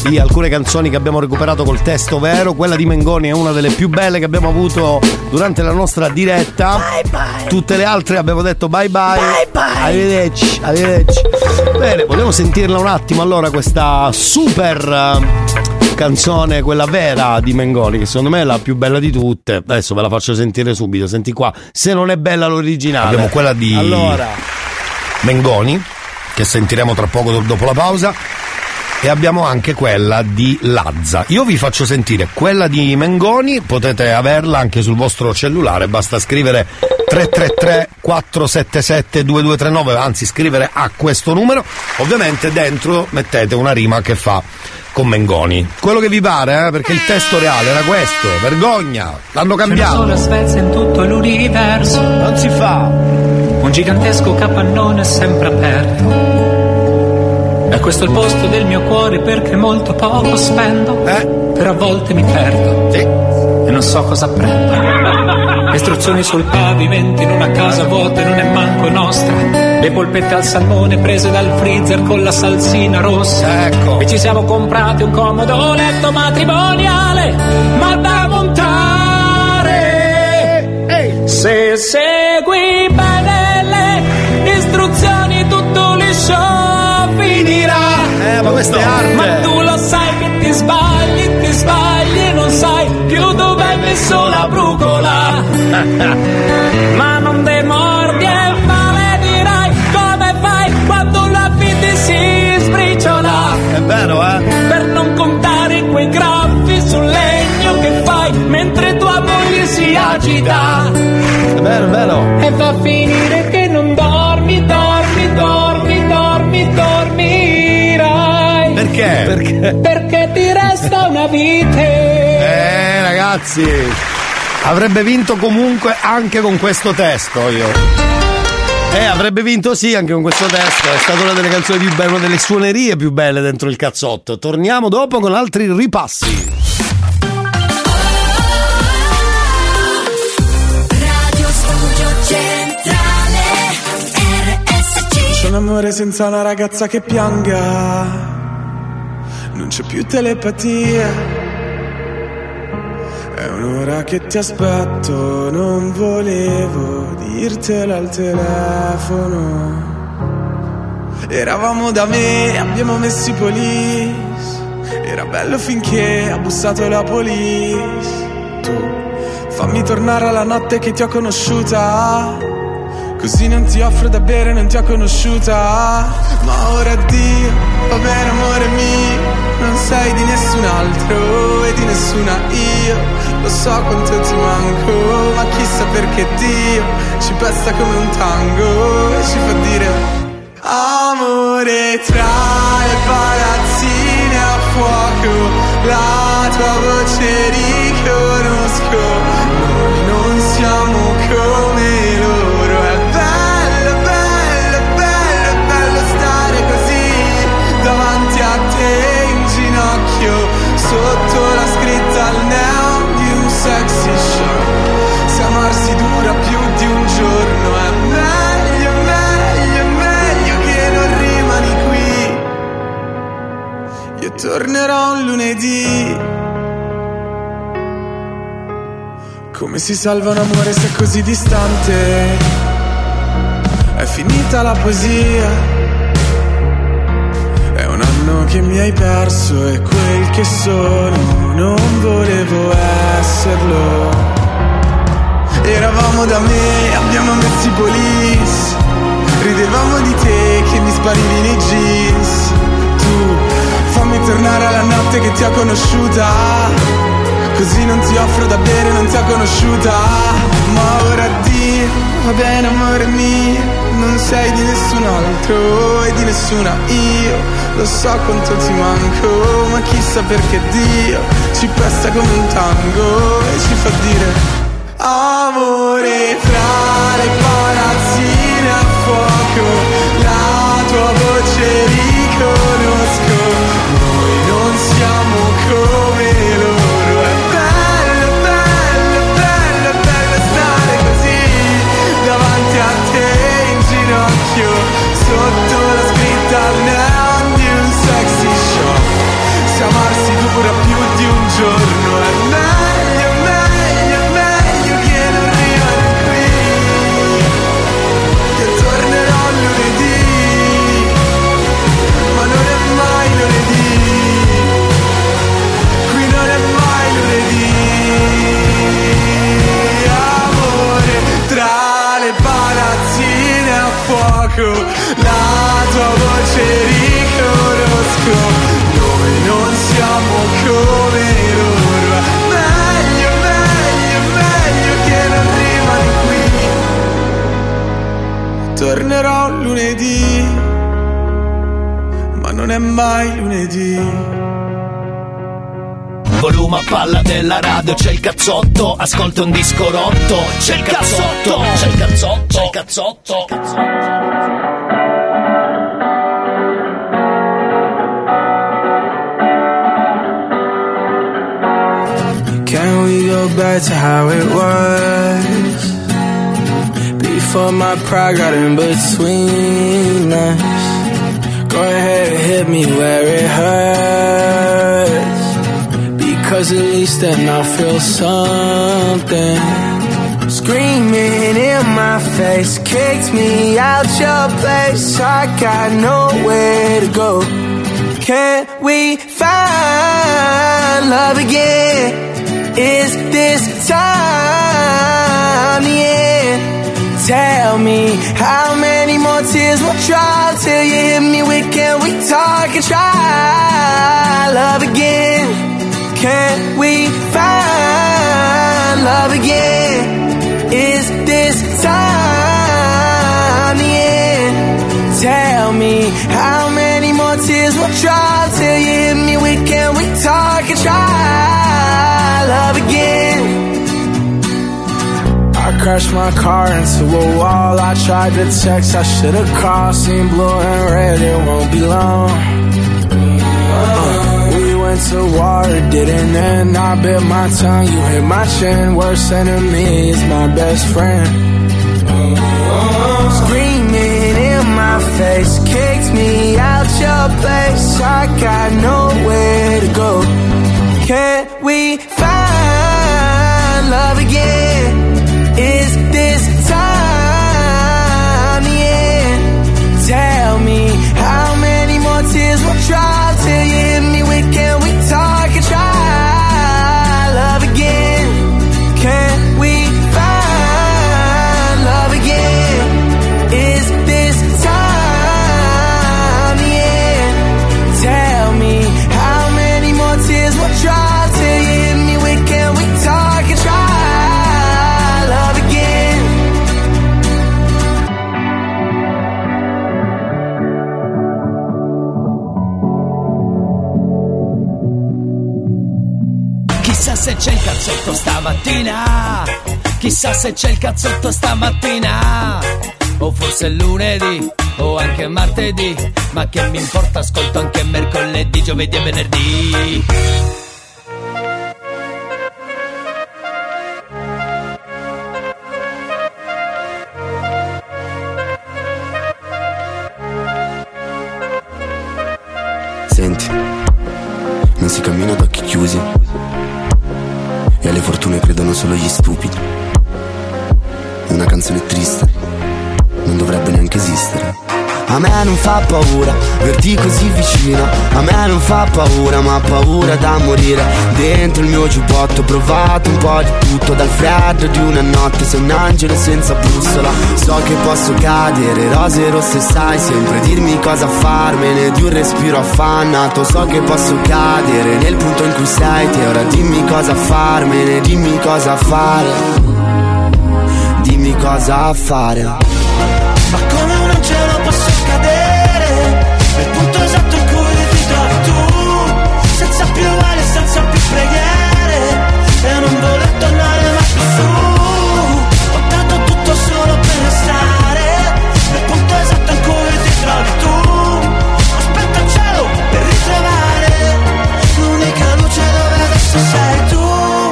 di alcune canzoni che abbiamo recuperato col testo vero. Quella di Mengoni è una delle più belle che abbiamo avuto durante la nostra diretta. Bye bye. Tutte le altre abbiamo detto bye bye. Bye bye. Arrivederci, arrivederci. Bene, volevo sentirla un attimo allora questa super canzone, quella vera di Mengoni, che secondo me è la più bella di tutte. Adesso ve la faccio sentire subito, senti qua. Se non è bella l'originale. Abbiamo quella di Mengoni, che sentiremo tra poco dopo la pausa, e abbiamo anche quella di Lazza. Io vi faccio sentire quella di Mengoni, potete averla anche sul vostro cellulare, basta scrivere 333 477 2239, anzi scrivere a questo numero, ovviamente dentro mettete una rima che fa con Mengoni, quello che vi pare, perché il testo reale era questo. Vergogna, l'hanno cambiato. C'è una sola Svezia in tutto l'universo, non si fa. Un gigantesco capannone sempre aperto. È questo il posto del mio cuore perché molto poco spendo, però a volte mi perdo e non so cosa prendo. Istruzioni sul pavimento in una casa vuota e non è manco nostra. Le polpette al salmone prese dal freezer con la salsina rossa. Ecco. E ci siamo comprati un comodo letto matrimoniale, ma da montare. Ehi. Se segui bene le istruzioni tutto liscio finirà. Ma questa è arte. Ma tu lo sai che ti sbagli e non sai più dove hai messo la brucola. Ma non demordi e maledirai come fai quando la vita si sbriciola. È vero, Per non contare quei graffi sul legno che fai mentre tua moglie si agita. È vero, è vero. E va a finire che non dormirai. Perché? Perché ti resta una vite. Ragazzi, avrebbe vinto comunque anche con questo testo io. Avrebbe vinto sì anche con questo testo. È stata una delle canzoni più belle, una delle suonerie più belle dentro il cazzotto. Torniamo dopo con altri ripassi. Radio Studio Centrale RSC. C'è un amore senza una ragazza che pianga. Non c'è più telepatia. È un'ora che ti aspetto, non volevo dirtelo al telefono. Eravamo da me, abbiamo messo i police. Era bello finché ha bussato la police. Tu, fammi tornare alla notte che ti ho conosciuta. Così non ti offro da bere, non ti ho conosciuta. Ma ora addio, va bene amore mio. Non sei di nessun altro e di nessuna io. Lo so quanto ti manco, ma chissà perché Dio ci pesta come un tango e ci fa dire amore tra le palazzine a fuoco. La tua voce riconosco. Noi non siamo come loro. È bello, bello, bello, bello stare così davanti a te in ginocchio, sotto la scritta al neon di un sexy show. Se amarsi dura più di un giorno è meglio, meglio, meglio che non rimani qui. Io tornerò un lunedì. Come si salva un amore se è così distante? È finita la poesia. È un anno che mi hai perso e quel che sono non volevo esserlo. Eravamo da me, abbiamo messo i police. Ridevamo di te che mi sparivi nei jeans. Tu, fammi tornare alla notte che ti ho conosciuta. Così non ti offro da bere, non ti ho conosciuta. Ma ora addio, va bene amore mio. Non sei di nessun altro e di nessuna io. Lo so quanto ti manco, ma chissà perché Dio ci pesta come un tango e ci fa dire amore tra le palazzine a fuoco. La tua voce riconosco. Noi non siamo come loro. È bello, bello, bello, bello stare così davanti a te in ginocchio, sotto la scritta al neon di un sexy show. Siamo conosco, la tua voce riconosco. Noi non siamo come loro, meglio, meglio, meglio che non rimani qui. Tornerò lunedì, ma non è mai lunedì. Volume a palla della radio, c'è il cazzotto, ascolta un disco rotto, c'è il cazzotto, c'è il cazzotto, c'è il cazzotto, c'è il cazzotto. Can we go back to how it was? Before my pride got in between us. Go ahead and hit me where it hurts, because at least then I'll feel something. Screaming in my face, kicked me out your place. I got nowhere to go. Can we find love again? Is this time the end? Tell me how many more tears will drop till you hit me with, can we talk and try love again? Can we find love again? Is this time the end? Tell me how many more tears will drop till you hit me with, can we talk and try love again? I crashed my car into a wall. I tried to text, I should've called. Seen blue and red, it won't be long. We went to war, it didn't end. I bit my tongue, you hit my chin. Worst enemy is my best friend. Screaming in my face, kicked me out your place. I got nowhere to go. Can we find love again? Is this time the end? Tell me how many more tears will drop till you hit me with, can we talk and try love again? Can we find love again? Is this time the end? Tell me how many more tears will drop till you hit me with, can we talk and try love again? Chissà se c'è il cazzotto stamattina, chissà se c'è il cazzotto stamattina, o forse è lunedì o anche martedì, ma che mi importa, ascolto anche mercoledì, giovedì e venerdì. Senti, non si cammina ad occhi chiusi, e alle fortune credono solo gli stupidi. È una canzone triste, non dovrebbe neanche esistere. A me non fa paura verti così vicina, a me non fa paura, ma paura da morire. Dentro il mio giubbotto ho provato un po' di tutto, dal freddo di una notte sei un angelo senza bussola. So che posso cadere, rose rosse sai sempre dirmi cosa farmene di un respiro affannato. So che posso cadere nel punto in cui sei te, ora dimmi cosa farmene, dimmi cosa fare, dimmi cosa fare. Ma come un angelo posso cadere nel punto esatto in cui ti trovi tu, senza più vale, senza più preghiere, e non voler tornare mai più su. Ho dato tutto solo per restare nel punto esatto in cui ti trovi tu. Ho spento il cielo per ritrovare l'unica luce dove adesso sei tu.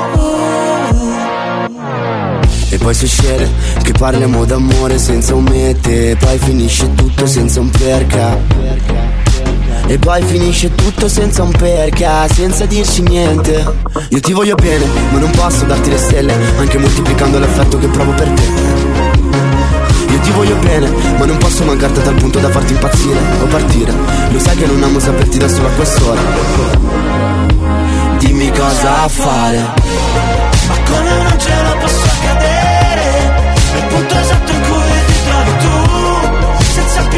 E poi succede che parliamo d'amore senza un mete, poi finisce tutto senza un perché. E poi finisce tutto senza un perché, senza dirci niente. Io ti voglio bene, ma non posso darti le stelle, anche moltiplicando l'affetto che provo per te. Io ti voglio bene, ma non posso mancarti a tal punto da farti impazzire o partire. Lo sai che non amo saperti da solo a quest'ora. Dimmi cosa fare. Ma come un angelo posso cadere nel punto esatto in cui ti trovi tu, senza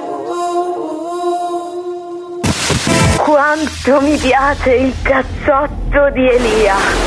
Quanto mi piace il cazzotto di Elia.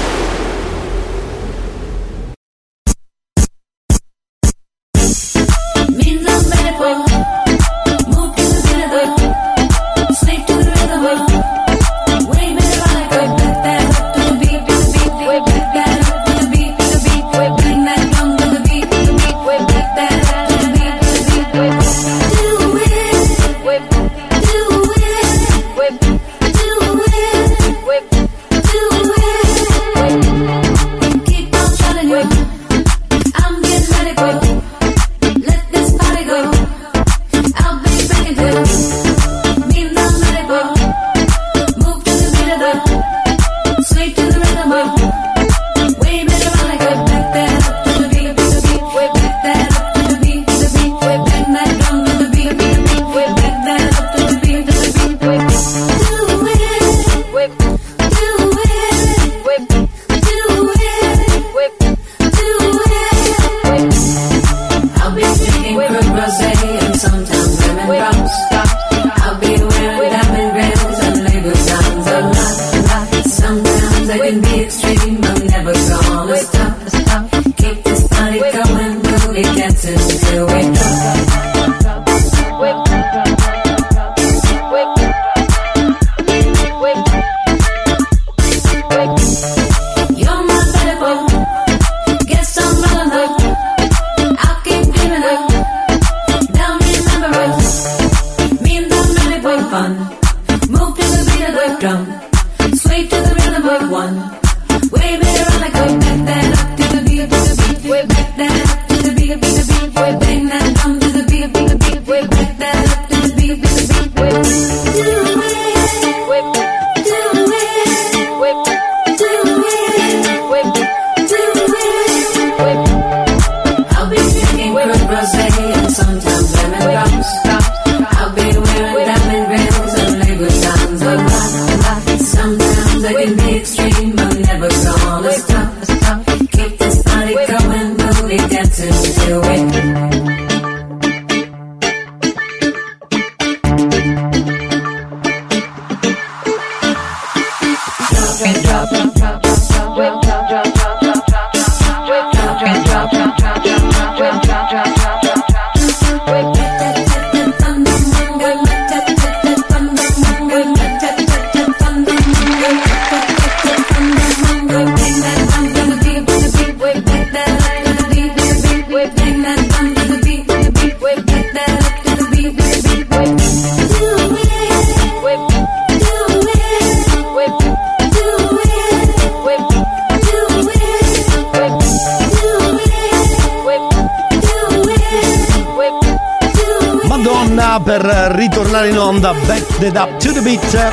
Per ritornare in onda, back it up to the beat.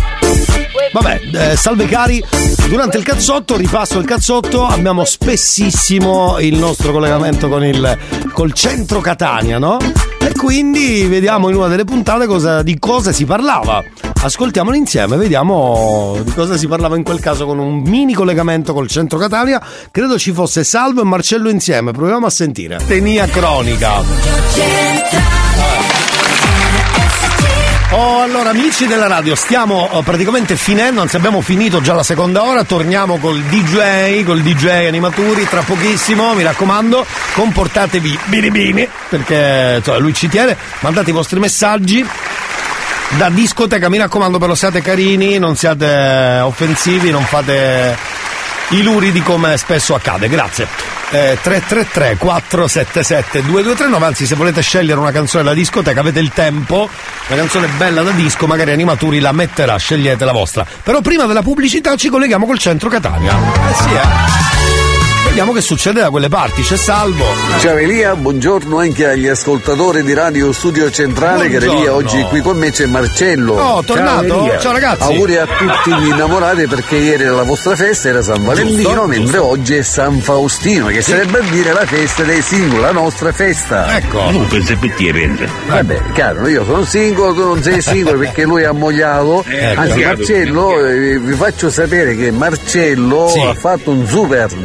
Vabbè, salve cari, durante il cazzotto, ripasso il cazzotto, abbiamo spessissimo il nostro collegamento col centro Catania, no? E quindi vediamo in una delle puntate di cosa si parlava. Ascoltiamolo insieme, vediamo di cosa si parlava in quel caso con un mini collegamento col centro Catania. Credo ci fosse Salvo e Marcello insieme, proviamo a sentire. Tenia cronica. Oh, allora amici della radio, stiamo praticamente finendo, anzi abbiamo finito già la seconda ora, torniamo col DJ Animaturi tra pochissimo, mi raccomando, comportatevi bene, perché lui ci tiene, mandate i vostri messaggi da discoteca, mi raccomando, però siate carini, non siate offensivi, non fate i luridi come spesso accade, grazie. 333 477 2239, anzi se volete scegliere una canzone da discoteca avete il tempo, una canzone bella da disco, magari Animaturi la metterà, scegliete la vostra. Però prima della pubblicità ci colleghiamo col centro Catania. Vediamo che succede da quelle parti, c'è Salvo. Ciao Elia, buongiorno anche agli ascoltatori di Radio Studio Centrale, buongiorno. Che Elia oggi qui con me c'è Marcello. Oh, tornato? Ciao ragazzi. Auguri a tutti gli innamorati, perché ieri era la vostra festa, era San Valentino, mentre oggi è San Faustino, che sarebbe a dire la festa dei singoli, la nostra festa. Ecco. Non pensi per te, pensa. Vabbè, chiaro, io sono singolo, tu non sei singolo perché lui è ammogliato. Anzi, Marcello, vi faccio sapere che Marcello ha fatto un super,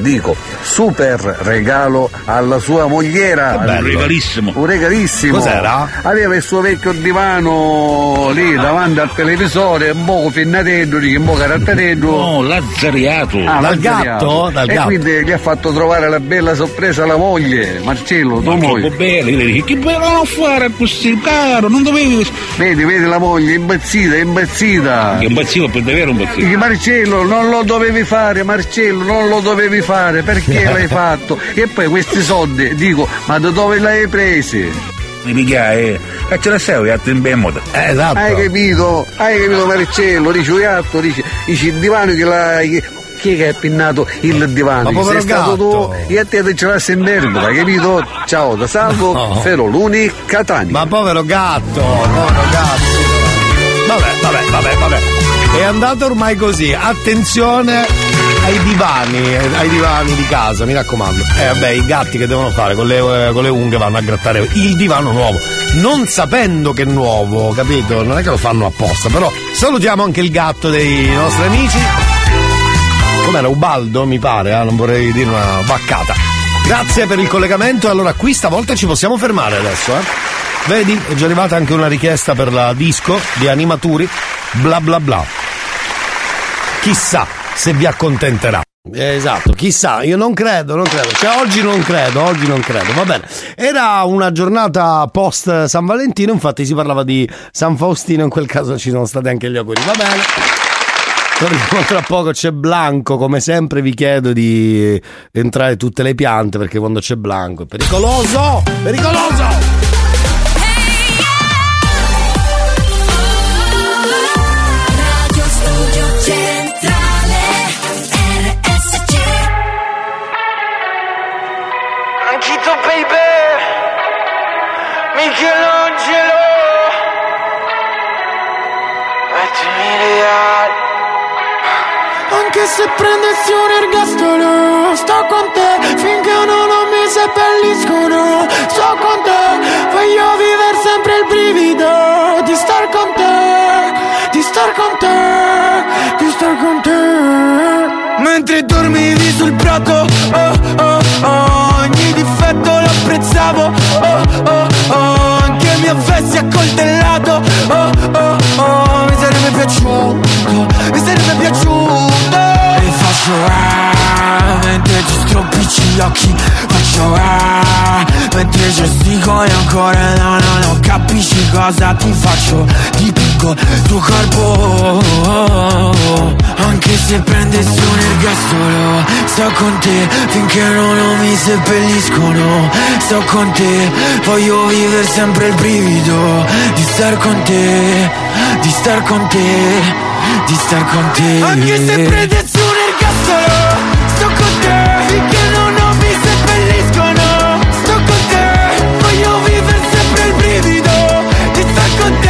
super regalo alla sua mogliera. Un regalissimo. Un regalissimo. Cos'era? Aveva il suo vecchio divano lì davanti al televisore, un po' finnatendo, un po' caratterendo. No, lazzariato. Dal gatto? Dal e gatto. quindi gli ha fatto trovare la bella sorpresa alla moglie. Marcello, tu moglie. Bene, che bello fare così, caro, non dovevi. Vedi la moglie, impazzita. Che impazzito, per davvero impazzito. Marcello, non lo dovevi fare, perché l'hai fatto? E poi questi soldi, dico, ma da dove l'hai presi? Mi pigliai, e ce la sei, a in ben modo. Esatto. Hai capito Marcello, dice il divano che l'hai. Chi è pinnato il divano? Ma sei stato tu e a te ce l'hai in merda, hai capito? Ciao da Salvo, no. Feroluni, Catania. Ma povero gatto. Vabbè. È andato ormai così. Attenzione ai divani di casa, mi raccomando. Vabbè, i gatti che devono fare con le unghie vanno a grattare il divano nuovo, non sapendo che è nuovo, capito? Non è che lo fanno apposta, però salutiamo anche il gatto dei nostri amici. Com'era? Ubaldo, mi pare, non vorrei dire una vaccata. Grazie per il collegamento. Allora qui stavolta ci possiamo fermare adesso, Vedi? È già arrivata anche una richiesta per la disco di Animaturi, bla bla bla. Chissà se vi accontenterà. Esatto, chissà, io non credo. Cioè oggi non credo, va bene. Era una giornata post San Valentino, infatti si parlava di San Faustino, in quel caso ci sono stati anche gli auguri, va bene. Torniamo tra poco, c'è Blanco, come sempre vi chiedo di entrare tutte le piante perché quando c'è Blanco è pericoloso! Anchito baby, Michelangelo, mettimi reale. Anche se prendessi un ergastolo, sto con te finché non mi seppelliscono. Sto con te, voglio vivere sempre il brivido di star con te. Mentre dormivi sul prato, ogni difetto lo apprezzavo, anche il mio avessi accoltellato, mi sarebbe piaciuto. E faccio mentre ci stropicci gli occhi, faccio mentre gestico e ancora non capisci cosa ti faccio. Dipingo il tuo corpo, anche se prendessi un ergastolo. Sto con te finché non mi seppelliscono. Sto con te, voglio vivere sempre il brivido di star con te. Anche se prendessi un ergastolo, sto con te finché non mi seppelliscono. Sto con te, voglio vivere sempre il brivido di star con te.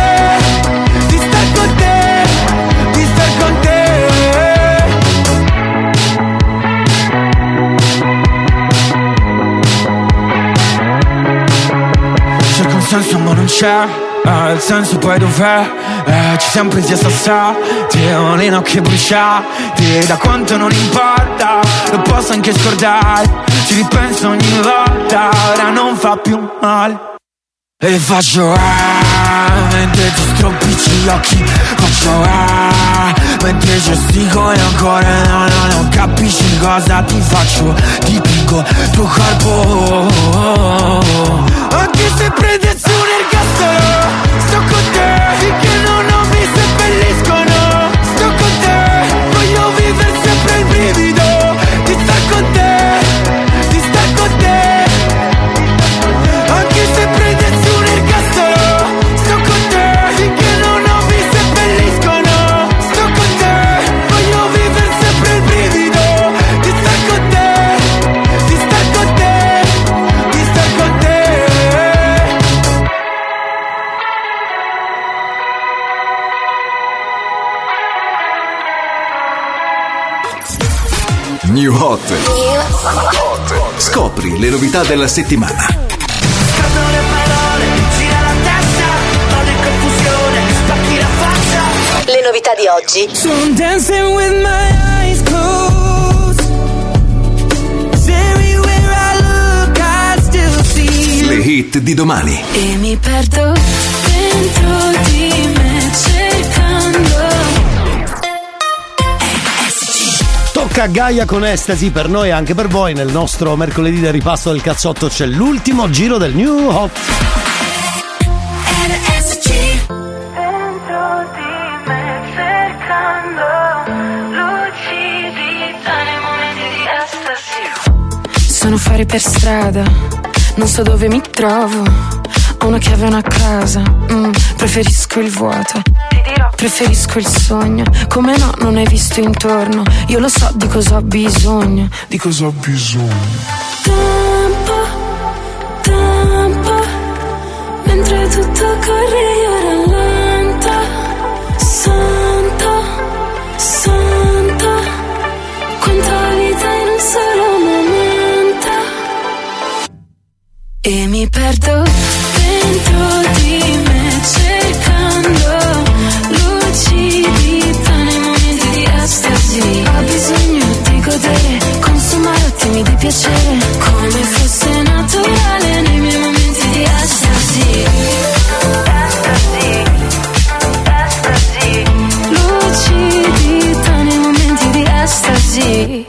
Cerco un senso ma non c'è, il senso poi dov'è? Ci siamo presi a sassati, ho le nocche bruciate. Da quanto non importa, lo posso anche scordare. Ci ripenso ogni volta, ora non fa più male. E faccio mentre ti stropicci gli occhi. Faccio mentre gestico e ancora non capisci cosa ti faccio. Dipingo il tuo corpo, anche se prendessi un ergastolo. Sto con te finché non mi seppelliscono. Sto con te, voglio vivere sempre il brivido di star con te. Anche se prendessi un ergastolo, sto con te finché non mi seppelliscono. Sto con te, voglio vivere sempre il brivido di star con te. New Hot. Scopri le novità della settimana. Scattano le parole, gira la testa, vado in confusione, spacchi la faccia. Le novità di oggi. So I'm dancing with my eyes closed. hit di domani. E mi perdo dentro di me cercando. Tocca a Gaia con Ecstasy, per noi e anche per voi. Nel nostro mercoledì del ripasso del cazzotto c'è l'ultimo giro del New Hot. Sono fuori per strada, non so dove mi trovo. Ho una chiave e una casa, preferisco il vuoto. Preferisco il sogno. Come no, non hai visto intorno. Io lo so di cosa ho bisogno. Di cosa ho bisogno? Tempo, mentre tutto corre io rallento. Santo, quanta vita in un solo momento. E mi perdo dentro di me cercando lucidità nei momenti di estasi. Ho bisogno di godere, consumare attimi di piacere, come fosse naturale nei miei momenti di estasi. Lucidità nei momenti di estasi.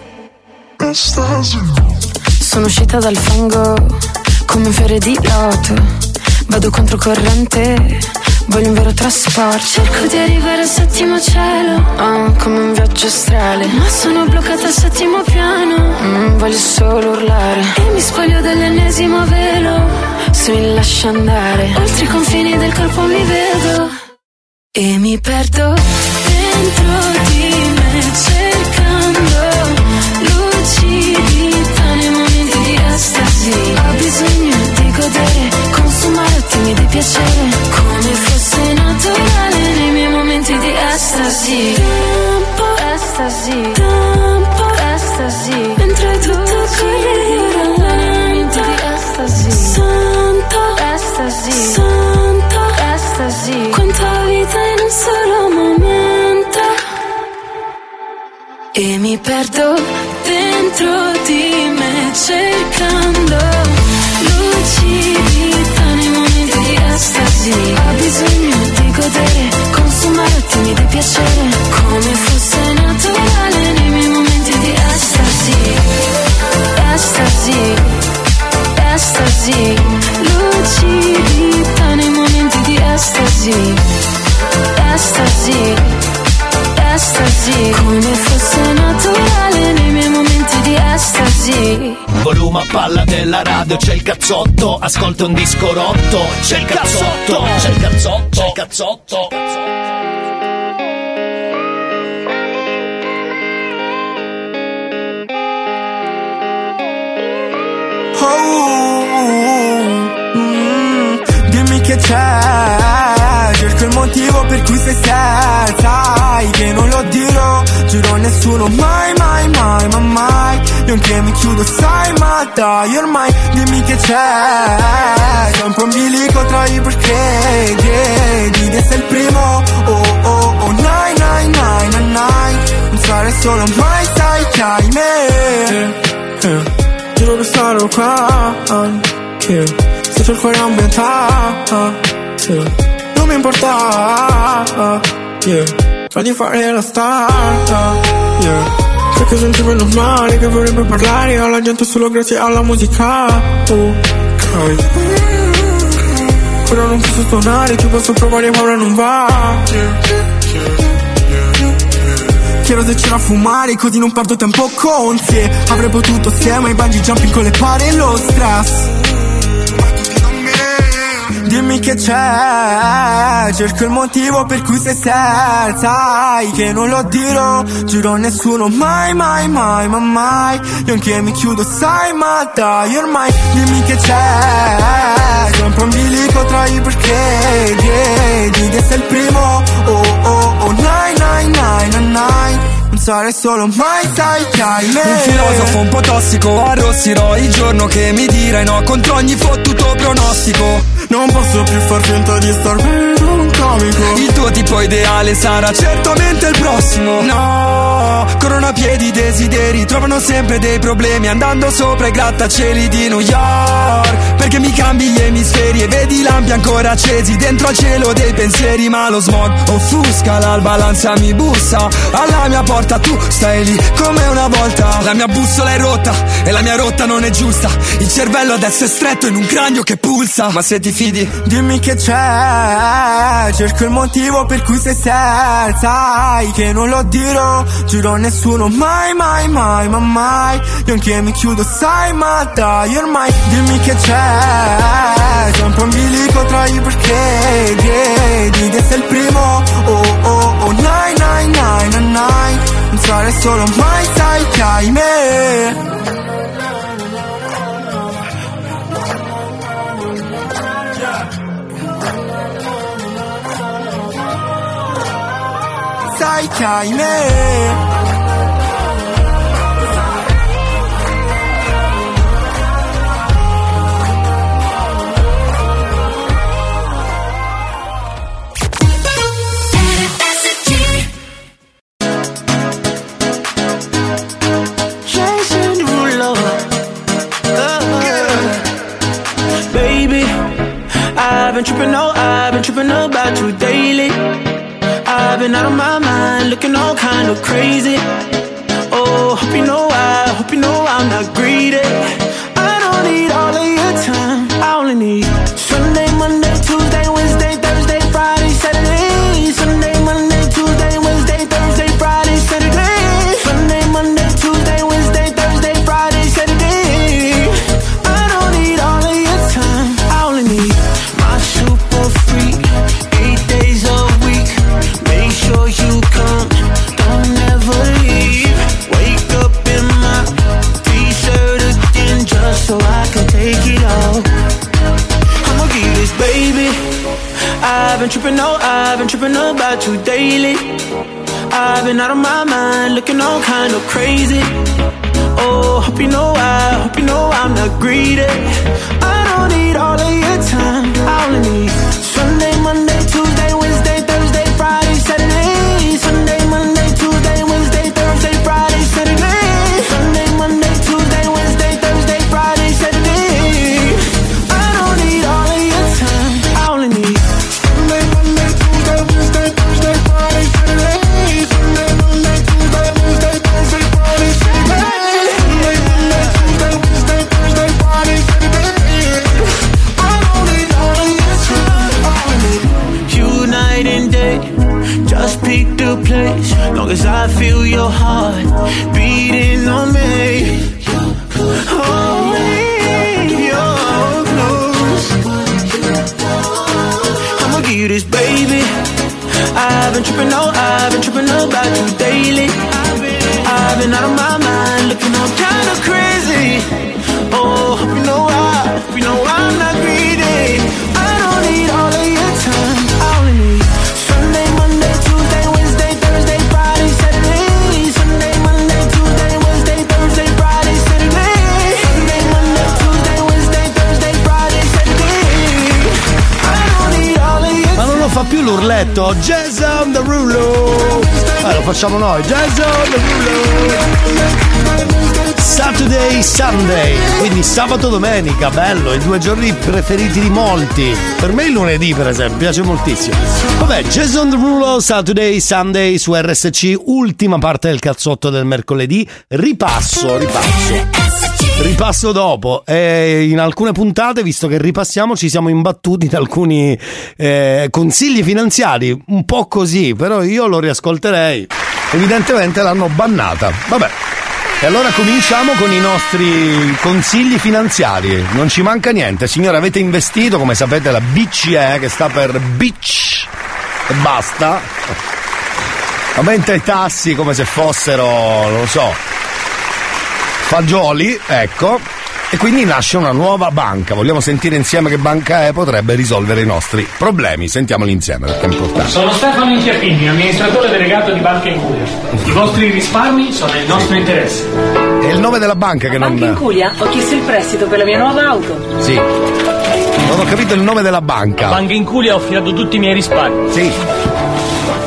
Sono uscita dal fango come un fiore di loto, vado controcorrente, voglio un vero trasporto. Cerco di arrivare al settimo cielo, come un viaggio astrale, ma sono bloccata al settimo piano. Voglio solo urlare e mi spoglio dell'ennesimo velo. Se mi lascia andare oltre i confini del corpo mi vedo. E mi perdo dentro di me cercando lucidità nei momenti di estasi. Ho bisogno di godere, consumare attimi di piacere, come fosse naturale nei miei momenti di estasi. Tempo, estasi, mentre tutto corre io rallento. Santo, estasi, quanta vita in un solo momento. E mi perdo dentro di me cercando lucidità nei momenti di estasi. Ho bisogno di godere, consumare attimi di piacere, come fosse naturale nei miei momenti di estasi. Estasi, lucidità nei momenti di estasi. Estasi, come fosse naturale nei miei momenti di estasi. Volume a palla della radio, c'è il cazzotto, ascolta un disco rotto. C'è il cazzotto, c'è il cazzotto, c'è il cazzotto. Dimmi che c'è, cerco il motivo per cui sei sai che non lo dirò, giuro a nessuno mai, ma mai. Io anche mi chiudo, sai, ma dai ormai. Dimmi che c'è, sempre un bilico tra i perché di te sei il primo, oh, nine, non sarei solo mai, sai che hai me. Giuro che sarò qua, se c'è il cuore ambientato, non mi importa, fa di fare la star, perché sentivo normale che vorrebbe parlare alla gente solo grazie alla musica, ok. Però non posso suonare, ci posso provare ma ora non va. Chiedo se c'era a fumare così non perdo tempo con te. Avrei potuto assieme ai bungee jumping con le pare e lo stress. Dimmi che c'è, cerco il motivo per cui sei sai che non lo dirò, giuro a nessuno mai, ma mai. Io anche mi chiudo, sai, ma dai ormai. Dimmi che c'è, sempre un bilico tra i perché di te sei il primo, oh, nine, non sarei solo mai, sai che hai me. Un filosofo un po' tossico, arrossirò il giorno che mi dirai no contro ogni fottuto pronostico. Non posso più far finta di star bene con un comico. Il tuo tipo tuo ideale sarà certamente il prossimo. No, corrono a piedi i desideri, trovano sempre dei problemi andando sopra i grattacieli di New York. Perché mi cambi gli emisferi e vedi i lampi ancora accesi dentro al cielo dei pensieri. Ma lo smog offusca l'alba, l'ansia mi bussa alla mia porta, tu stai lì come una volta. La mia bussola è rotta e la mia rotta non è giusta. Il cervello adesso è stretto in un cranio che pulsa. Ma se ti fidi, dimmi che c'è, cerco il motivo per cui sei senza. Sai che non lo dirò, giuro a nessuno mai, mai, mai, ma mai. Io anche mi chiudo, sai, ma dai ormai. Dimmi che c'è, sempre un bilico tra i perché di che sei il primo, oh, oh, oh, nine, nine, nine, nine. Non sarei solo mai, sai che hai me. Sai che hai me. I've been tripping about you daily. I've been out of my mind, looking all kind of crazy. Oh, hope you know I'm not greedy. I don't need all of your time, I only need Sunday, Monday, Tuesday, Wednesday, Thursday, Friday, Saturday. Sunday, Monday, Tuesday, Wednesday, Thursday, Friday, Saturday. Sunday, Monday, Tuesday, Wednesday, Thursday, Friday, Saturday. I don't need all of your time, I only need my super freak, 8 days a week. Make sure you come, don't ever leave. Wake up in my t-shirt again just so I can take it off. I'ma give you this, baby. I've been tripping about you daily. I've been out of my mind, looking all kind of crazy. Oh, hope you know I'm not greedy. I don't need all of your time, I only need Sunday, Monday, Tuesday, Wednesday, Thursday, Friday, Saturday. Sunday, Monday, Tuesday, Wednesday, Thursday, Friday, Saturday. Sunday, Monday, Tuesday, Wednesday, Thursday, Friday, Saturday. I don't need all of your time, I only need Sunday, Monday, Tuesday, Wednesday, Thursday, Friday, Saturday. Sunday, Monday, Tuesday, Wednesday, Thursday, Friday, Saturday. Sunday, Monday, Tuesday, Wednesday, Thursday, Friday, Saturday. I don't need all of your time, I only need you night and day. Just pick the place, long as I feel your heart beating on me. Hold me, you're close. I'ma give you this, baby. I've been tripping about you daily. I've been out of my mind, looking all kind of crazy. Oh, hope you know I'm not greedy. I don't need all of your time, I only need Sunday, Monday, Tuesday, Wednesday, Thursday, Friday, Saturday. Sunday, Monday, Tuesday, Wednesday, Thursday, Friday, Saturday. Sunday, Monday, Tuesday, Wednesday, Thursday, Friday, Saturday. I don't need all of your time. Ma non lo fa più l'urletto? Jazz on the Rulo. Lo facciamo noi. Jazz on the Rulo. Saturday, Sunday, quindi sabato, domenica, bello, i 2 giorni preferiti di molti. Per me il lunedì, per esempio, piace moltissimo. Vabbè, Jason Derulo, Saturday, Sunday su RSC, ultima parte del cazzotto del mercoledì. Ripasso dopo. In alcune puntate, visto che ripassiamo, ci siamo imbattuti in alcuni consigli finanziari, un po' così, però io lo riascolterei. Evidentemente l'hanno bannata. Vabbè. E allora cominciamo con i nostri consigli finanziari. Non ci manca niente, signore, avete investito, come sapete, la BCE, che sta per Beach e basta. Aumenta i tassi come se fossero, non lo so, fagioli, ecco. E quindi nasce una nuova banca. Vogliamo sentire insieme che banca è? Potrebbe risolvere i nostri problemi. Sentiamoli insieme, perché è importante. Sono Stefano Inchiappini, amministratore delegato di Banca Incuria. I vostri risparmi sono il nostro interesse. È il nome della banca che Banca Incuria, ho chiesto il prestito per la mia nuova auto. Sì. Non ho capito il nome della banca. Banca Incuria, ho affidato tutti i miei risparmi. Sì.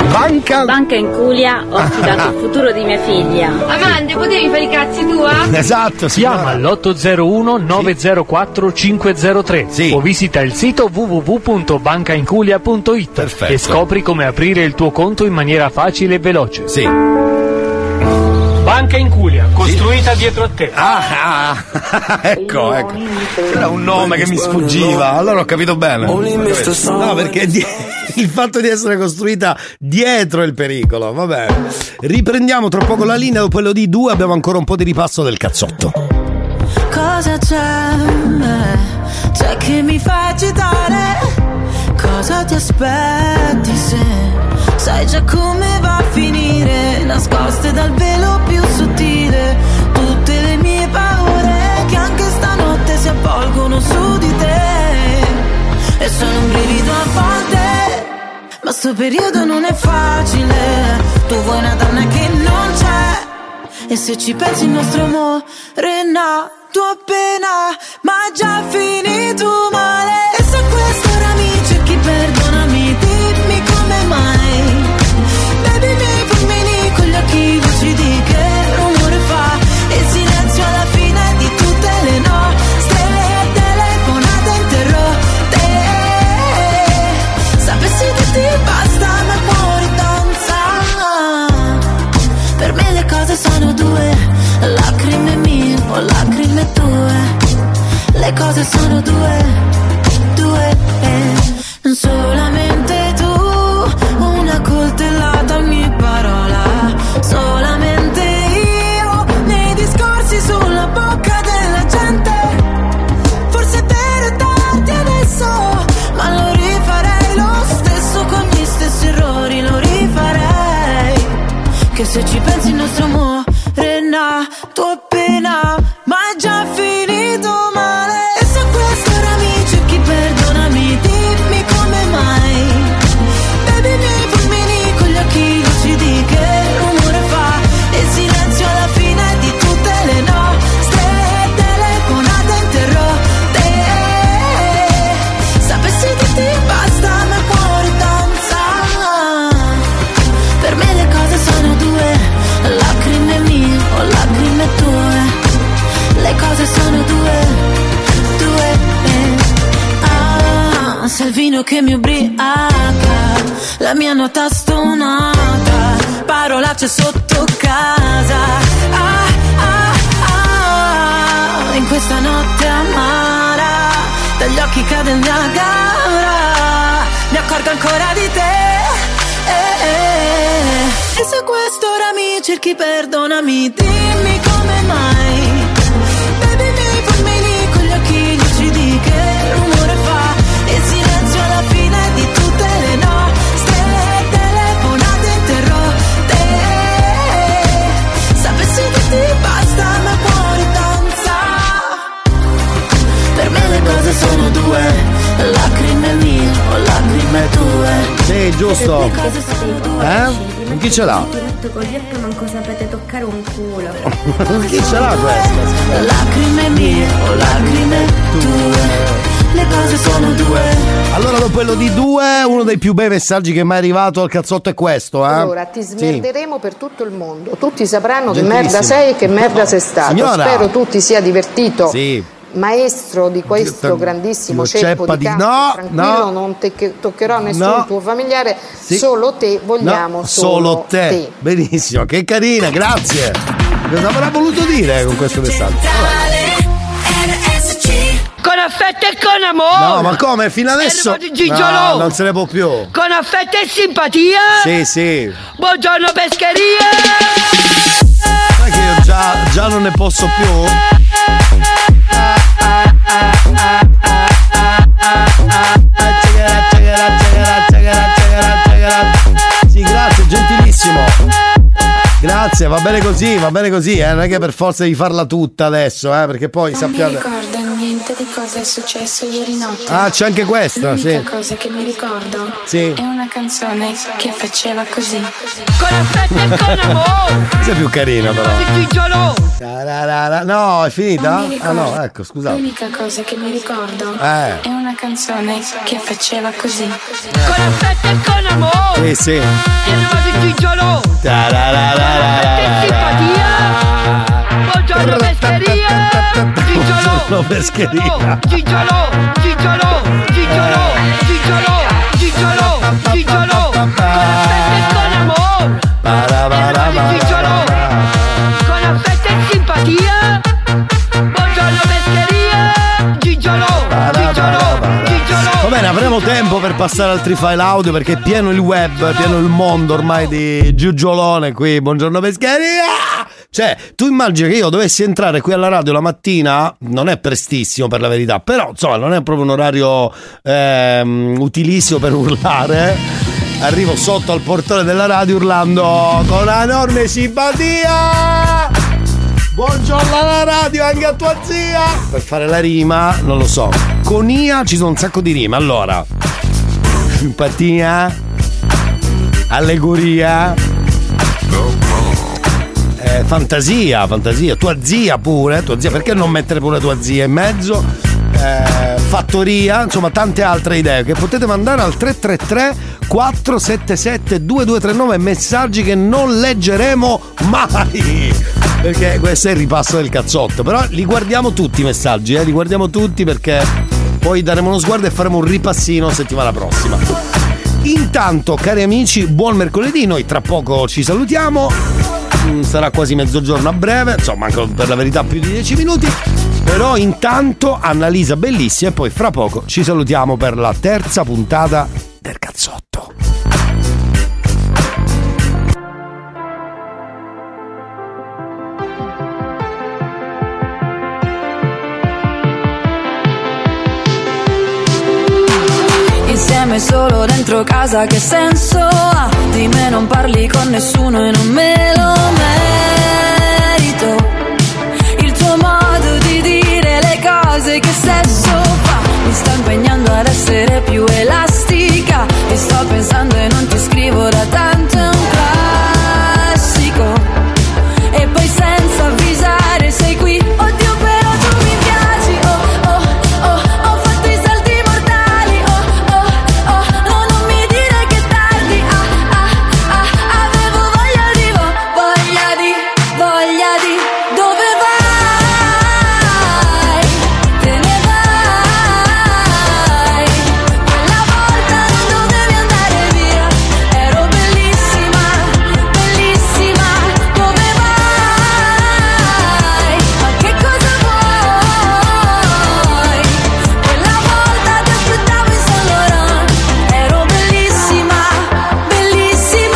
Banca in Culia, ho affidato il futuro di mia figlia. Amanda, potevi fare i cazzi tua? Esatto, sì. Chiama all'801 904 503 o visita il sito www.bancainculia.it. Perfetto. E scopri come aprire il tuo conto in maniera facile e veloce. Sì. Banca in Culia, costruita dietro a te. Ecco. Era un nome che mi sfuggiva. Allora ho capito bene. No, perché il fatto di essere costruita dietro il pericolo. Vabbè. Riprendiamo tra poco la linea. Dopo quello di 2 abbiamo ancora un po' di ripasso del cazzotto. Cosa c'è? C'è che mi fa agitare? Cosa ti aspetti se sai già come va a finire? Nascoste dal velo più sottile tutte le mie paure che anche stanotte si avvolgono su di te. E sono un brivido a volte, ma sto periodo non è facile. Tu vuoi una donna che non c'è, e se ci pensi il nostro amore è nato appena, ma già finito male. E se questo ora mi cerchi, perdonami, dimmi come mai. Baby, i miei fulmini con gli occhi lucidi, che rumore fa il silenzio alla fine di tutte le nostre telefonate interrotte. Sapessi che ti basta, ma il cuore danza. Per me le cose sono due, lacrime mie o lacrime tue. Le cose sono due, solamente tu, una coltellata ogni parola, solamente io, nei discorsi sulla bocca della gente. Forse è vero tardi adesso, ma lo rifarei lo stesso con gli stessi errori, lo rifarei. Che se ci pensi il nostro amore è nato appena, ma è già finito male. E se questo ora mi cerchi, perdonami, dimmi come mai. Baby, i miei fulmini con gli occhi lucidi, che rumore fa il silenzio alla fine di tutte le nostre telefonate interrotte. Sapessi che ti basta, ma il cuore danza. Per me le cose sono due, lacrime mie o lacrime tue. Le cose sono due. Se il vino che mi ubriaca, la mia nota stonata, parolacce sotto casa. In questa notte amara, dagli occhi cade il Niagara, mi accorgo ancora di te. E se questo ora mi cerchi, perdonami, dimmi come mai. Baby, i miei fulmini con gli occhi lucidi, che rumore fa il silenzio alla fine di tutte le nostre telefonate interrotte. Sapessi che ti basta, ma il cuore danza. Per me le cose sono due, lacrime mie o lacrime tue. Sì, giusto. Chi ce l'ha? Con gli occhi manco sapete toccare un culo. Chi ce l'ha questa? Lacrime mie o lacrime tue. Le cose sono due. Allora, dopo quello di 2, uno dei più bei messaggi che è mai arrivato al cazzotto è questo, Allora, ti smerderemo per tutto il mondo. Tutti sapranno che merda sei e che merda sei stato. Signora. Spero tu ti sia divertito. Sì. Maestro di questo grandissimo ceppo di cazzo, tranquillo, non toccherò nessun tuo familiare, solo te vogliamo, solo te. Benissimo, che carina, grazie. Cosa avrà voluto dire con questo messaggio? Con affetto e con amore. No, ma come? Fino adesso no, non se ne può più. Con affetto e simpatia. Sì. Buongiorno pescheria. Sai che io già non ne posso più. Sì, grazie, gentilissimo. Grazie, va bene così, non è che per forza devi farla tutta adesso, perché poi sappiamo. Non mi ricordo niente di cosa è successo ieri notte. Ah, c'è anche questa, L'unica cosa che mi ricordo è una canzone che faceva così. Con affetto e con amore. Sei più carina però. No, è finita? Ah no, ecco, scusate. L'unica cosa che mi ricordo è una canzone che faceva così. Con affetto e con amore. Sì, sì. Chiedeva di Gigiolo. Simpatia. Buongiorno pescheria. Buongiorno pescheria. Gigiolo. Con affetto e con amore. Gigiolo. Con affetto e simpatia. Buongiorno pescheria. Gigiolo. Va bene, avremo tempo per passare altri file audio perché è pieno il web, è pieno il mondo ormai di Giugiolone qui. Buongiorno pescheria. Cioè, tu immagini che io dovessi entrare qui alla radio la mattina, non è prestissimo per la verità, però insomma non è proprio un orario utilissimo per urlare. Arrivo sotto al portone della radio urlando con una enorme simpatia. Buongiorno alla radio, anche a tua zia. Per fare la rima, non lo so. Con Ia ci sono un sacco di rime. Allora, simpatia, allegoria, fantasia, tua zia pure, perché non mettere pure tua zia in mezzo? Fattoria, insomma tante altre idee che potete mandare al 333 477 2239, messaggi che non leggeremo mai perché questo è il ripasso del cazzotto, però li guardiamo tutti i messaggi, li guardiamo tutti perché poi daremo uno sguardo e faremo un ripassino settimana prossima. Intanto, cari amici, buon mercoledì, noi tra poco ci salutiamo, sarà quasi mezzogiorno a breve, insomma manca per la verità più di 10 minuti, però intanto Annalisa bellissima e poi fra poco ci salutiamo per la terza puntata del cazzotto. Insieme solo dentro casa che senso ha? Di me non parli con nessuno e non me lo merito. Il tuo modo di dire le cose che sesso fa mi sta impegnando ad essere più elastica. Ti sto pensando e non ti scrivo da tanto, è un classico. E poi senza avvisare sei qui. Oddio però tu mi piaci, oh oh oh. Ho fatto i salti mortali, oh oh oh. No, non mi dire che tardi, ah ah ah. Avevo voglia di dove vai? Te ne vai. Quella volta non dovevi andare via. Ero bellissima, bellissima. Dove vai? Ma che cosa vuoi? Quella volta ti aspettavo in Saint Laurent. Ero bellissima, bellissima.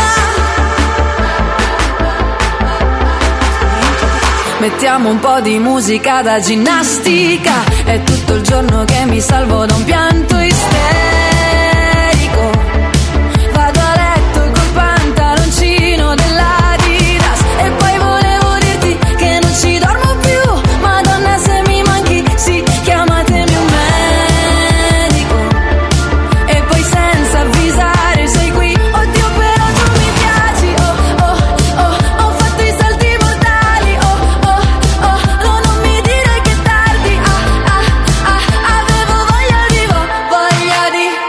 Mettiamo un po' di musica da ginnastica. È tutto il giorno che mi salvo da un pianto isterico. Vado a letto col pantaloncino dell'Adidas. E poi volevo dirti che non ci dormo più. Madonna se mi manchi, sì, chiamatemi un medico. E poi senza avvisare sei qui. Oddio però tu mi piaci, oh oh oh. Ho fatto i salti mortali, oh oh oh. No, non mi dire che tardi, ah ah ah. Avevo voglia di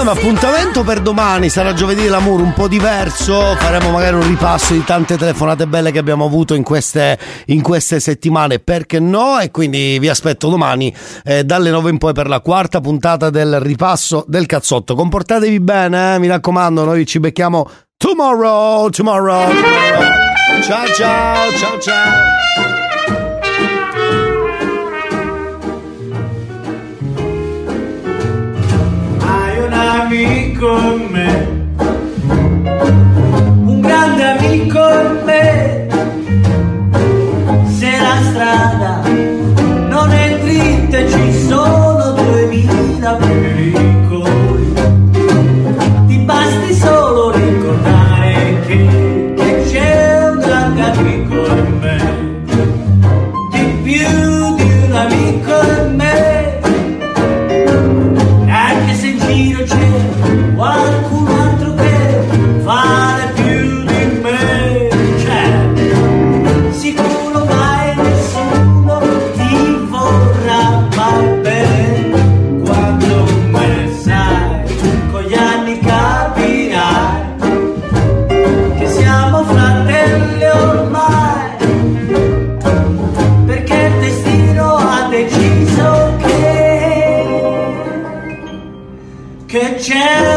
Insomma, appuntamento per domani, sarà giovedì dell'amore un po' diverso, faremo magari un ripasso di tante telefonate belle che abbiamo avuto in queste settimane, perché no? E quindi vi aspetto domani dalle 9 in poi per la quarta puntata del ripasso del cazzotto. Comportatevi bene, mi raccomando, noi ci becchiamo tomorrow. Ciao. Hai un amico in me, un grande amico in me. Se la strada non è dritta e ci sono 2000 pericoli, ti basti solo ricordare che c'è un grande amico in me, di più di un amico in me. Anche se in giro c'è qualcun altro che vale più di me, sicuro mai nessuno ti vorrà mal bene. Quando me ne sai, con gli anni capirai che siamo fratelli ormai, perché il destino ha deciso che c'è